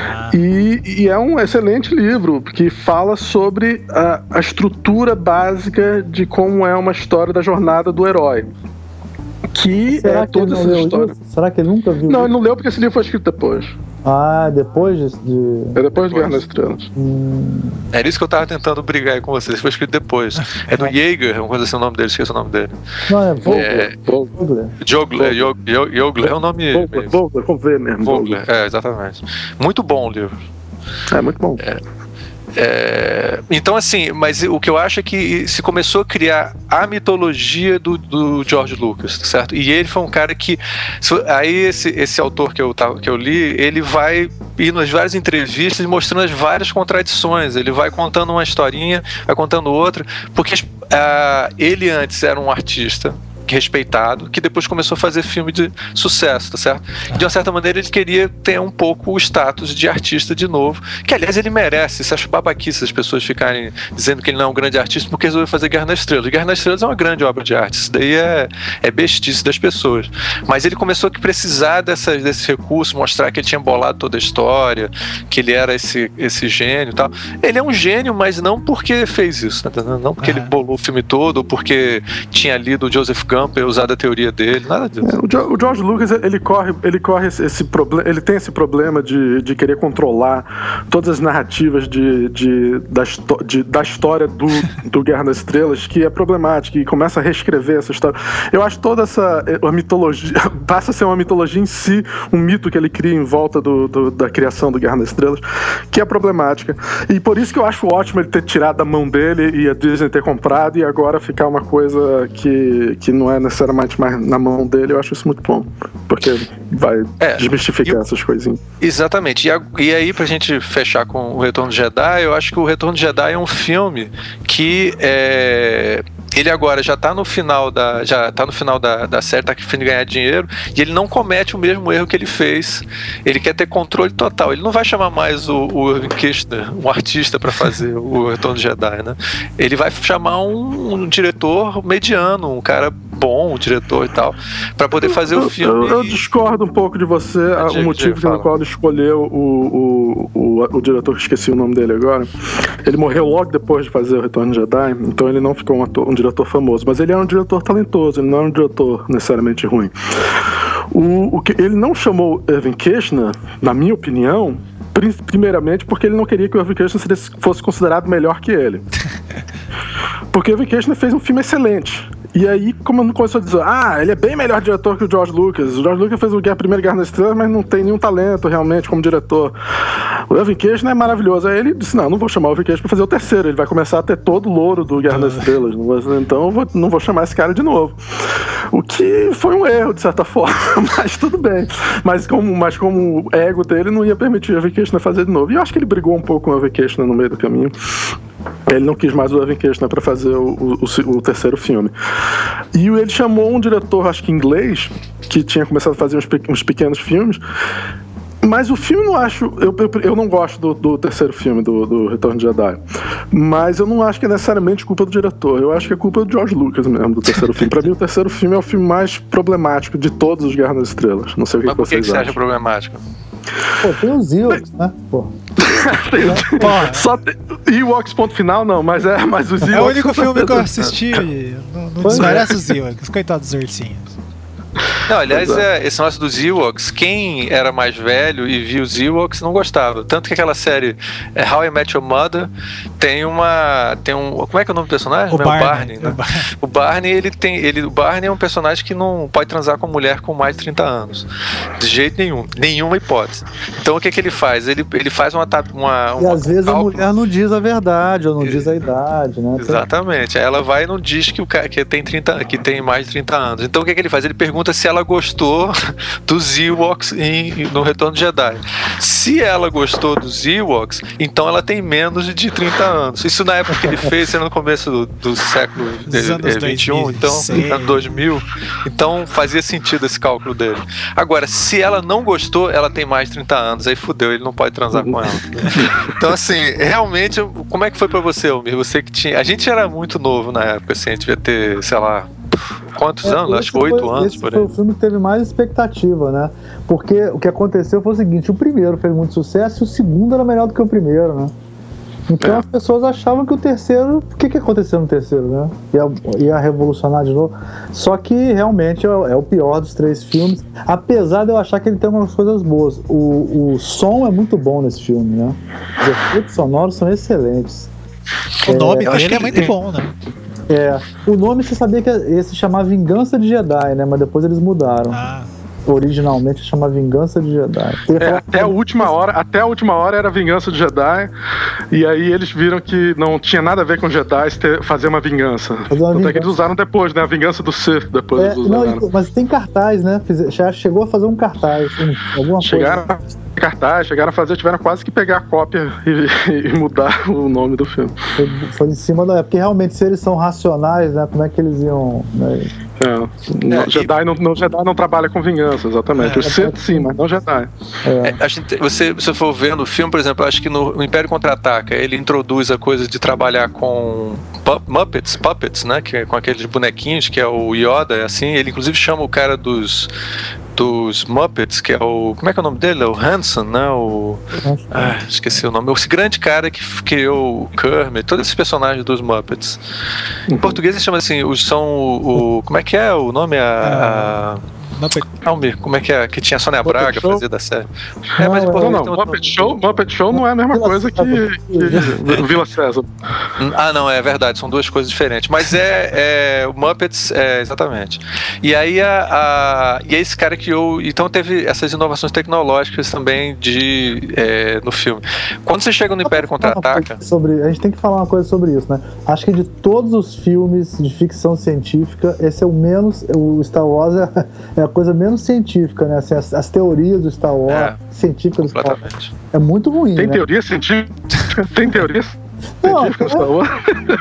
E é um excelente livro, que fala sobre a estrutura básica de como é uma história da jornada do herói. Que Será é que toda essa história. Isso? Será que ele nunca viu? Não, ele não leu porque esse livro foi escrito depois. Ah, depois de... É depois de Guerra nas Estrelas. É isso que eu tava tentando brigar aí com vocês. Foi escrito depois. É do Jaeger, uma coisa assim o nome dele, esqueci o nome dele. Não, é Vogler. Jogler é o nome. Vogler, vamos ver mesmo. Vogler, exatamente. Muito bom o livro. É muito bom. Então, assim, mas o que eu acho é que se começou a criar a mitologia do George Lucas, certo? E ele foi um cara que... Aí esse autor que eu li, ele vai ir nas várias entrevistas mostrando as várias contradições. Ele vai contando uma historinha, vai contando outra, porque ele antes era um artista respeitado, que depois começou a fazer filme de sucesso, tá certo? E de uma certa maneira ele queria ter um pouco o status de artista de novo, que aliás ele merece. Você acha babaquice as pessoas ficarem dizendo que ele não é um grande artista porque resolveu fazer Guerra nas Estrelas. Guerra nas Estrelas é uma grande obra de arte, isso daí é bestice das pessoas. Mas ele começou a precisar desse recurso, mostrar que ele tinha bolado toda a história, que ele era esse gênio e tal. Ele é um gênio, mas não porque fez isso, tá entendendo? Não porque ele bolou o filme todo, ou porque tinha lido o Joseph Campbell, usado a teoria dele, nada disso. O George Lucas, ele corre esse problema, ele tem esse problema de querer controlar todas as narrativas da história do Guerra nas Estrelas, que é problemática, e começa a reescrever essa história. Eu acho toda a mitologia passa a ser uma mitologia em si, um mito que ele cria em volta da criação do Guerra nas Estrelas, que é problemática. E por isso que eu acho ótimo ele ter tirado da mão dele e a Disney ter comprado, e agora ficar uma coisa que não é necessariamente mais na mão dele. Eu acho isso muito bom, porque vai desmistificar essas coisinhas. Exatamente. E aí, pra gente fechar com o Retorno do Jedi, eu acho que o Retorno do Jedi é um filme que ele agora já tá no final da série, tá fim de ganhar dinheiro, e ele não comete o mesmo erro que ele fez. Ele quer ter controle total. Ele não vai chamar mais o Irving Kirchner, um artista, para fazer o Retorno do Jedi, né? Ele vai chamar um diretor mediano, um cara bom, um diretor e tal, para poder fazer o filme. Eu discordo um pouco de você. O motivo pelo qual ele escolheu o diretor, que esqueci o nome dele agora, ele morreu logo depois de fazer o Retorno do Jedi, então ele não ficou um diretor famoso, mas ele é um diretor talentoso, ele não é um diretor necessariamente ruim. Ele não chamou Irving Kirchner, na minha opinião, primeiramente porque ele não queria que o Irving Kirchner fosse considerado melhor que ele. Porque o Irving Kirchner fez um filme excelente. E aí, como começou a dizer, ele é bem melhor diretor que o George Lucas. O George Lucas fez a primeira Guerra nas Estrelas, mas não tem nenhum talento realmente como diretor. O Irving Kirchner é maravilhoso. Aí ele disse, não vou chamar o Irving Kirchner pra fazer o terceiro. Ele vai começar a ter todo o louro do Guerra nas Estrelas. Então não vou chamar esse cara de novo. O que foi um erro, de certa forma, mas tudo bem. Mas como o ego dele não ia permitir o Irving Kirchner fazer de novo. E eu acho que ele brigou um pouco com o Irving Kirchner no meio do caminho. Ele não quis mais o Irving Kirchner para fazer o terceiro filme. E ele chamou um diretor, acho que inglês, que tinha começado a fazer uns pequenos filmes. Mas o filme não acho... Eu não gosto do terceiro filme, do Retorno de Jedi. Mas eu não acho que é necessariamente culpa do diretor. Eu acho que é culpa do George Lucas mesmo, do terceiro filme. Pra mim, o terceiro filme é o filme mais problemático de todos os Guerra nas Estrelas. Não sei o que vocês acham. Mas por que você acha problemático? Pô, tem os Ewoks, né? Pô. Só Ewoks, ponto final, não, mas os Ewoks... É o único filme que eu assisti. Não desmerece os Ewoks, coitados dos ursinhos. Não, aliás, esse negócio dos Ewoks, quem era mais velho e viu os Ewoks não gostava. Tanto que aquela série How I Met Your Mother tem um... Como é que é o nome do personagem? O Barney. Né? O Barney, o Barney é um personagem que não pode transar com mulher com mais de 30 anos. De jeito nenhum. Nenhuma hipótese. Então o que ele faz? Ele faz uma e às vezes a mulher não diz a verdade, ou não diz a idade, né? Exatamente. Ela vai e não diz que o cara que tem mais de 30 anos. Então o que ele faz? Ele pergunta se ela ela gostou dos Ewoks no Retorno de Jedi. Se ela gostou dos Ewoks, então ela tem menos de 30 anos. Isso na época que ele fez, no começo do século XXI, então, ano 2000. Então fazia sentido esse cálculo dele. Agora, se ela não gostou, ela tem mais de 30 anos. Aí fudeu, ele não pode transar com ela. Então, assim, realmente, como é que foi pra você, Almir? Você que tinha... A gente era muito novo na época, assim, a gente devia ter, sei lá, quantos anos? Acho que 8 anos. Esse foi o filme que teve mais expectativa, né? Porque o que aconteceu foi o seguinte: o primeiro fez muito sucesso e o segundo era melhor do que o primeiro, né? Então as pessoas achavam que o terceiro... O que aconteceu no terceiro, né? Ia revolucionar de novo. Só que realmente é o pior dos 3 filmes. Apesar de eu achar que ele tem umas coisas boas. O som é muito bom nesse filme, né? Os efeitos sonoros são excelentes. O nome dele é muito bom, né? O nome você sabia que esse chamava Vingança de Jedi, né? Mas depois eles mudaram. Originalmente chama Vingança de Jedi. Até a última hora era Vingança de Jedi. E aí eles viram que não tinha nada a ver com Jedi fazer uma vingança. Até que eles usaram depois, né? A Vingança do Sith. Depois eles usaram. Não, mas tem cartaz, né? Já chegou a fazer um cartaz. Alguma chegaram a fazer, tiveram quase que pegar a cópia e mudar o nome do filme. Foi em cima da... Porque realmente, se eles são racionais, né? Como é que eles iam... Né? Jedi não trabalha com vingança, exatamente. O Sith sim, mas não Jedi. Você for vendo o filme, por exemplo, acho que no Império Contra-Ataca ele introduz a coisa de trabalhar com puppets, né? Que é com aqueles bonequinhos, que é o Yoda, assim. Ele inclusive chama o cara dos Muppets, que é o... Como é que é o nome dele? É o Hanson, né? Esqueci o nome. Esse grande cara que criou o Kermit, todos esses personagens dos Muppets. Em português eles chamam assim, como é que é o nome? Almir, como é que é? Que tinha a Sônia Braga fazia da série. Mas Muppet Show não é a mesma coisa que Vila César. Não, é verdade, são duas coisas diferentes. Mas o Muppets, exatamente. E aí e esse cara criou. Então teve essas inovações tecnológicas também no filme. Quando você chega no Império Contra-Ataca. A gente tem que falar uma coisa sobre isso, né? Acho que de todos os filmes de ficção científica, esse é o menos. O Star Wars é a coisa menos científica, né? Assim, as teorias do Star Wars, científicas do Star Wars, é muito ruim, Tem né? teoria científica? Tem teoria científica no Star Wars?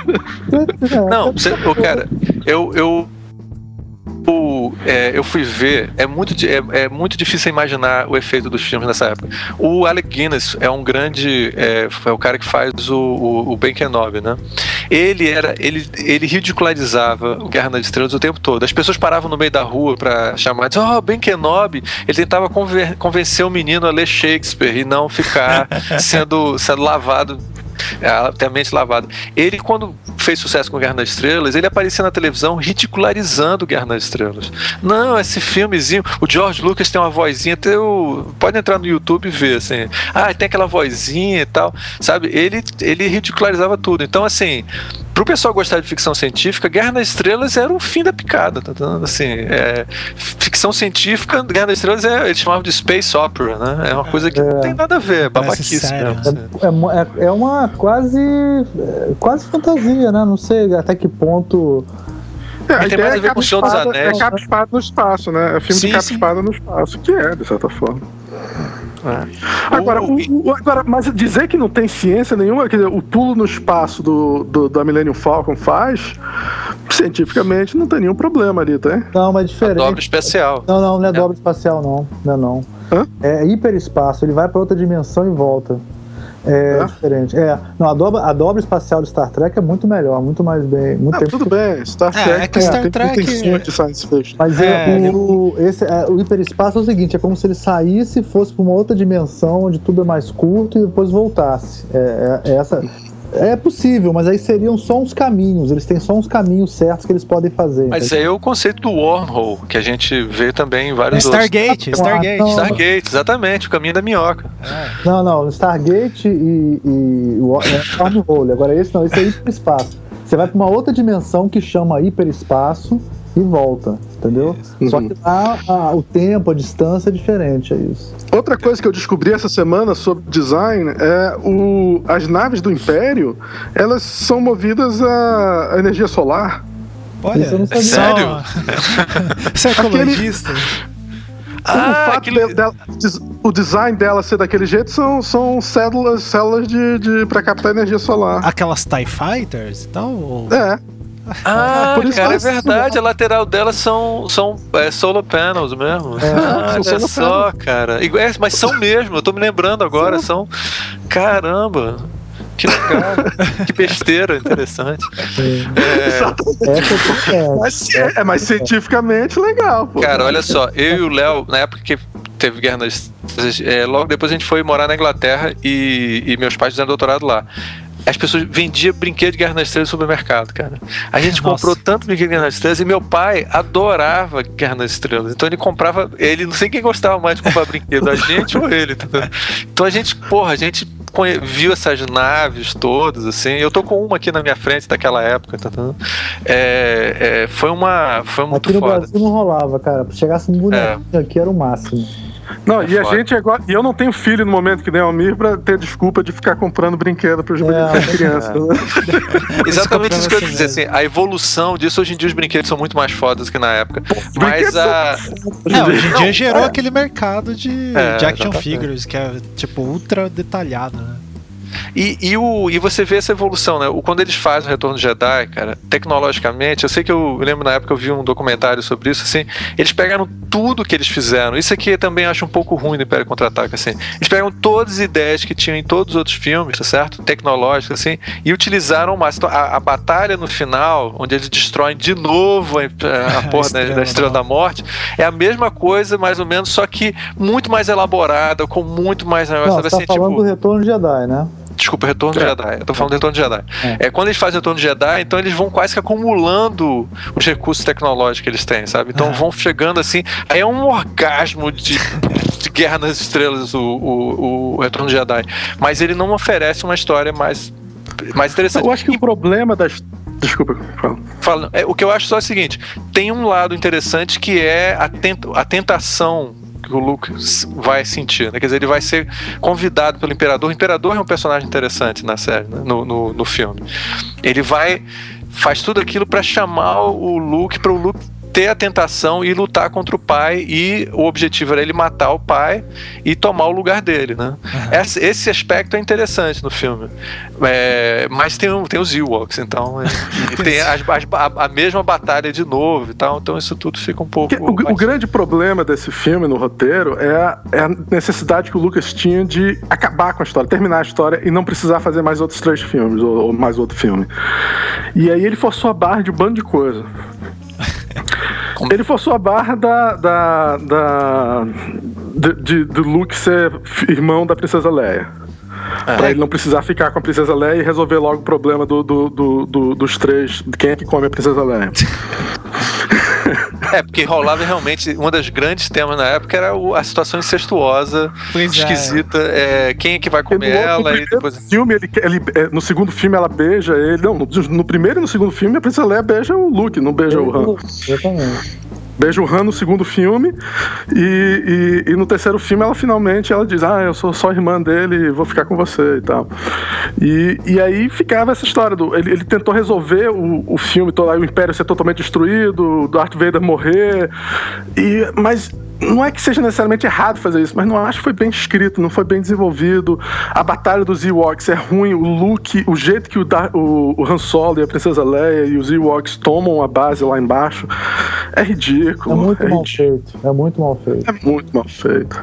Não, cara, eu fui ver, é muito difícil imaginar o efeito dos filmes nessa época. O Alec Guinness é um grande, é o cara que faz o Ben Kenobi, né? Ele ridicularizava o Guerra nas Estrelas o tempo todo. As pessoas paravam no meio da rua pra chamar, diziam, Ben Kenobi. Ele tentava convencer o menino a ler Shakespeare e não ficar sendo lavado, até a mente lavada. Ele, quando fez sucesso com Guerra nas Estrelas, ele aparecia na televisão ridicularizando Guerra nas Estrelas. Não, esse filmezinho, o George Lucas tem uma vozinha, pode entrar no YouTube e ver, assim, tem aquela vozinha e tal, sabe? Ele ridicularizava tudo. Então, assim, pro pessoal gostar de ficção científica, Guerra nas Estrelas era o fim da picada, tá dando assim, ficção científica, Guerra nas Estrelas eles chamavam de Space Opera, né? É uma coisa que não tem nada a ver, babaquice mesmo. É uma quase fantasia, né? Não sei até que ponto. A ideia é capa espada no espaço, né? É filme de capa espada no espaço, que de certa forma. Agora, mas dizer que não tem ciência nenhuma, quer dizer, o pulo no espaço da Millennium Falcon faz, cientificamente não tem nenhum problema ali, tá? Não, mas é diferente. Dobra espacial. Não é dobra espacial, não. Hã? É hiperespaço, ele vai pra outra dimensão e volta. Diferente. Não, a dobra espacial do Star Trek é muito melhor, muito mais bem. Tudo bem, Star Trek que Star Trek de science fiction. Mas o hiperespaço é o seguinte, é como se ele saísse e fosse para uma outra dimensão onde tudo é mais curto e depois voltasse. É possível, mas aí seriam só uns caminhos. Eles têm só uns caminhos certos que eles podem fazer. Mas é o conceito do wormhole, que a gente vê também em vários Stargate. Stargate, exatamente, o caminho da minhoca. Não, Stargate e wormhole. Agora esse é hiperespaço. Você vai para uma outra dimensão que chama hiperespaço e volta, entendeu? Só que o tempo, a distância é diferente, é isso. Outra coisa que eu descobri essa semana sobre design é as naves do Império, elas são movidas a energia solar. Olha, Isso eu não sabia. Sério? Você é ecologista? O design dela ser daquele jeito são células pra captar energia solar. Aquelas TIE Fighters e tal? Ou... Por isso cara, é verdade, a lateral delas são solar panels mesmo. Olha só, cara. Mas são mesmo, eu tô me lembrando agora, são. Caramba! Que legal, que besteira, interessante. Mas cientificamente legal, pô. Cara, olha só, eu e o Léo, na época que teve Guerra nas Estrelas, logo depois a gente foi morar na Inglaterra e meus pais fizeram doutorado lá. As pessoas vendiam brinquedo de Guerra nas Estrelas no supermercado, cara. A gente comprou tanto brinquedo de Guerra nas Estrelas e meu pai adorava Guerra nas Estrelas. Então ele comprava. Ele não sei quem gostava mais de comprar brinquedo, a gente ou ele. Entendeu? Então a gente viu essas naves todas, assim. Eu tô com uma aqui na minha frente daquela época, tá entendendo? Foi muito aqui no foda. Brasil não rolava, cara. Se chegasse um bonequinho aqui era o máximo. Não, e a gente agora. E eu não tenho filho no momento que nem o Almir pra ter desculpa de ficar comprando brinquedo pros crianças. Exatamente isso que eu ia dizer, assim, a evolução disso, hoje em dia os brinquedos são muito mais fodas que na época. Mas hoje em dia gerou aquele mercado de action figures, que é tipo ultra detalhado, né? E você vê essa evolução, né? Quando eles fazem o Retorno de Jedi, cara, tecnologicamente, eu sei que eu lembro na época eu vi um documentário sobre isso, assim, eles pegaram tudo que eles fizeram. Isso aqui eu também acho um pouco ruim do Império Contra-Ataca, assim. Eles pegaram todas as ideias que tinham em todos os outros filmes, tá certo? Tecnológicas, assim, e utilizaram mais. Então, a batalha no final, onde eles destroem de novo a porra da Estrela da Morte, é a mesma coisa, mais ou menos, só que muito mais elaborada, com muito mais... Não, você tá falando do Retorno de Jedi, né? Desculpa, Retorno de Jedi. Eu tô falando do Retorno de Jedi. Quando eles fazem Retorno de Jedi, então eles vão quase que acumulando os recursos tecnológicos que eles têm, sabe? Então vão chegando assim. Aí é um orgasmo de Guerra nas Estrelas, o Retorno de Jedi. Mas ele não oferece uma história mais interessante. Eu acho que o problema das... Desculpa, fala. O que eu acho só é o seguinte: tem um lado interessante que é a tentação que o Luke vai sentir, né? Quer dizer, ele vai ser convidado pelo Imperador. O Imperador é um personagem interessante na série, né? no filme. Ele faz tudo aquilo para chamar o Luke, para o Luke ter a tentação e lutar contra o pai, e o objetivo era ele matar o pai e tomar o lugar dele, né? Esse aspecto é interessante no filme, mas tem os Ewoks, então tem a mesma batalha de novo e tal, então isso tudo fica um pouco... O grande problema desse filme no roteiro é a necessidade que o Lucas tinha de acabar com a história, terminar a história e não precisar fazer mais outros 3 filmes ou mais outro filme. E aí ele forçou a barra de um bando de coisa. Ele forçou a barra do Luke ser irmão da Princesa Leia. Pra ele não precisar ficar com a Princesa Leia e resolver logo o problema dos 3. Quem é que come a Princesa Leia? Porque rolava realmente, um dos grandes temas na época era a situação incestuosa, esquisita, quem é que vai comer ela, e depois... No segundo filme ela beija ele, não, no primeiro e no segundo filme a Princesa Leia beija o Luke, não beija o Han. Exatamente. Beija o Han no segundo filme e no terceiro filme ela diz, eu sou só irmã dele e vou ficar com você e tal. E aí ficava essa história ele tentou resolver o filme todo, o Império ser totalmente destruído, o Darth Vader morrer, mas não é que seja necessariamente errado fazer isso, mas não acho que foi bem escrito, não foi bem desenvolvido. A batalha dos Ewoks é ruim, o Luke, o jeito que o Han Solo e a Princesa Leia e os Ewoks tomam a base lá embaixo é ridículo. É muito mal feito. É muito mal feito. É muito mal feito.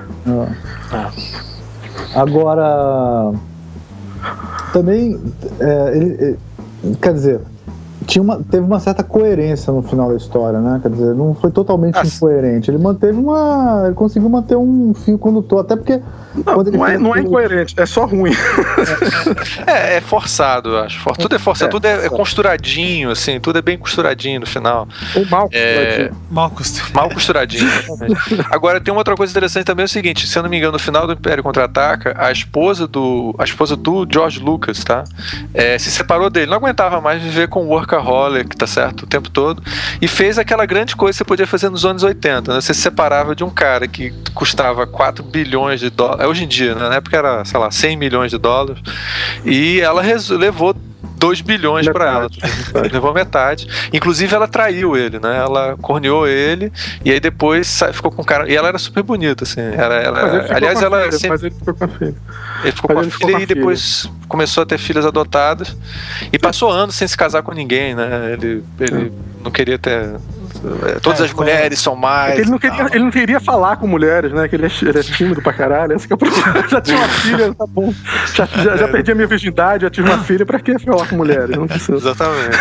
Agora, também, quer dizer, teve uma certa coerência no final da história, né? Quer dizer, não foi totalmente incoerente. Ele conseguiu manter um fio condutor, até porque... Não é incoerente, é só ruim. É forçado, eu acho. Tudo é forçado, tudo é costuradinho, assim, tudo é bem costuradinho no final. Ou mal costuradinho. Mal costuradinho. Agora, tem uma outra coisa interessante também, é o seguinte, se eu não me engano, no final do Império Contra-Ataca, a esposa do George Lucas, tá? Se separou dele, não aguentava mais viver com o workaholic, tá certo? O tempo todo, e fez aquela grande coisa que você podia fazer nos anos 80, né? Você se separava de um cara que custava 4 bilhões de dólares, hoje em dia, né? Na época era, sei lá, 100 milhões de dólares, e ela levou 2 bilhões pra ela. Levou metade. Inclusive, ela traiu ele, né? Ela corneou ele e aí depois ficou com o cara. E ela era super bonita, assim. Aliás, ela filha, sempre... Mas ele ficou com a filha. Ele ficou com a filha e depois começou a ter filhas adotadas. E passou anos sem se casar com ninguém, né? Ele não queria ter... Todas as mulheres são mais. Ele não queria falar com mulheres, né? Que ele é tímido pra caralho. Essa que é o problema. Já tinha uma filha, tá bom. Já perdi a minha virgindade, já tive uma filha, pra que falar com mulheres? Não precisa. Exatamente.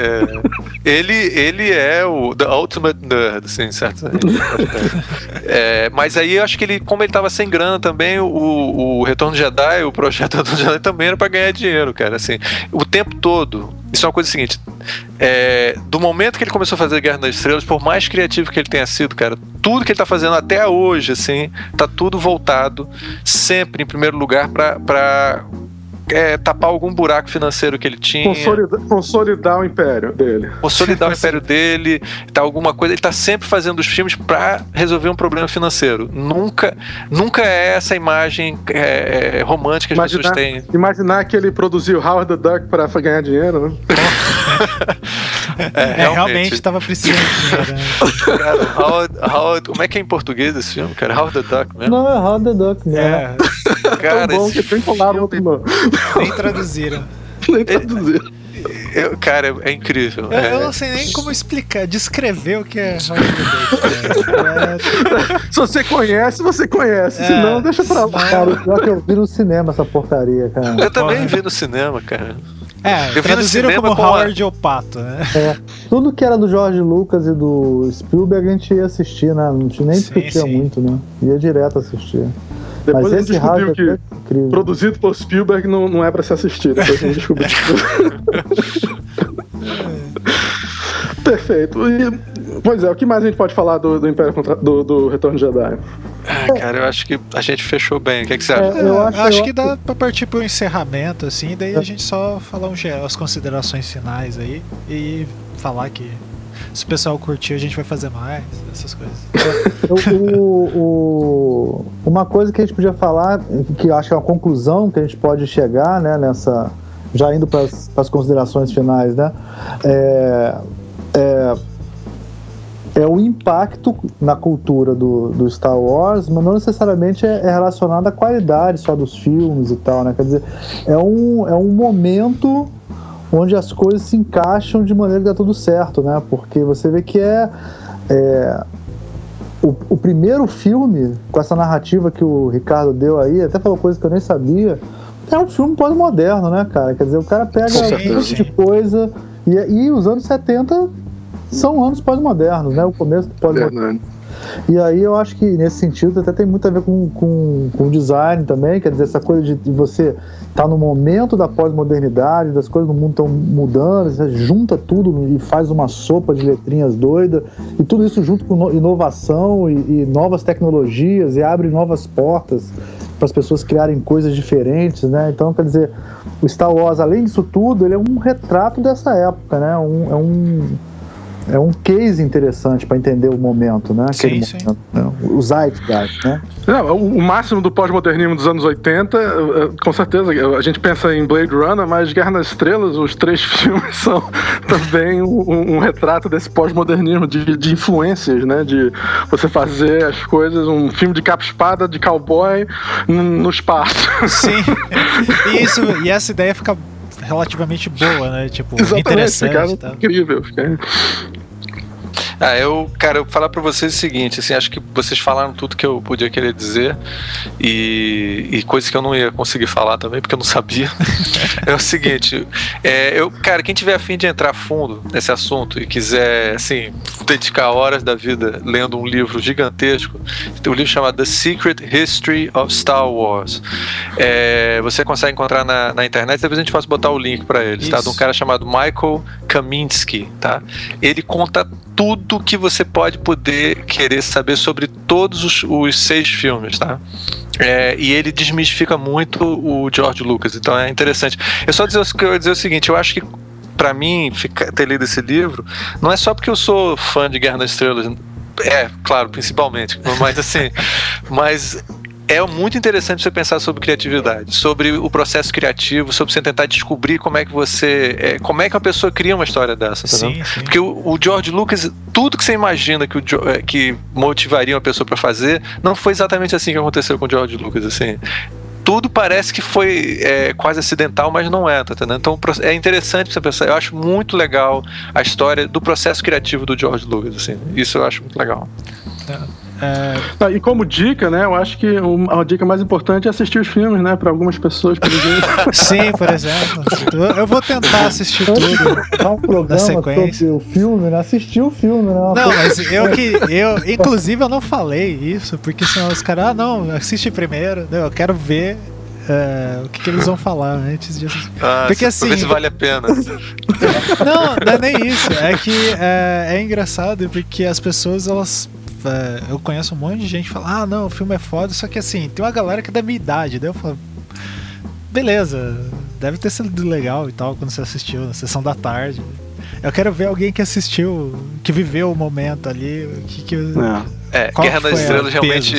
Ele é o The Ultimate Nerd, assim, certo? Mas aí eu acho que ele, como ele tava sem grana também, o Retorno de Jedi, o projeto Retorno de Jedi também era pra ganhar dinheiro, cara. Assim, o tempo todo. Isso é uma coisa seguinte, do momento que ele começou a fazer Guerra nas Estrelas, por mais criativo que ele tenha sido, cara, tudo que ele tá fazendo até hoje, assim, tá tudo voltado sempre em primeiro lugar pra tapar algum buraco financeiro que ele tinha. Consolidar o império dele. Consolidar o império dele, tá alguma coisa. Ele tá sempre fazendo os filmes pra resolver um problema financeiro. Nunca é essa imagem romântica que as pessoas têm. Imaginar que ele produziu Howard the Duck pra ganhar dinheiro, né? Realmente estava precisando de dinheiro, né? Cara, Howard, como é que é em português esse filme, cara? Howard the Duck mesmo? Não, é Howard the Duck, né? Cara, tão bom que tem colado nem traduziram. Cara, é incrível. Eu não sei nem como explicar, descrever o que é Howard the Duck. Se você conhece, você conhece. Se não, deixa pra lá. Cara, pior que eu vi no cinema essa porcaria, cara. Eu também vi no cinema, cara. Traduziram como Howard o Pato, né? Tudo que era do George Lucas e do Spielberg a gente ia assistir, né? Não nem discutia muito, né? Ia direto assistir. Depois mas a gente descobriu que produzido por Spielberg não é pra se assistir. Depois a gente descobriu. Perfeito. Pois é, o que mais a gente pode falar do Império do Retorno de Jedi? Cara, eu acho que a gente fechou bem. O que você acha? Eu acho que dá pra partir pro encerramento, assim, daí a gente só falar as considerações finais aí e falar que se o pessoal curtir, a gente vai fazer mais, essas coisas. Uma coisa que a gente podia falar, que eu acho que é uma conclusão que a gente pode chegar, né, nessa, já indo para as considerações finais, né, é o impacto na cultura do Star Wars, mas não necessariamente é relacionado à qualidade só dos filmes e tal, né? Quer dizer, é um momento onde as coisas se encaixam de maneira que dá tudo certo, né? Porque você vê que o primeiro filme, com essa narrativa que o Ricardo deu aí, até falou coisa que eu nem sabia, é um filme pós-moderno, né, cara? Quer dizer, o cara pega um tipo de coisa e os anos 70 são anos pós-modernos, né? O começo do pós-moderno. E aí eu acho que nesse sentido até tem muito a ver com design também, quer dizer, essa coisa de você estar no momento da pós-modernidade, das coisas no mundo estão mudando, você junta tudo e faz uma sopa de letrinhas doida, e tudo isso junto com inovação e novas tecnologias, e abre novas portas para as pessoas criarem coisas diferentes, né? Então, quer dizer, o Star Wars, além disso tudo, ele é um retrato dessa época, né? É um case interessante para entender o momento, né? Aquele momento, né? O zeitgeist, né? O máximo do pós-modernismo dos anos 80, com certeza, a gente pensa em Blade Runner, mas Guerra nas Estrelas, os 3 filmes são também um retrato desse pós-modernismo, de influências, né? De você fazer as coisas, um filme de capa-espada, de cowboy, no espaço. Sim, e essa ideia fica relativamente boa, né? Tipo, exatamente, interessante. Tá? Incrível. Eu falar pra vocês o seguinte, assim, acho que vocês falaram tudo que eu podia querer dizer e coisas que eu não ia conseguir falar também, porque eu não sabia. É o seguinte, quem tiver a fim de entrar fundo nesse assunto e quiser, assim, dedicar horas da vida lendo um livro gigantesco, tem um livro chamado The Secret History of Star Wars. Você consegue encontrar na internet, depois a gente pode botar o link pra eles, tá? De um cara chamado Michael Kaminsky, tá? Ele conta tudo que você pode poder querer saber sobre todos os 6 filmes, tá? E ele desmistifica muito o George Lucas, então é interessante. Eu só quero dizer o seguinte, eu acho que pra mim, ter lido esse livro, não é só porque eu sou fã de Guerra nas Estrelas, claro, principalmente, mas assim, é muito interessante você pensar sobre criatividade, sobre o processo criativo, sobre você tentar descobrir como é que uma pessoa cria uma história dessa, sim, tá? sim. Porque o George Lucas, tudo que você imagina que motivaria uma pessoa para fazer, não foi exatamente assim que aconteceu com o George Lucas, assim. Tudo parece que foi quase acidental, mas não é, tá entendendo? Então é interessante você pensar. Eu acho muito legal a história do processo criativo do George Lucas, assim. Isso eu acho muito legal. E como dica, né, eu acho que a dica mais importante é assistir os filmes, né, para algumas pessoas, por exemplo. Sim, por exemplo. Eu vou tentar assistir tudo um programa na sequência. Sobre o filme, né? Assistir o filme, né? Não, mas inclusive eu não falei isso, porque senão os caras, não, assiste primeiro, eu quero ver o que eles vão falar antes de assistir. Porque assim, pra ver se vale a pena. Não é nem isso, é que é engraçado porque as pessoas, elas eu conheço um monte de gente que fala, não, o filme é foda, só que assim, tem uma galera que é da minha idade, daí eu falo, beleza, deve ter sido legal e tal quando você assistiu na sessão da tarde. Eu quero ver alguém que assistiu, que viveu o momento ali, Guerra nas Estrelas realmente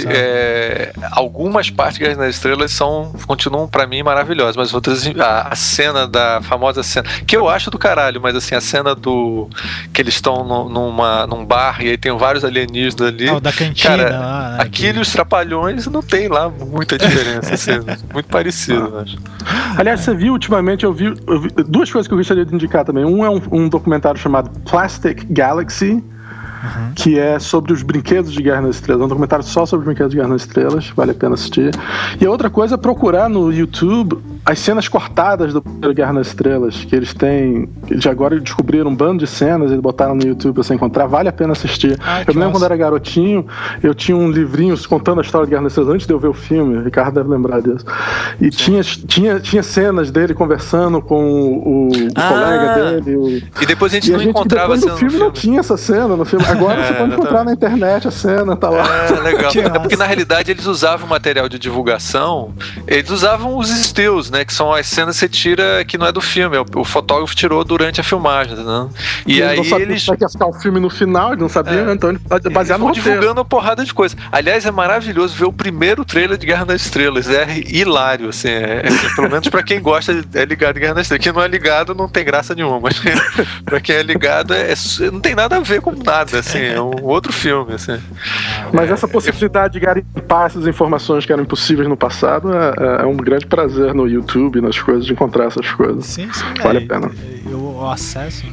algumas partes de Guerra nas Estrelas continuam pra mim maravilhosas, mas outras, a cena da famosa cena, que eu acho do caralho, mas assim, a cena que eles estão num bar e aí tem vários alienígenas ali, da cantina, cara, aquele e os Trapalhões não tem lá muita diferença, assim, muito parecido, acho. Aliás, você viu ultimamente, eu vi duas coisas que eu gostaria de indicar também. Um é um documentário chamado Plastic Galaxy, que é sobre os brinquedos de Guerra nas Estrelas. É um documentário só sobre os brinquedos de Guerra nas Estrelas, vale a pena assistir. E a outra coisa é procurar no YouTube as cenas cortadas do Guerra nas Estrelas, que eles têm, de agora descobriram um bando de cenas e botaram no YouTube pra você encontrar, vale a pena assistir. Eu me lembro quando era garotinho, eu tinha um livrinho contando a história de Guerra nas Estrelas antes de eu ver o filme, o Ricardo deve lembrar disso. E tinha cenas dele conversando com o colega dele. E depois a gente não encontrava a cena no filme. Não tinha essa cena no filme. Agora você pode encontrar na internet a cena, tá lá. Legal. É porque na realidade eles usavam material de divulgação, eles usavam os stills, né? Que são as cenas que você tira que não é do filme, o fotógrafo tirou durante a filmagem, né? E aí eles não ficar o filme no final, ele não sabia, então ele baseado no roteiro. Divulgando uma porrada de coisa. Aliás, é maravilhoso ver o primeiro trailer de Guerra nas Estrelas, é hilário, assim, pelo menos pra quem gosta, é ligado em Guerra nas Estrelas. Quem não é ligado não tem graça nenhuma, mas pra quem é ligado não tem nada a ver com nada, assim, é um outro filme, assim. Mas essa possibilidade de garimpar essas informações que eram impossíveis no passado é um grande prazer no YouTube, nas coisas, de encontrar essas coisas. Sim, vale a pena. O acesso.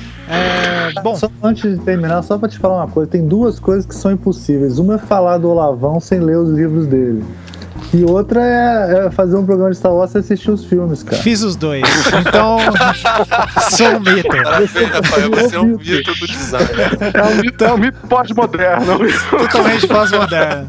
Bom, só antes de terminar, só pra te falar uma coisa, tem duas coisas que são impossíveis. Uma é falar do Olavão sem ler os livros dele. E outra é fazer um programa de Star Wars e assistir os filmes, cara. Fiz os dois. Então, sou um mito. Rafael, você é um mito do design. É um mito pós-moderno. Totalmente pós-moderno.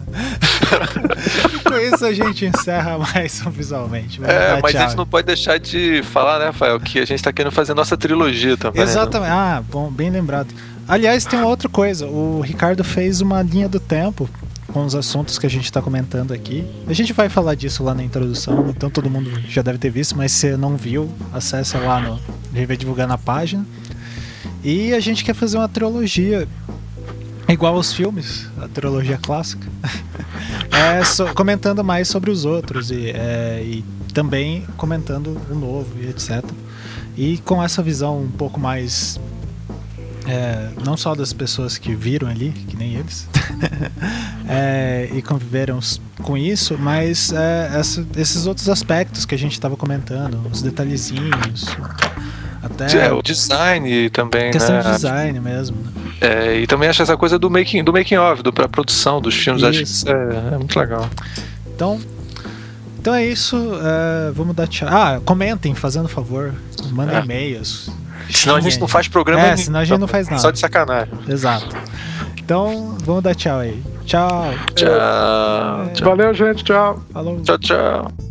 E com isso a gente encerra mais um Visualmente. Mas tchau. A gente não pode deixar de falar, né, Rafael, que a gente tá querendo fazer nossa trilogia também. Exatamente. Né? Bom, bem lembrado. Aliás, tem uma outra coisa. O Ricardo fez uma linha do tempo com os assuntos que a gente está comentando aqui. A gente vai falar disso lá na introdução, então todo mundo já deve ter visto, mas se não viu, acessa lá a gente vai divulgar na página. E a gente quer fazer uma trilogia igual aos filmes, a trilogia clássica, comentando mais sobre os outros e também comentando o novo e etc. E com essa visão um pouco mais não só das pessoas que viram ali, que nem eles, e conviveram com isso, mas esses outros aspectos que a gente estava comentando, os detalhezinhos, até o design também, questão né? de design mesmo, né? E também acho essa coisa do making of, pra produção dos filmes, acho que isso é muito legal. Então é isso, vamos dar tchau. Comentem, fazendo favor, mandem e-mails. Senão a gente não faz programa senão a gente não faz nada. Só de sacanagem. Exato. Então, vamos dar tchau aí. Tchau. Tchau. Valeu, gente. Tchau. Falou. Tchau.